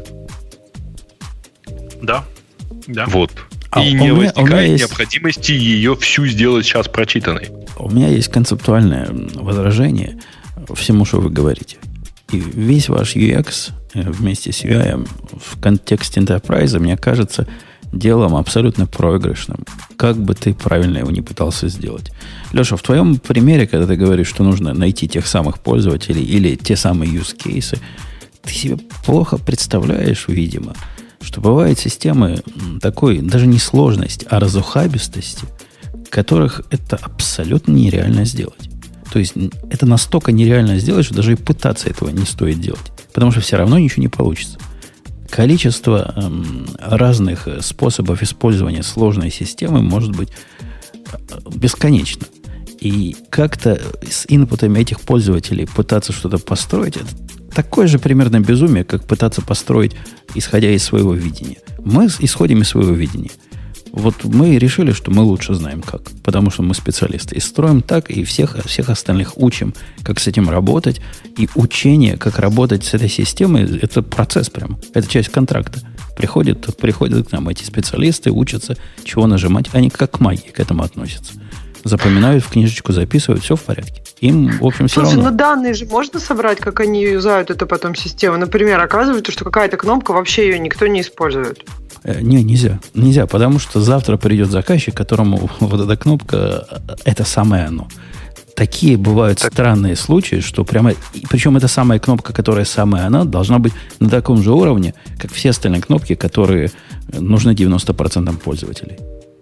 Да. Вот. И не возникает необходимости ее всю сделать сейчас прочитанной. У меня есть концептуальное возражение всему, что вы говорите. И весь ваш UX вместе с UI в контексте Enterprise, мне кажется, делом абсолютно проигрышным. Как бы ты правильно его не пытался сделать. Леша, в твоем примере, когда ты говоришь, что нужно найти тех самых пользователей или те самые use cases, ты себе плохо представляешь, видимо, что бывают системы такой, даже не сложности, а разухабистости, которых это абсолютно нереально сделать. То есть это настолько нереально сделать, что даже и пытаться этого не стоит делать. Потому что все равно ничего не получится. Количество разных способов использования сложной системы может быть бесконечно. И как-то с инпутами этих пользователей пытаться что-то построить, это такое же примерно безумие, как пытаться построить, исходя из своего видения. Мы исходим из своего видения. Вот мы решили, что мы лучше знаем как, потому что мы специалисты. И строим так, и всех остальных учим, как с этим работать. И учение, как работать с этой системой, это процесс прямо. Это часть контракта. Приходят к нам эти специалисты, учатся, чего нажимать. Они как к магии к этому относятся. Запоминают, в книжечку записывают, все в порядке. Им, в общем, все равно. Слушай, ну данные же можно собрать, как они юзают это потом систему? Например, оказывается, что какая-то кнопка, вообще ее никто не использует. Не, нельзя. Нельзя, потому что завтра придет заказчик, которому вот эта кнопка, это самое оно. Такие бывают странные случаи, что прямо... Причем эта самая кнопка, которая самая она, должна быть на таком же уровне, как все остальные кнопки, которые нужны 90% пользователей.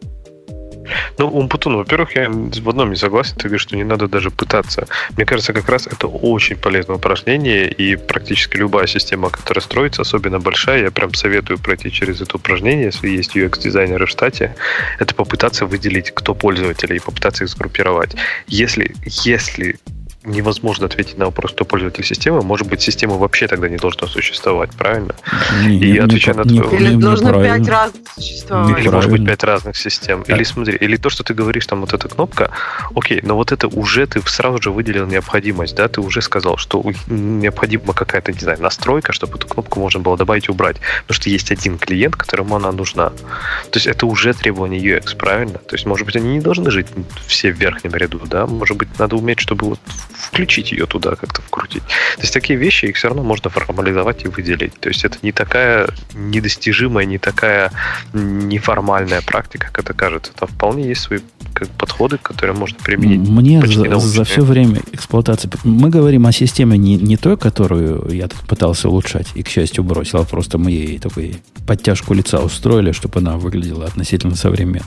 Ну, Умпутун, во-первых, я в одном не согласен, ты говоришь, что не надо даже пытаться. Мне кажется, как раз это очень полезное упражнение, и практически любая система, которая строится, особенно большая, я прям советую пройти через это упражнение, если есть UX-дизайнеры в штате, это попытаться выделить, кто пользователи, и попытаться их сгруппировать. Если невозможно ответить на вопрос, кто пользователь системы, может быть, система вообще тогда не должна существовать, правильно? Или должно 5 разных существовать. Или, может быть, 5 разных систем. Или, смотри, или то, что ты говоришь, там вот эта кнопка, окей, но вот это уже ты сразу же выделил необходимость, да, ты уже сказал, что необходима какая-то, не знаю, настройка, чтобы эту кнопку можно было добавить и убрать. Потому что есть один клиент, которому она нужна. То есть это уже требование UX, правильно? То есть, может быть, они не должны жить все в верхнем ряду, да? Может быть, надо уметь, чтобы вот включить ее туда, как-то вкрутить. То есть такие вещи, их все равно можно формализовать и выделить. То есть это не такая недостижимая, не такая неформальная практика, как это кажется. Там вполне есть свои подходы, которые можно применить. Мне за все время эксплуатации... Мы говорим о системе не той, которую я тут пытался улучшать и, к счастью, бросил, а просто мы ей такой подтяжку лица устроили, чтобы она выглядела относительно современно.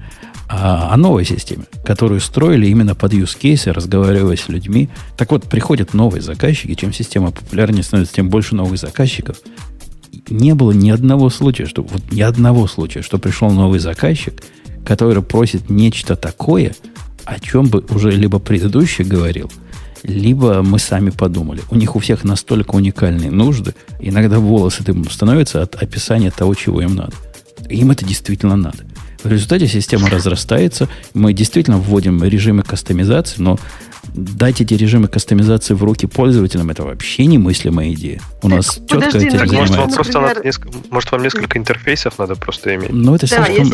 А новой системе, которую строили именно под use case, разговаривая с людьми. Так вот, приходят новые заказчики, чем система популярнее становится, тем больше новых заказчиков. Не было ни одного случая, что пришел новый заказчик, который просит нечто такое, о чем бы уже либо предыдущий говорил, либо мы сами подумали. У них у всех настолько уникальные нужды, иногда волосы дымом становятся от описания того, чего им надо. Им это действительно надо. В результате система разрастается, мы действительно вводим режимы кастомизации, но дать эти режимы кастомизации в руки пользователям — это вообще немыслимая идея. У нас четко этим занимается. Может, вам несколько интерфейсов надо просто иметь? Но это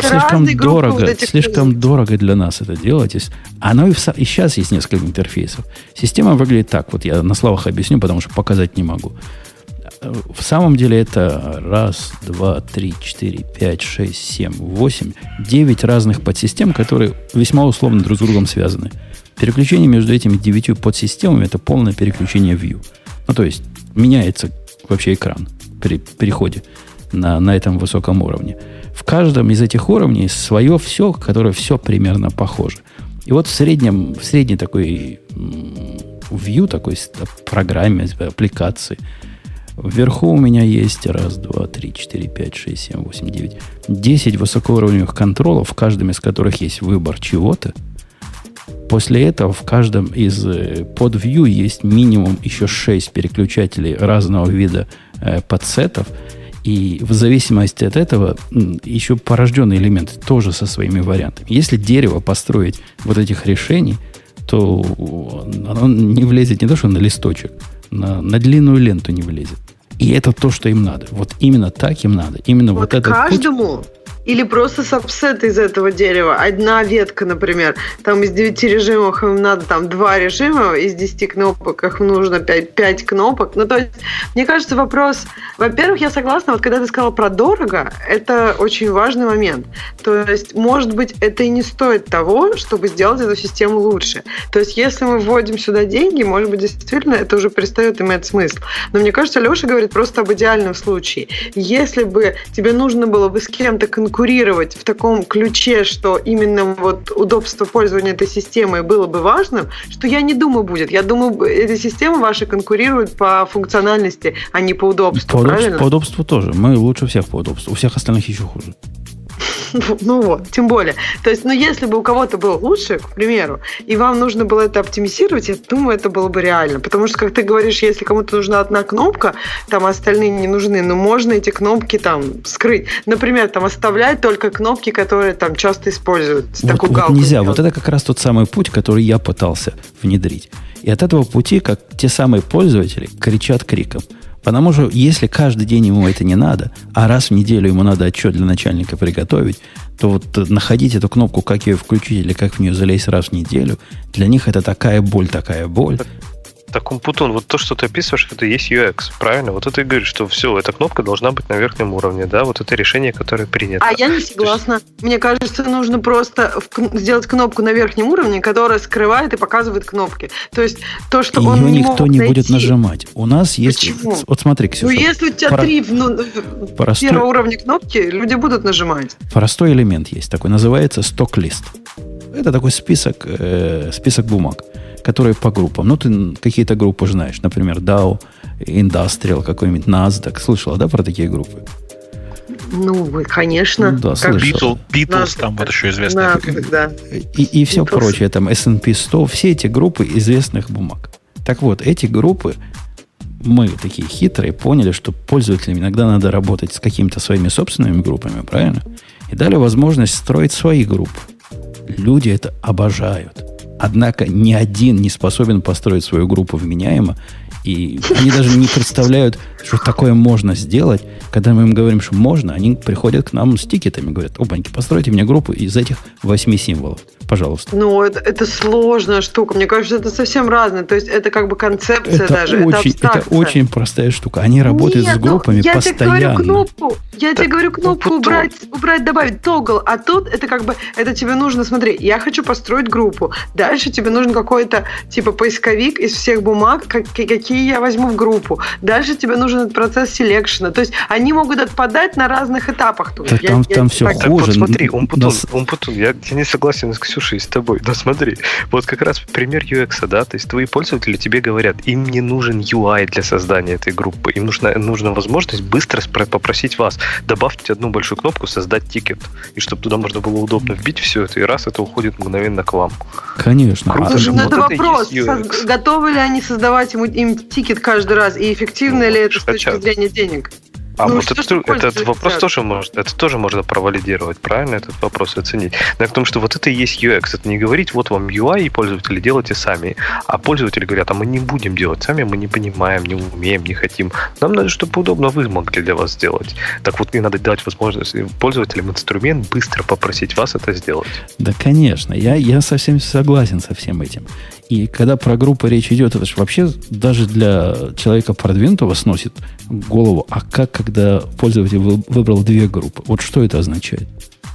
слишком дорого для нас это делать. Оно и сейчас есть несколько интерфейсов. Система выглядит так. Вот я на словах объясню, потому что показать не могу. В самом деле это 1, 2, 3, 4, 5, 6, 7, 8, 9 разных подсистем, которые весьма условно друг с другом связаны. Переключение между этими 9 подсистемами — это полное переключение view. Ну, то есть меняется вообще экран при переходе на этом высоком уровне. В каждом из этих уровней свое все, которое все примерно похоже. И вот в средней такой view, такой программе, аппликации, вверху у меня есть 1, 2, 3, 4, 5, 6, 7, 8, 9, 10 высокоуровневых контролов, в каждом из которых есть выбор чего-то. После этого в каждом из подвью есть минимум еще 6 переключателей разного вида подсетов. И в зависимости от этого еще порожденные элементы тоже со своими вариантами. Если дерево построить вот этих решений, то оно не влезет не то, что на листочек, на длинную ленту не влезет. И это то, что им надо. Вот именно так им надо. Именно вот этот каждому путь. Или просто сабсет из этого дерева. Одна ветка, например. Там из 9 режимов им надо там 2 режима, из 10 кнопок их нужно 5 кнопок. Ну, то есть, мне кажется, вопрос... Во-первых, я согласна, вот когда ты сказала про дорого, это очень важный момент. То есть, может быть, это и не стоит того, чтобы сделать эту систему лучше. То есть, если мы вводим сюда деньги, может быть, действительно это уже перестает иметь смысл. Но мне кажется, Леша говорит просто об идеальном случае. Если бы тебе нужно было бы с кем-то конкурировать, конкурировать в таком ключе, что именно вот удобство пользования этой системой было бы важным, что я не думаю будет. Я думаю, эти системы ваши конкурируют по функциональности, а не по удобству, правильно? По удобству тоже. Мы лучше всех по удобству. У всех остальных еще хуже. Ну вот, тем более. То есть, если бы у кого-то было лучше, к примеру, и вам нужно было это оптимизировать, я думаю, это было бы реально. Потому что, как ты говоришь, если кому-то нужна одна кнопка, там остальные не нужны, но можно эти кнопки там скрыть. Например, там оставлять только кнопки, которые там часто используют. Вот нельзя. Вот это как раз тот самый путь, который я пытался внедрить. И от этого пути, как те самые пользователи кричат криком. Потому что если каждый день ему это не надо, а раз в неделю ему надо отчет для начальника приготовить, то вот находить эту кнопку, как ее включить или как в нее залезть раз в неделю, для них это такая боль. Так, Умпутун, вот то, что ты описываешь, это и есть UX, правильно? Вот это и говорит, что все, эта кнопка должна быть на верхнем уровне, да? Вот это решение, которое принято. А я не согласна. Мне кажется, нужно просто сделать кнопку на верхнем уровне, которая скрывает и показывает кнопки. То есть то, что ее он не никто не будет нажимать. У нас есть... Почему? Вот смотри, Ксюша. Ну, если у тебя первого уровня кнопки, люди будут нажимать. Простой элемент есть такой, называется сток-лист. Это такой список бумаг, которые по группам. Ну, ты какие-то группы знаешь. Например, Dow, Industrial, какой-нибудь NASDAQ. Слышала, да, про такие группы? Ну, конечно. Да, слышал. Beatles, там вот еще известные. Да. И все прочее. Там S&P 100. Все эти группы известных бумаг. Так вот, эти группы, мы такие хитрые, поняли, что пользователям иногда надо работать с какими-то своими собственными группами, правильно? И дали возможность строить свои группы. Люди это обожают. Однако ни один не способен построить свою группу вменяемо, и они даже не представляют, что такое можно сделать. Когда мы им говорим, что можно, они приходят к нам с тикетами, говорят: опаньки, постройте мне группу из этих 8 символов, пожалуйста. Ну, это сложная штука. Мне кажется, это совсем разное. То есть это как бы концепция это очень простая штука. Они работают с группами постоянно. Я тебе говорю кнопку убрать, добавить, тогл. А тут это как бы, это тебе нужно, смотри, я хочу построить группу. Дальше тебе нужен какой-то типа поисковик из всех бумаг, какие я возьму в группу. Дальше тебе нужен этот процесс селекшена. То есть они могут отпадать на разных этапах. Там все хуже. Вот смотри, Умпутун, я не согласен с Ксюшей, с тобой. Но смотри, вот как раз пример UX, да, то есть твои пользователи тебе говорят, им не нужен UI для создания этой группы, им нужна возможность быстро попросить вас: добавьте одну большую кнопку, создать тикет, и чтобы туда можно было удобно вбить все это, и раз это уходит мгновенно к вам. Конечно. Круто же. Это вопрос, готовы ли они создавать им тикет каждый раз, и эффективно ли это с точки зрения денег? А вот этот вопрос тоже можно провалидировать, правильно, этот вопрос оценить. Но в том, что вот это и есть UX. Это не говорить, вот вам UI, и пользователи делайте сами. А пользователи говорят: а мы не будем делать сами, мы не понимаем, не умеем, не хотим. Нам надо, чтобы удобно вы могли для вас сделать. Так вот, и надо дать возможность пользователям инструмент быстро попросить вас это сделать. Да, конечно. Я совсем согласен со всем этим. И когда про группы речь идет, это же вообще даже для человека продвинутого сносит голову. А как, когда пользователь выбрал 2 группы? Вот что это означает?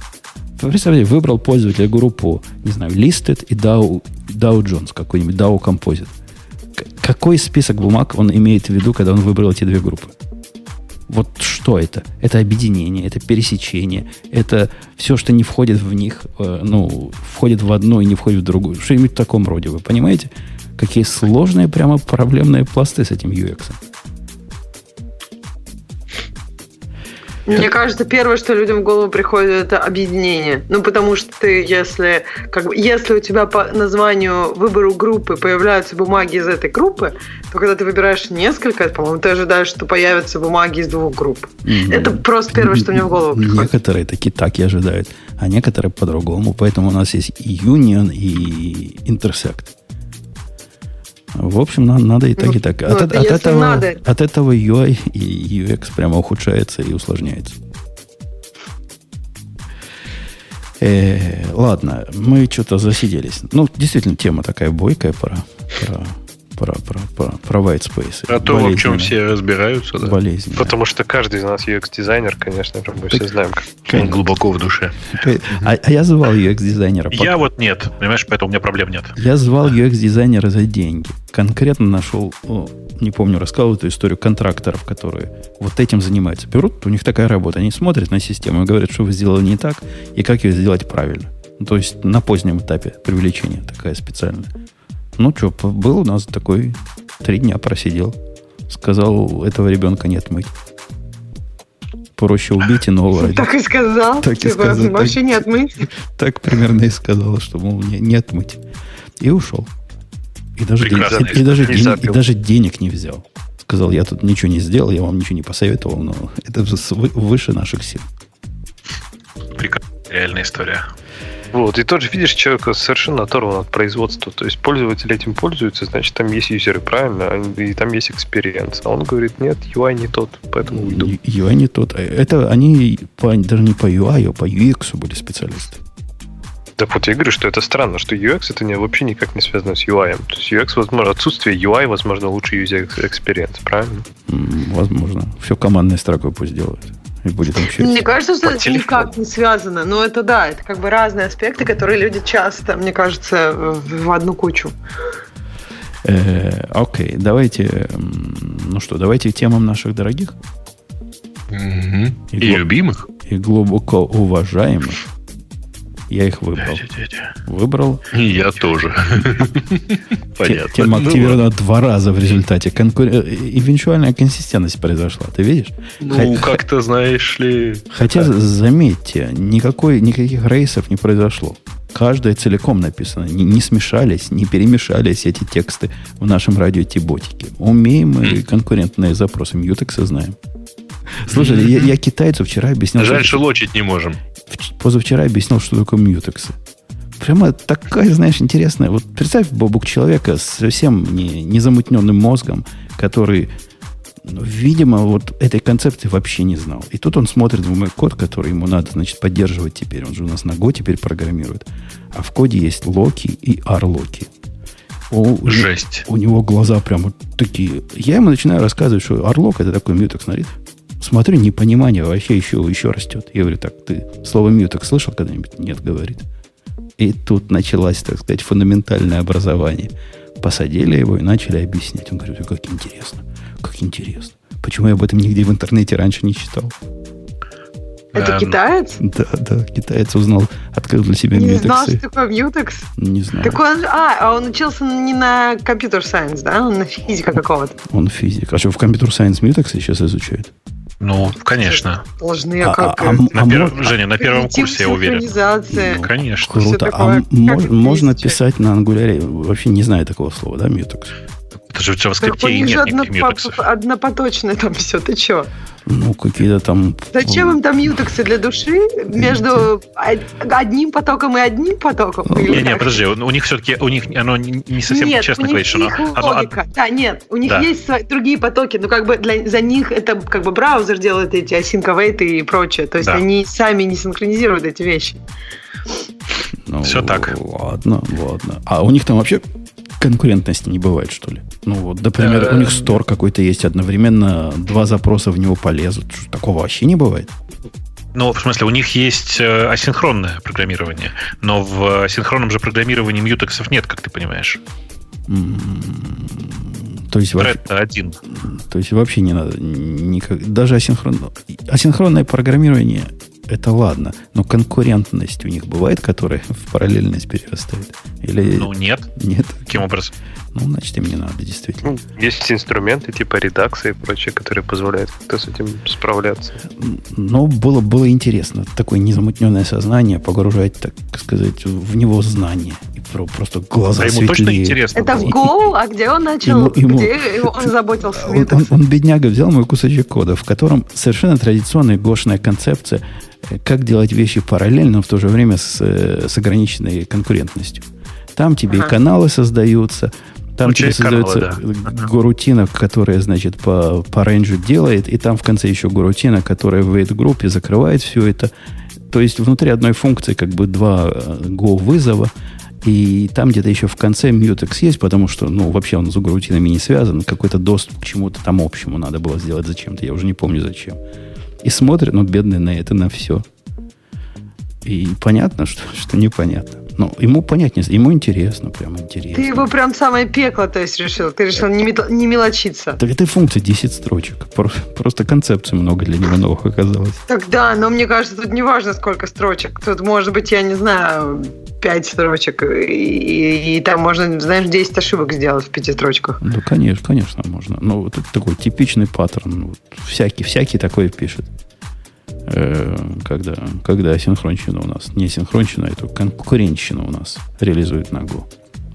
Вы представляете, выбрал пользователь группу, не знаю, Listed и Dow Jones, какой-нибудь Dow Composite. Какой список бумаг он имеет в виду, когда он выбрал эти 2 группы? Вот что это? Это объединение, это пересечение, это все, что не входит в них, входит в одну и не входит в другую. Что-нибудь в таком роде, вы понимаете? Какие сложные, прямо проблемные пласты с этим UX. Мне кажется, первое, что людям в голову приходит, это объединение. Ну, потому что ты, если у тебя по названию выбору группы появляются бумаги из этой группы, то когда ты выбираешь несколько, по-моему, ты ожидаешь, что появятся бумаги из 2 групп. Это просто первое, что мне в голову приходит. Некоторые так и ожидают, а некоторые по-другому. Поэтому у нас есть и Union, и Intersect. В общем, надо и так, и так. От этого UI и UX прямо ухудшается и усложняется. Ладно, мы что-то засиделись. Ну, действительно, тема такая бойкая про про white space. Про то, в чем все разбираются, да. Болезненно. Потому что каждый из нас UX-дизайнер, конечно же, мы все знаем, как глубоко в душе. А я звал UX-дизайнера. Я вот нет, понимаешь, поэтому у меня проблем нет. Я звал UX-дизайнера за деньги. Конкретно нашел, не помню, рассказывал эту историю контракторов, которые вот этим занимаются. Берут, у них такая работа, они смотрят на систему и говорят, что вы сделали не так, и как ее сделать правильно. То есть на позднем этапе привлечения такая специальная. Ну что, был у нас такой, 3 дня просидел. Сказал, этого ребенка не отмыть. Проще убить и нового родить. Так и сказал? Так и сказал. Вообще не отмыть? Так примерно и сказала, что, мол, не отмыть. И ушел. И даже денег не взял. Сказал, я тут ничего не сделал, я вам ничего не посоветовал, но это выше наших сил. Прекрасная реальная история. Вот, и тот же, видишь, человек совершенно оторван от производства. То есть пользователи этим пользуются, значит, там есть юзеры, правильно? И там есть экспириенс. А он говорит, нет, UI не тот, поэтому уйду. UI не тот. Это они даже не по UI, а по UX были специалисты. Так вот, я говорю, что это странно, что UX это вообще никак не связано с UI. То есть UX, возможно, отсутствие UI, возможно, лучше user experience, правильно? Возможно. Все командной строкой пусть делают. И будет общаться. Мне кажется, что это никак не связано. Но это да, это как бы разные аспекты, которые люди часто, мне кажется, в одну кучу. Окей, давайте, давайте к темам наших дорогих. И любимых. И глубоко уважаемых. Я их выбрал. Выбрал. И я тоже. Понятно. Тема активирована 2 раза в результате. Эвенчуальная консистентность произошла. Ты видишь? Как-то, знаешь ли... Хотя, заметьте, никаких рейсов не произошло. Каждое целиком написано. Не смешались, не перемешались эти тексты в нашем радио-тиботике. Умеем мы конкурентные запросы. Мьютекса знаем. Слушай, я китайцу вчера объяснял... Жаль, что лочить не можем. Позавчера объяснил, что такое мьютексы. Прямо такая, знаешь, интересная. Вот представь, Бобук, человека с совсем незамутненным мозгом, который, видимо, вот этой концепции вообще не знал. И тут он смотрит в мой код, который ему надо, значит, поддерживать теперь. Он же у нас на Go теперь программирует. А в коде есть локи и ар-локи. Жесть. У него глаза прямо такие. Я ему начинаю рассказывать, что ар-лок это такой мьютекс, смотри. Смотрю, непонимание вообще еще растет. Я говорю, так, ты слово мьютекс слышал когда-нибудь? Нет, говорит. И тут началось, так сказать, фундаментальное образование. Посадили его и начали объяснять. Он говорит, как интересно, как интересно. Почему я об этом нигде в интернете раньше не читал? Это китаец? Да, китаец узнал, открыл для себя мьютексы. Не знал, что такое мьютекс? Не знаю. Так он учился не на компьютер-сайенс, да? Он на физика какого-то. Он физик. А что, в компьютер-сайенс мьютексы сейчас изучают? Ну, конечно. Должны, Женя, на первом курсе, я уверен. Ну, конечно. Круто. Можно писать на ангуляре, вообще не знаю такого слова, да, мьютекс? Это же в JavaScript и нет никаких мьютексов. Однопоточное там все, ты че? Ну, какие-то там... Зачем им там мьютексы для души между одним потоком и одним потоком? Не, подожди, у них все-таки, оно не совсем честно говорит, что оно... логика. Да, нет, у них есть другие потоки, но как бы за них это как бы браузер делает эти async await и прочее. То есть они сами не синхронизируют эти вещи. Все так. Ладно. А у них там вообще конкурентности не бывает, что ли? Ну вот, например, у них стор какой-то есть, одновременно 2 запроса в него полезут. Такого вообще не бывает. Ну, в смысле, у них есть асинхронное программирование, но в асинхронном же программировании мьютексов нет, как ты понимаешь. То есть вообще, один. То есть вообще не надо даже асинхронное программирование это ладно, но конкурентность у них бывает, которая в параллельность перерастает? Или... Ну, нет. Нет? Каким образом? Ну, значит, им не надо, действительно. Есть инструменты типа редакса и прочее, которые позволяют как-то с этим справляться. Но было интересно. Такое незамутненное сознание погружать, так сказать, в него знания. И просто глаза ему светлее. Точно интересно. Это в Go? А где он начал? Где он заботился? Он, бедняга, взял мой кусочек кода, в котором совершенно традиционная гошная концепция, как делать вещи параллельно, но в то же время с ограниченной конкурентностью. Там тебе и каналы создаются, там тебе создается горутина, которая, значит, по рейнджу делает, и там в конце еще горутина, которая в wait-группе закрывает все это. То есть внутри одной функции как бы 2 Go-вызова, И там где-то еще в конце Mutex есть, потому что, вообще он с угрутинами не связан. Какой-то доступ к чему-то там общему надо было сделать зачем-то. Я уже не помню зачем. И смотрит, бедный на это, на все. И понятно, что непонятно. Но ему понятнее, ему интересно, прям интересно. Ты его прям самое пекло, то есть решил. Ты решил не мелочиться. Так этой функции 10 строчек. Просто концепций много для него новых оказалось. Так да, но мне кажется, тут не важно, сколько строчек. Тут может быть, я не знаю, 5 строчек. И там можно, знаешь, 10 ошибок сделать в 5 строчках. Да, конечно, можно. Но вот это такой типичный паттерн. Всякий такой пишет. Когда асинхронщина у нас, не асинхронщина, а эту конкурентщину у нас реализует на Go.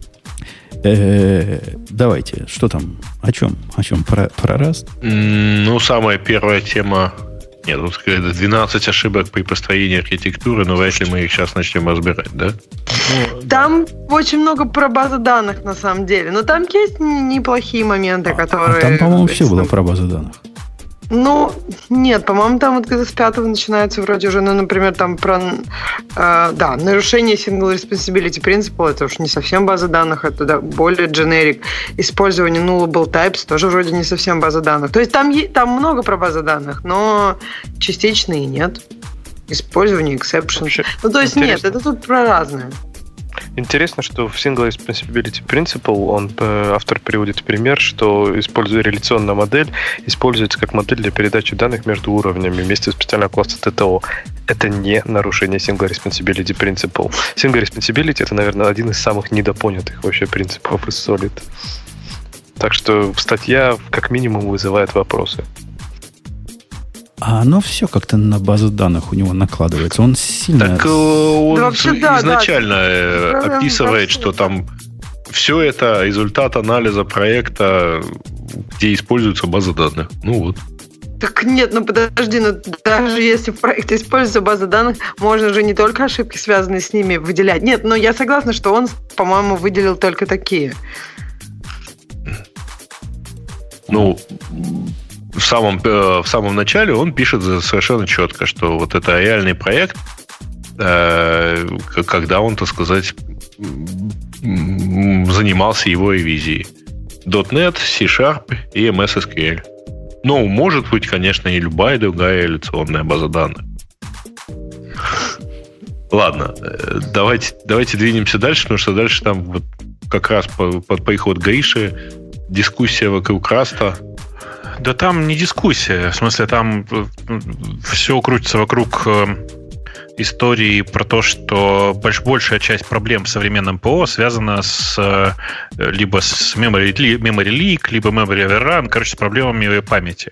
Давайте, что там? О чем? Про Rust? Самая первая тема. Нет, 12 ошибок при построении архитектуры, но вряд ли мы их сейчас начнем разбирать, да? Там очень много про базы данных, на самом деле. Но там есть неплохие моменты, которые... Там, по-моему, все было про базы данных. Нет, по-моему, там вот где-то с 5-го начинается вроде уже, например, там про нарушение Single Responsibility Principle, это уж не совсем база данных, это более generic. Использование nullable types тоже вроде не совсем база данных. То есть там много про базы данных, но частично и нет. Использование exception. То есть нет, это тут про разное. Интересно, что в Single Responsibility Principle автор приводит пример, что используя реляционная модель, используется как модель для передачи данных между уровнями вместе с специального класса TTO. Это не нарушение Single Responsibility Principle. Single Responsibility — это, наверное, один из самых недопонятых вообще принципов из Solid. Так что статья как минимум вызывает вопросы. А оно все как-то на базу данных у него накладывается. Он сильно... Так он изначально описывает, что там все это результат анализа проекта, где используется база данных. Так нет, подожди, даже если в проекте используется база данных, можно же не только ошибки, связанные с ними, выделять. Нет, но я согласна, что он, по-моему, выделил только такие. В самом начале он пишет совершенно четко, что вот это реальный проект, когда он, так сказать, занимался его ревизией. .NET, C# и MS SQL. Может быть, конечно, и любая другая реляционная база данных. Ладно, давайте двинемся дальше, потому что дальше там вот как раз под приход Гриши дискуссия вокруг Раста. Да там не дискуссия. В смысле, там все крутится вокруг истории про то, что большая часть проблем в современном ПО связана либо с memory leak, либо memory overrun, с проблемами памяти.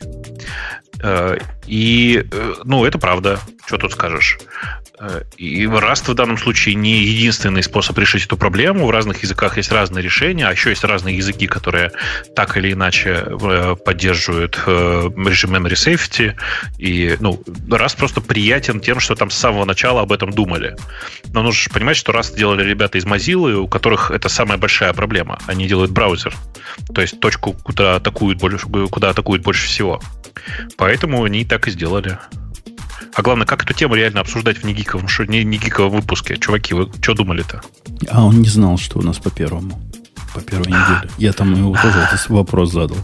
И, это правда. Что тут скажешь? И Rust в данном случае не единственный способ решить эту проблему. В разных языках есть разные решения, а еще есть разные языки, которые так или иначе поддерживают режим memory safety. И Rust просто приятен тем, что там с самого начала об этом думали. Но нужно же понимать, что Rust делали ребята из Mozilla, у которых это самая большая проблема. Они делают браузер, то есть точку, куда атакуют больше всего. Поэтому они так и сделали. А главное, как эту тему реально обсуждать в негиковом выпуске? Чуваки, вы что думали-то? А он не знал, что у нас по первой неделе. Я там ему тоже этот вопрос задал.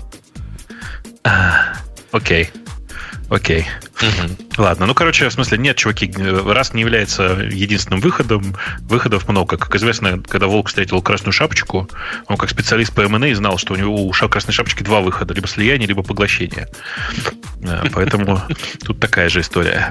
Окей. Ладно, в смысле, нет, чуваки, Rust не является единственным выходом. Выходов много. Как известно, когда Волк встретил Красную Шапочку, он как специалист по M&A знал, что у него у Красной Шапочки 2 выхода. Либо слияние, либо поглощение. Поэтому тут такая же история.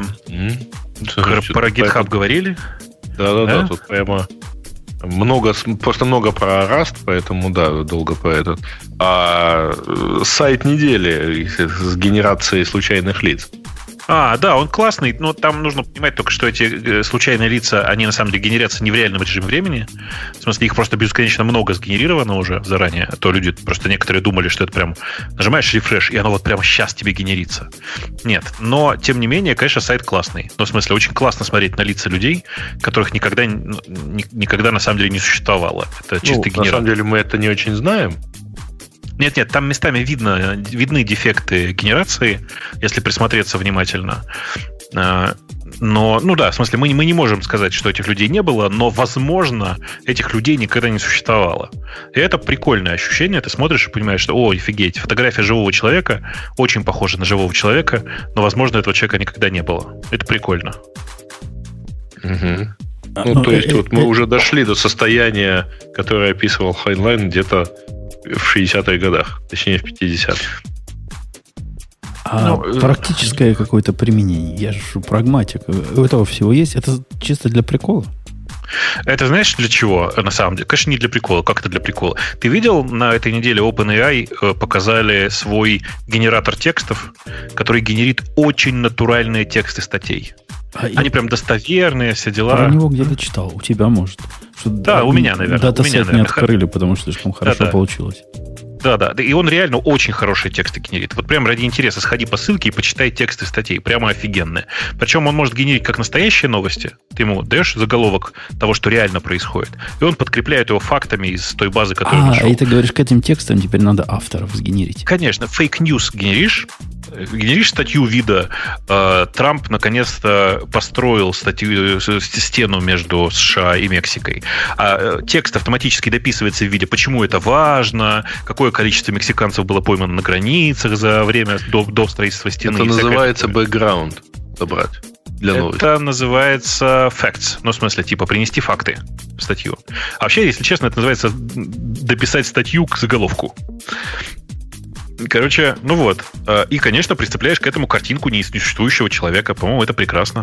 Про GitHub говорили? Да, тут прямо... Просто много про Rust, поэтому, долго про этот. А сайт недели с генерацией случайных лиц. Да, он классный, но там нужно понимать только, что эти случайные лица, они на самом деле генерятся не в реальном режиме времени. В смысле, их просто бесконечно много сгенерировано уже заранее. А то люди просто некоторые думали, что это прям нажимаешь рефреш, и оно вот прямо сейчас тебе генерится. Нет, но тем не менее, конечно, сайт классный. В смысле, очень классно смотреть на лица людей, которых никогда на самом деле не существовало. Это чистый генератор. На самом деле мы это не очень знаем. Нет, там местами видны дефекты генерации, если присмотреться внимательно. Но, ну да, в смысле, мы не можем сказать, что этих людей не было, но, возможно, этих людей никогда не существовало. И это прикольное ощущение. Ты смотришь и понимаешь, что, о, офигеть, фотография живого человека очень похожа на живого человека, но, возможно, этого человека никогда не было. Это прикольно. Угу. Ну, то есть, вот мы уже дошли до состояния, которое описывал Хайнлайн где-то в 60-х годах, точнее, в 50-х. Практическое какое-то применение. Я же прагматик. У этого всего есть. Это чисто для прикола. Это знаешь для чего, на самом деле? Конечно, не для прикола. Как это для прикола? Ты видел, на этой неделе OpenAI показали свой генератор текстов, который генерит очень натуральные тексты статей. Они прям достоверные, все дела. Про него где-то читал. У тебя, может. Да, у меня, наверное. Датасет не открыли, потому что слишком хорошо получилось. Да. И он реально очень хорошие тексты генерит. Вот прям ради интереса сходи по ссылке и почитай тексты статей. Прямо офигенные. Причем он может генерить как настоящие новости. Ты ему даешь заголовок того, что реально происходит. И он подкрепляет его фактами из той базы, которую нашел. И ты говоришь, к этим текстам теперь надо авторов сгенерить. Конечно. Фейк-ньюс генеришь статью вида Трамп наконец-то построил стену между США и Мексикой. Текст автоматически дописывается в виде, почему это важно, какое количество мексиканцев было поймано на границах за время до строительства стены. Это называется бэкграунд собрать для новости. Это называется facts. Ну, в смысле, типа принести факты в статью. А вообще, если честно, это называется дописать статью к заголовку. Короче, ну вот. И, конечно, представляешь к этому картинку несуществующего человека. По-моему, это прекрасно.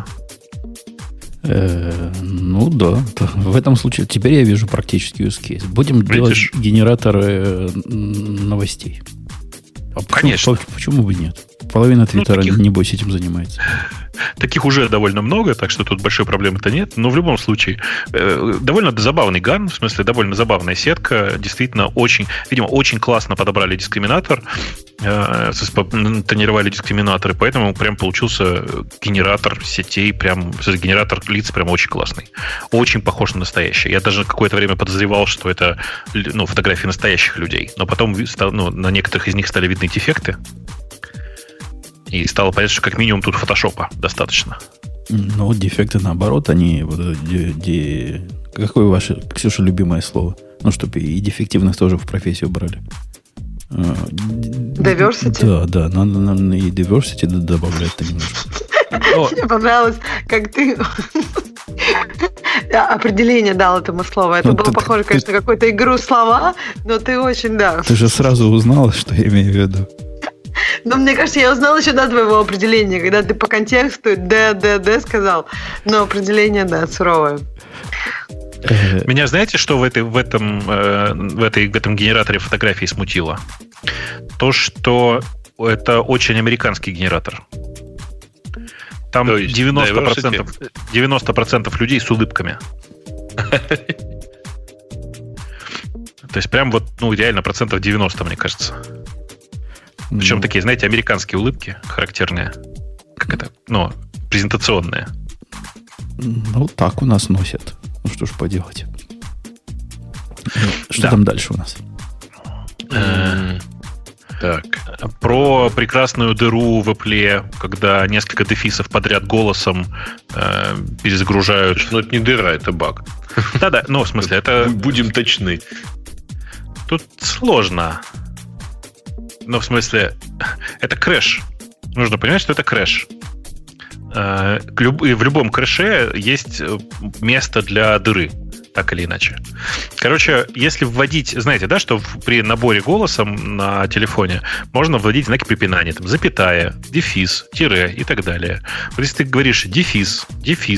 Ну да. В этом случае теперь я вижу практический use case. Будем делать генераторы новостей. Конечно. Почему бы нет? Половина Твиттера, небось, этим занимается. Таких уже довольно много, так что тут большой проблемы-то нет. Но в любом случае, довольно забавный ган, в смысле, довольно забавная сетка. Действительно, видимо, очень классно подобрали дискриминатор, тонировали дискриминаторы, поэтому прям получился генератор сетей, генератор лиц прям очень классный. Очень похож на настоящий. Я даже какое-то время подозревал, что это фотографии настоящих людей. Но потом на некоторых из них стали видны дефекты. И стало понятно, что как минимум тут фотошопа достаточно. Ну, дефекты наоборот, они... Какое ваше, Ксюша, любимое слово? Ну, чтобы и дефективных тоже в профессию брали. Diversity? Да, надо и diversity добавлять-то немножко. Мне понравилось, как ты определение дал этому слову. Это было похоже, конечно, на какую-то игру слова, но ты очень, да. Ты же сразу узнала, что я имею в виду. Ну, мне кажется, я узнала еще до твоего определения, когда ты по контексту «д» сказал, но определение, да, суровое. Меня, знаете, что в этом генераторе фотографий смутило? То, что это очень американский генератор. Там 90% людей с улыбками. То есть прям реально 90%, мне кажется. Причем такие, знаете, американские улыбки характерные. Как это? Презентационные. Ну, так у нас носят. Ну, что ж поделать. Что там дальше у нас? Так. Про прекрасную дыру в Apple, когда несколько дефисов подряд голосом перезагружают. Но это не дыра, это баг. Да-да, в смысле, это... Будем точны. Тут сложно. В смысле, это крэш. Нужно понимать, что это крэш. В любом крэше есть место для дыры, так или иначе. Короче, если вводить... Знаете, да, что при наборе голосом на телефоне можно вводить знаки препинания. Там запятая, дефис, тире и так далее. Вот если ты говоришь дефис,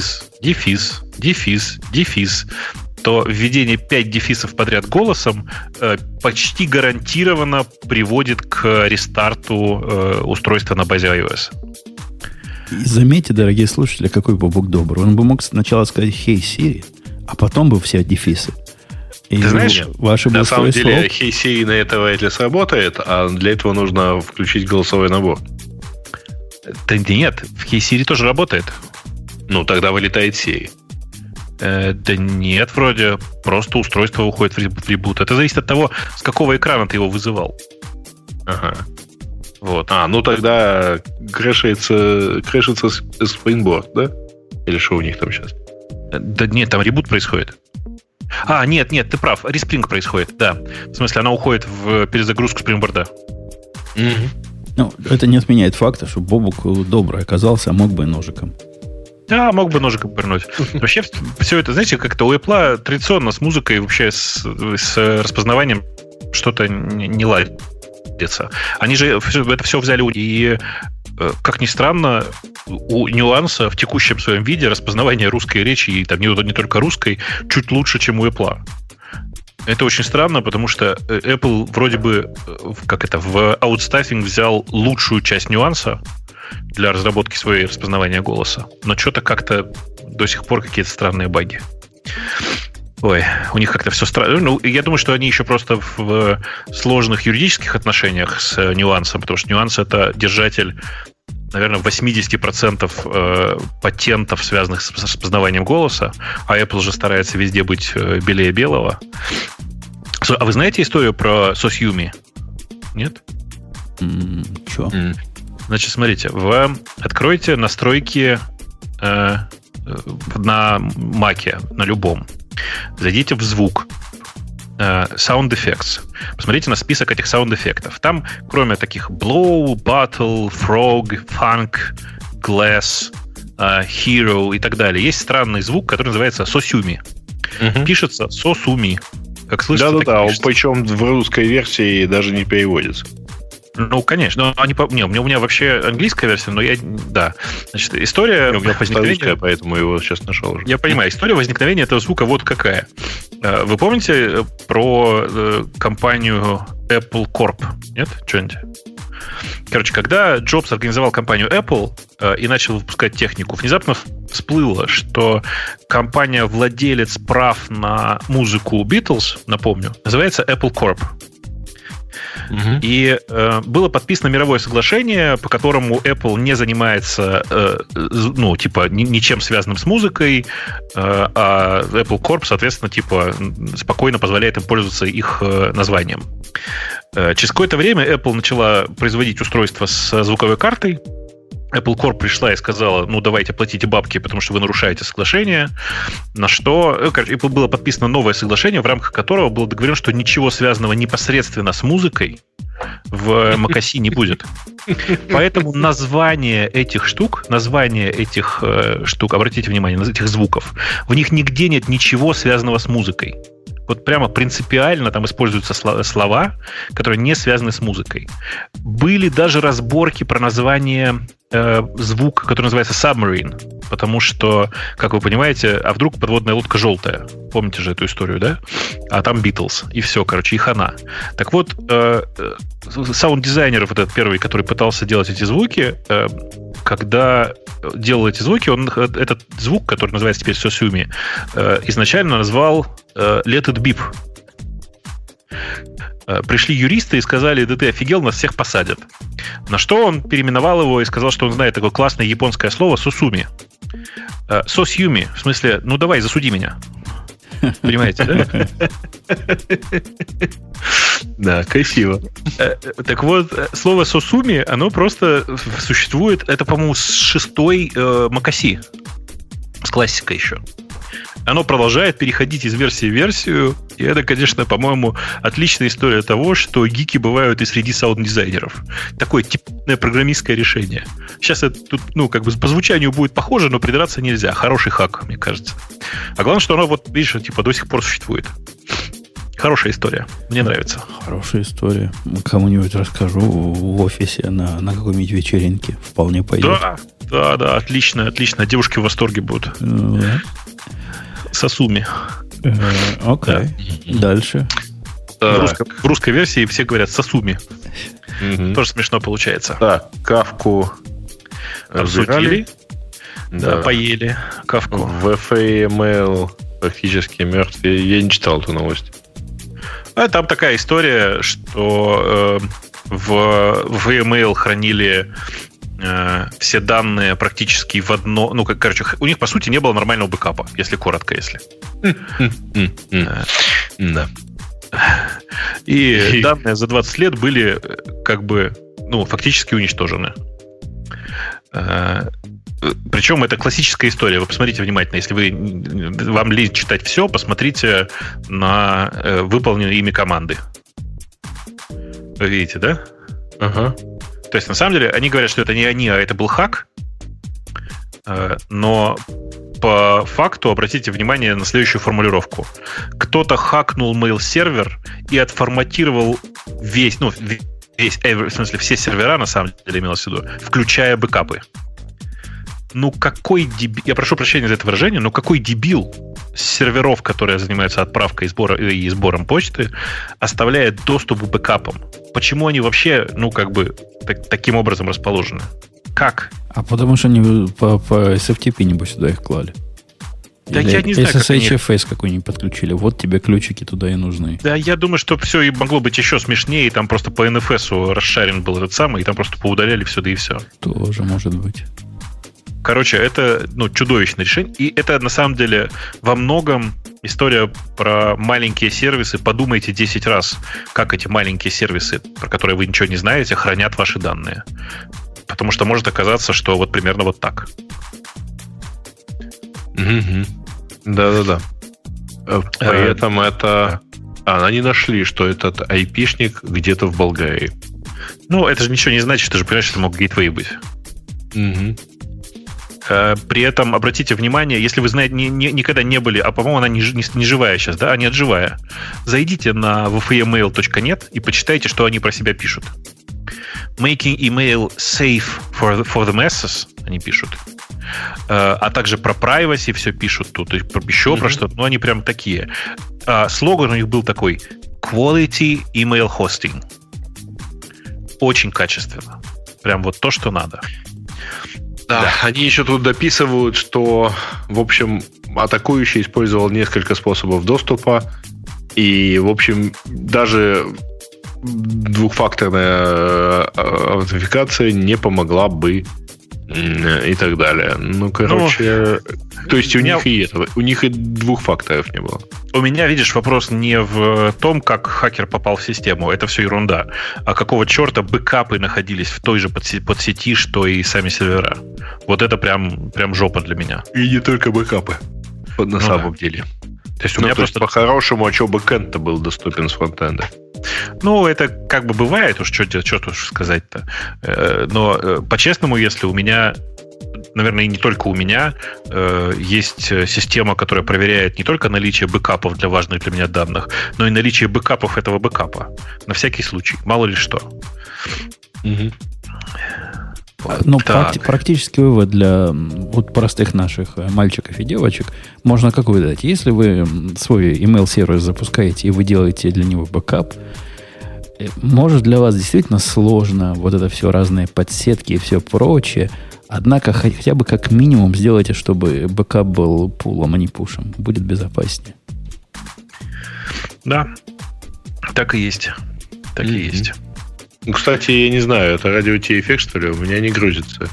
то введение 5 дефисов подряд голосом почти гарантированно приводит к рестарту устройства на базе iOS. И заметьте, дорогие слушатели, какой Бобук добрый. Он бы мог сначала сказать «Hey Siri», а потом бы все дефисы. И ты знаешь, на самом деле Hey Siri на это вряд ли сработает, а для этого нужно включить голосовой набор. Да нет, в Hey Siri тоже работает. Ну, тогда вылетает Siri. Да нет, вроде просто устройство уходит в ребут. Это зависит от того, с какого экрана ты его вызывал. Ага. Вот. Ну тогда крэшится Springboard, да? Или что у них там сейчас? Да нет, там ребут происходит. Нет, ты прав. Респринг происходит, да. В смысле, она уходит в перезагрузку спрингборда. Ну, это не отменяет факта, что Бобук добрый оказался, а мог бы и ножиком. Да, мог бы ножиком пырнуть. Вообще, все это, знаете, как-то у Apple традиционно с музыкой, вообще с распознаванием что-то не ладится. Они же это все взяли и, как ни странно, у нюанса в текущем своем виде распознавание русской речи, и там не только русской, чуть лучше, чем у Apple. Это очень странно, потому что Apple вроде бы в аутстаффинг взял лучшую часть нюанса для разработки своего распознавания голоса. Но что-то как-то до сих пор какие-то странные баги. Ой, у них как-то все странно. Ну, я думаю, что они еще просто в сложных юридических отношениях с нюансом, потому что нюанс — это держатель, наверное, 80% патентов, связанных с распознаванием голоса, а Apple же старается везде быть белее белого. А вы знаете историю про Sosumi? Нет? Чё? Значит, смотрите, вы откройте настройки на Mac'е, на любом. Зайдите в звук. Sound Effects. Посмотрите на список этих саунд-эффектов. Там, кроме таких blow, battle, frog, funk, glass, hero и так далее, есть странный звук, который называется Sosumi. Пишется Sosumi. Как слышите, да-да-да, он причем в русской версии даже не переводится. Ну, конечно. У меня вообще английская версия, но да. Значит, история возникновения... поэтому его сейчас нашел уже. Я понимаю, история возникновения этого звука вот какая. Вы помните про компанию Apple Corp? Нет? Что-нибудь? Короче, когда Джобс организовал компанию Apple и начал выпускать технику, внезапно всплыло, что компания-владелец прав на музыку Beatles, напомню, называется Apple Corp. И было подписано мировое соглашение, по которому Apple не занимается ничем связанным с музыкой, а Apple Corp, соответственно, спокойно позволяет им пользоваться их названием. Через какое-то время Apple начала производить устройство с звуковой картой. Apple Corp пришла и сказала: ну, давайте платите бабки, потому что вы нарушаете соглашение. На что было подписано новое соглашение, в рамках которого было договорено, что ничего связанного непосредственно с музыкой в macOS не будет. Поэтому название этих штук, обратите внимание, на этих звуков, в них нигде нет ничего связанного с музыкой. Вот прямо принципиально там используются слова, которые не связаны с музыкой. Были даже разборки про название звука, который называется submarine, потому что, как вы понимаете, а вдруг подводная лодка желтая? Помните же эту историю, да? А там Beatles, и все, короче, и хана. Так вот, саунд-дизайнер, вот этот первый, который пытался делать эти звуки, когда делал эти звуки, он этот звук, который называется теперь Sosumi, изначально назвал Let It Beep. Пришли юристы и сказали: да ты офигел, нас всех посадят. На что он переименовал его и сказал, что он знает такое классное японское слово Сосуми. Сосюми, в смысле, ну давай, засуди меня. Понимаете, да? Да, красиво. Так вот, слово Сосуми, оно просто существует, это, по-моему, с 6-й macOS, с классикой еще. Оно продолжает переходить из версии в версию, и это, конечно, по-моему, отличная история того, что гики бывают и среди саунд-дизайнеров. Такое типичное программистское решение. Сейчас это тут, по звучанию будет похоже, но придраться нельзя. Хороший хак, мне кажется. А главное, что оно, вот, видишь, до сих пор существует. Хорошая история. Мне нравится. Хорошая история. Кому-нибудь расскажу в офисе на какой-нибудь вечеринке. Вполне пойдет. Да, отлично. Девушки в восторге будут. Сосуми. Окей. Дальше. В русской версии все говорят Сосуми. Тоже смешно получается. Да, Кавку обсудили. Да, поели Кавку. VFML практически мертв. Я не читал эту новость. Там такая история, что в VML хранили все данные практически в одно... у них, по сути, не было нормального бэкапа, если коротко, Да. И данные за 20 лет были фактически уничтожены. Причем это классическая история. Вы посмотрите внимательно. Если вам лень читать все, посмотрите на выполненные ими команды. Вы видите, да? Ага. То есть, на самом деле, они говорят, что это не они, а это был хак. Но по факту обратите внимание на следующую формулировку. Кто-то хакнул mail-сервер и отформатировал весь, в смысле, все сервера, на самом деле, имелось в виду, включая бэкапы. Ну, какой дебил... Я прошу прощения за это выражение, но какой дебил с серверов, которые занимаются отправкой и сбором почты, оставляет доступ к бэкапам? Почему они вообще, таким образом расположены? Как? А потому что они по SFTP, небось, сюда их клали. Да я не знаю, SSHFS какой-нибудь подключили. Вот тебе ключики туда и нужны. Да, я думаю, что все и могло быть еще смешнее, и там просто по NFS расшарен был этот самый, и там просто поудаляли все, да и все. Тоже может быть. Короче, это чудовищное решение. И это, на самом деле, во многом история про маленькие сервисы. Подумайте 10 раз, как эти маленькие сервисы, про которые вы ничего не знаете, хранят ваши данные. Потому что может оказаться, что вот примерно вот так. Да-да-да. При этом это... Они нашли, что этот айпишник где-то в Болгарии. Это же ничего не значит. Ты же понимаешь, что это мог гейтвей быть. При этом, обратите внимание, если вы знаете, никогда не были, а, по-моему, она не живая сейчас, да? А нет, живая. Зайдите на vfemail.net и почитайте, что они про себя пишут. Making email safe for the masses, они пишут. А также про privacy все пишут тут, еще про что-то. Они прям такие. Слоган у них был такой: Quality Email Hosting. Очень качественно. Прям вот то, что надо. Да, они еще тут дописывают, что, в общем, атакующий использовал несколько способов доступа, и, в общем, даже двухфакторная аутентификация не помогла бы и так далее. То есть у них и двух факторов не было. У меня, видишь, вопрос не в том, как хакер попал в систему, это все ерунда, а какого черта бэкапы находились в той же подсети, что и сами сервера. Вот это прям жопа для меня. И не только бэкапы, на самом деле. То есть у меня просто... По-хорошему, а что бэкэнд-то был доступен с фронтенда? Это как бы бывает, уж что тут сказать-то. Но по-честному, если у меня, наверное, и не только у меня, есть система, которая проверяет не только наличие бэкапов для важных для меня данных, но и наличие бэкапов этого бэкапа. На всякий случай. Мало ли что. Практический вывод для простых наших мальчиков и девочек можно какой дать? Если вы свой email-сервис запускаете и вы делаете для него бэкап, может для вас действительно сложно вот это все, разные подсетки и все прочее, однако хотя бы как минимум сделайте, чтобы бэкап был пулом, а не пушем. Будет безопаснее. Да, так и есть. Так и есть. Кстати, я не знаю, это радио-T-эффект, что ли? У меня не грузится.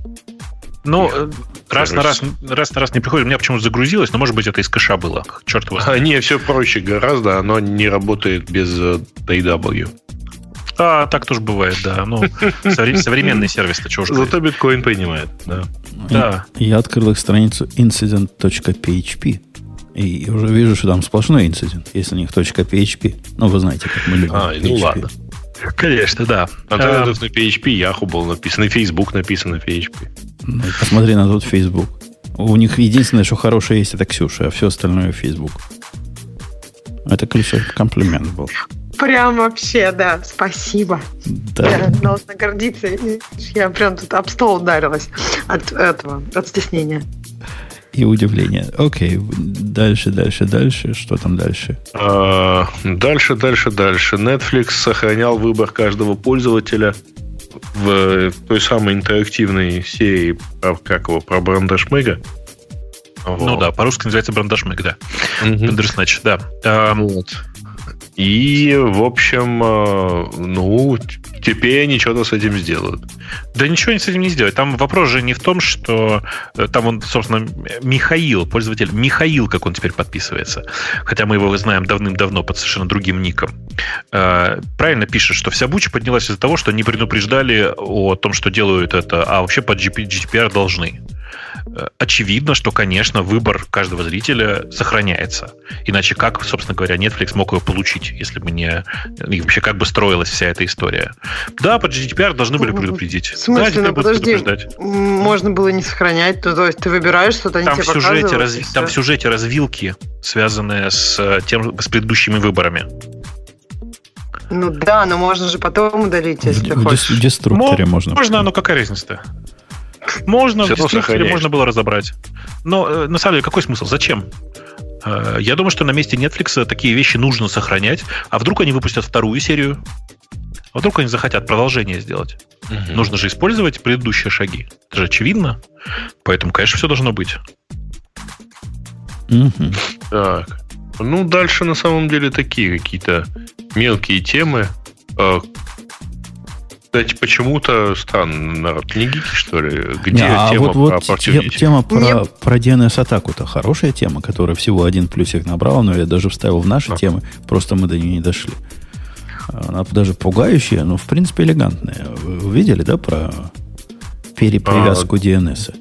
Раз на раз не приходит. У меня почему-то загрузилось, но, может быть, это из кэша было. Черт его знает. Не, все проще гораздо. Оно не работает без DW. Так тоже бывает, да. Современный сервис-то чего же. Зато биткоин принимает, да. Я открыл их страницу incident.php. И уже вижу, что там сплошной инцидент, если у них .php. Вы знаете, как мы любим PHP. Ладно. Конечно, да. Альтернатив на PHP, Yahoo был написан, и Facebook написан на PHP. Посмотри на тот Facebook. У них единственное, что хорошее есть, это Ксюша, а все остальное Facebook. Это ключевой комплимент был. Прям вообще, да, спасибо. Да. Я должна гордиться. Я прям тут об стол ударилась от стеснения. И удивление. Окей, дальше. Что там дальше? Дальше. Netflix сохранял выбор каждого пользователя в той самой интерактивной серии про Брандашмыга. По-русски называется Брандашмыг, да. Бандерснэч, да. И, в общем, теперь они что-то с этим сделают. Да ничего с этим не сделают. Там вопрос же не в том, что там он, собственно, Михаил, пользователь Михаил, как он теперь подписывается. Хотя мы его знаем давным-давно под совершенно другим ником. Правильно пишет, что вся буча поднялась из-за того, что не предупреждали о том, что делают это, а вообще под GDPR должны. очевидно, что, конечно, выбор каждого зрителя сохраняется. Иначе как, собственно говоря, Netflix мог его получить, если бы не... И вообще, как бы строилась вся эта история? Да, по GDPR должны были предупредить. В смысле? Да, подожди, можно было не сохранять, то есть ты выбираешь что-то, они тебе показывают. Там в сюжете развилки, связанные с предыдущими выборами. Ну да, но можно же потом удалить, если хочешь. В деструкторе можно. Можно, но какая разница-то? Можно, в деструкторе можно было разобрать. Но на самом деле, какой смысл? Зачем? Я думаю, что на месте Netflix такие вещи нужно сохранять. А вдруг они выпустят вторую серию? А вдруг они захотят продолжение сделать? Угу. Нужно же использовать предыдущие шаги. Это же очевидно. Поэтому, конечно, все должно быть. Угу. Так. Ну, дальше на самом деле такие какие-то мелкие темы. Кстати, почему-то странно, книги, что ли? Где тема про opportunity? Тема про DNS-атаку-то хорошая тема, которая всего один плюсик набрала, но я даже вставил в наши темы, просто мы до нее не дошли. Она даже пугающая, но в принципе элегантная. Вы видели, да, про перепривязку DNS-а?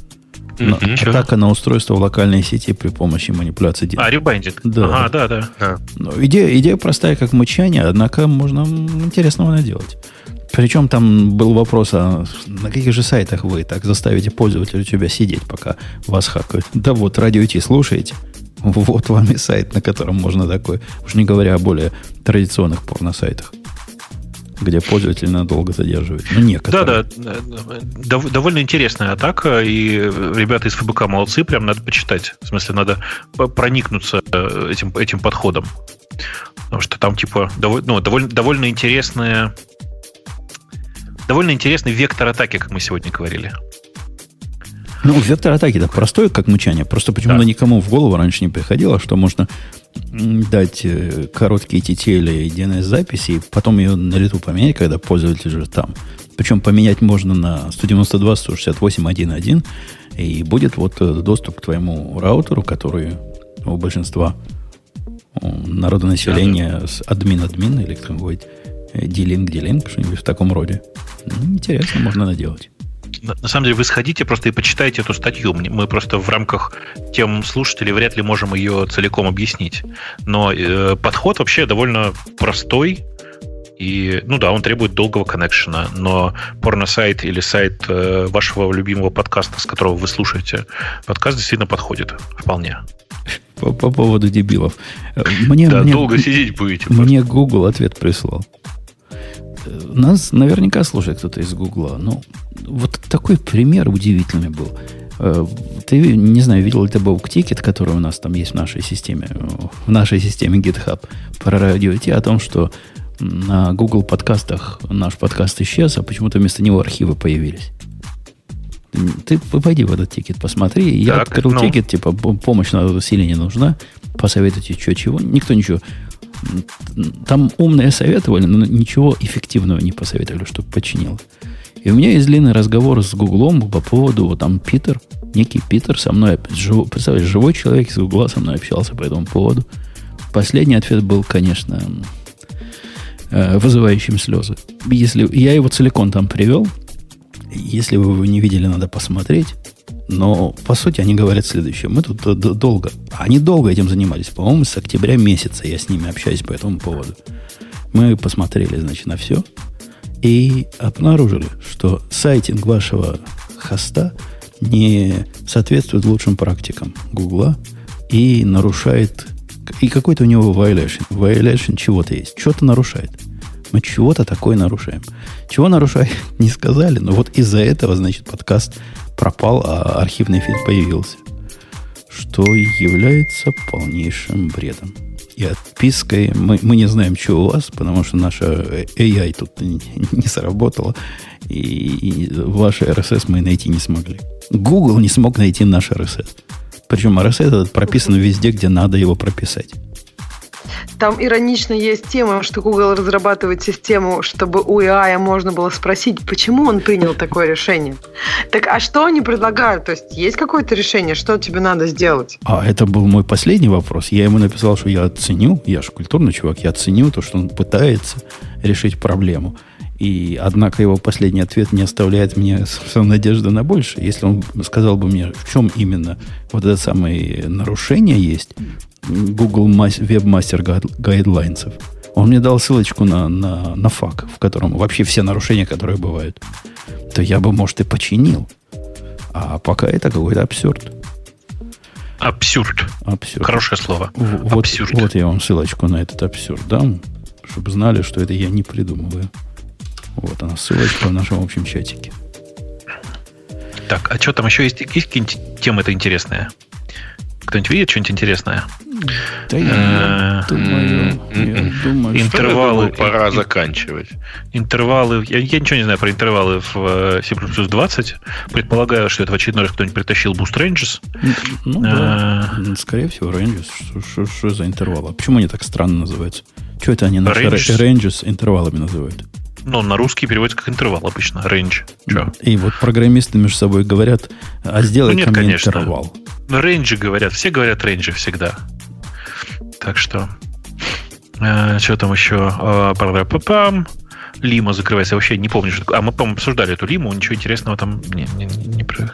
Атака на устройство в локальной сети при помощи манипуляции DNS. Ребайндинг. Да. Ага, да. Идея простая, как мычание, однако можно интересного наделать. Причем там был вопрос, на каких же сайтах вы так заставите пользователя у тебя сидеть, пока вас хакают. Да вот, Радио Ти слушаете. Вот вам и сайт, на котором можно такой. Уж не говоря о более традиционных порно-сайтах, где пользователь надолго задерживает. Ну, некоторые. Да. Довольно интересная атака, и ребята из ФБК молодцы, прям надо почитать. В смысле, надо проникнуться этим подходом. Потому что там, типа, довольно интересная... Довольно интересный вектор атаки, как мы сегодня говорили. Ну, вектор атаки-то простой, как мычание. Просто почему-то никому в голову раньше не приходило, что можно дать короткие TTL и DNS-записи, и потом ее на лету поменять, когда пользователь уже там. Причем поменять можно на 192.168.1.1, и будет вот доступ к твоему раутеру, который у большинства народонаселения с админ, или как говорить, D-Link, что-нибудь в таком роде. Интересно, можно наделать. На самом деле, вы сходите просто и почитайте эту статью. Мы просто в рамках тем слушателей вряд ли можем ее целиком объяснить. Но подход вообще довольно простой. И, он требует долгого коннекшена. Но порно-сайт или сайт вашего любимого подкаста, с которого вы слушаете, подкаст действительно подходит вполне. По поводу дебилов. Долго сидеть будете. Мне Google ответ прислал. Нас наверняка слушает кто-то из Гугла. Но вот такой пример удивительный был. Ты, не знаю, видел ли ты BookTicket, который у нас там есть в нашей системе GitHub про Радио Ти, о том, что на Google подкастах наш подкаст исчез, а почему-то вместо него архивы появились. Ты пойди в этот тикет, посмотри. Я открыл тикет, типа, помощь на усиление нужна. Посоветуйте, чего. Никто ничего. Там умные советовали, но ничего эффективного не посоветовали, чтобы починил. И у меня есть длинный разговор с Гуглом по поводу, вот там Питер, некий Питер со мной, представляешь, живой человек из Гугла со мной общался по этому поводу. Последний ответ был, конечно, вызывающим слезы. Если я его целиком там привел, если вы его не видели, надо посмотреть. Но, по сути, они говорят следующее. Мы тут они долго этим занимались. По-моему, с октября месяца я с ними общаюсь по этому поводу. Мы посмотрели, значит, на все. И обнаружили, что сайтинг вашего хоста не соответствует лучшим практикам Гугла и нарушает... И какой-то у него violation. Violation чего-то есть. Что-то нарушает. Мы чего-то такое нарушаем. Чего нарушаем, не сказали, но вот из-за этого, значит, подкаст пропал, а архивный фид появился. Что является полнейшим бредом. И отпиской мы не знаем, что у вас, потому что наша AI тут не сработала, и ваш RSS мы найти не смогли. Google не смог найти наш RSS. Причем RSS этот прописан везде, где надо его прописать. Там иронично есть тема, что Google разрабатывает систему, чтобы у AI можно было спросить, почему он принял такое решение. Так, а что они предлагают? То есть, есть какое-то решение, что тебе надо сделать? А это был мой последний вопрос. Я ему написал, что я оценю, я же культурный чувак, я оценю то, что он пытается решить проблему. И, однако, его последний ответ не оставляет мне надежды на больше. Если он сказал бы мне, в чем именно вот это самое нарушение есть, Google Webmaster Guidelines, он мне дал ссылочку на фак, в котором вообще все нарушения, которые бывают, то я бы, может, и починил. А пока это какой-то абсурд. Абсурд. Хорошее слово. Абсурд. Вот я вам ссылочку на этот абсурд дам, чтобы знали, что это я не придумываю. Вот она, ссылочка в нашем общем чатике. Так, а что там еще есть какие-нибудь темы-то интересные? Кто-нибудь видит что-нибудь интересное? Да я думаю, интервалы. Пора заканчивать. Интервалы. Я ничего не знаю про интервалы в C++20. Предполагаю, что это в очередной раз кто-нибудь притащил Boost Ranges. Ну да. Скорее всего, Ranges. Что за интервалы? Почему они так странно называются? Что это они наши Ranges интервалами называют? Ну, на русский переводится как интервал обычно. Range. Че? И вот программисты между собой говорят, а сделай ко мне интервал. Ну, рейнджи говорят. Все говорят рейнджи всегда. Так что... что там еще? Лима закрывается. Я вообще не помню, что... мы, по-моему, обсуждали эту лиму. Ничего интересного там не про...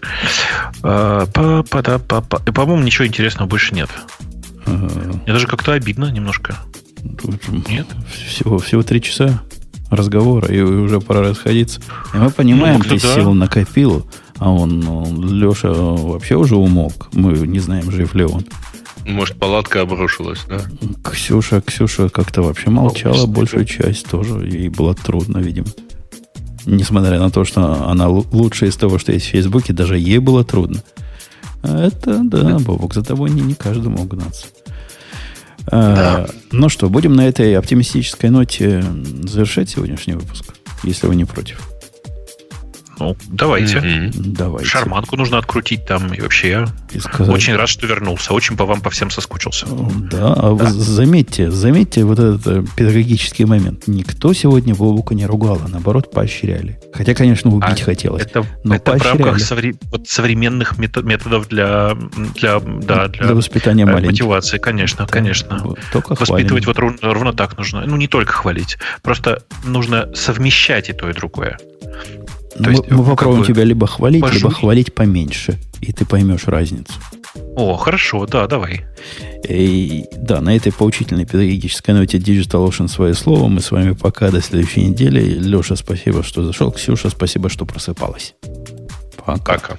По-моему, ничего интересного больше нет. Мне даже как-то обидно немножко. Нет? Всего 3 часа разговора, и уже пора расходиться. И мы понимаем, ты сил накопил, а Леша вообще уже умолк. Мы не знаем, жив ли он. Может, палатка обрушилась, да? Ксюша как-то вообще молчала большую часть тоже. Ей было трудно, видимо. Несмотря на то, что она лучшая из того, что есть в Фейсбуке, даже ей было трудно. Это, да, Бобок, за тобой не каждый мог гнаться. Да. Ну что, будем на этой оптимистической ноте завершать сегодняшний выпуск, если вы не против. Ну, давайте. Давайте. Шарманку нужно открутить там. И вообще я очень рад, что вернулся. Очень по вам по всем соскучился. Да, заметьте вот этот педагогический момент. Никто сегодня Бобука не ругал, а наоборот поощряли. Хотя, конечно, убить хотелось. Это в рамках современных методов для воспитания маленьких. Мотивации, конечно. Только воспитывать вот ровно так нужно. Ну, не только хвалить. Просто нужно совмещать и то, и другое. Мы попробуем тебя либо хвалить, либо хвалить поменьше. И ты поймешь разницу. О, хорошо, да, давай. И, да, на этой поучительной педагогической ноте DigitalOcean свое слово. Мы с вами пока до следующей недели. Леша, спасибо, что зашел. Ксюша, спасибо, что просыпалась. Пока.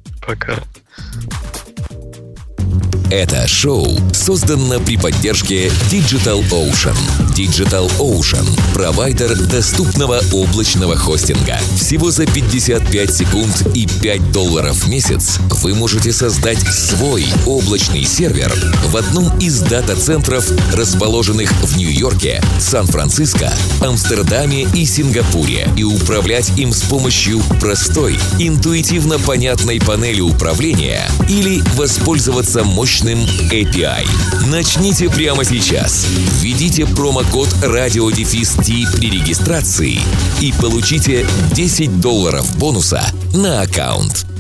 Это шоу создано при поддержке DigitalOcean. DigitalOcean – провайдер доступного облачного хостинга. Всего за 55 секунд и $5 в месяц вы можете создать свой облачный сервер в одном из дата-центров, расположенных в Нью-Йорке, Сан-Франциско, Амстердаме и Сингапуре, и управлять им с помощью простой, интуитивно понятной панели управления или воспользоваться мощным API. Начните прямо сейчас. Введите промокод RadioDefist при регистрации и получите $10 бонуса на аккаунт.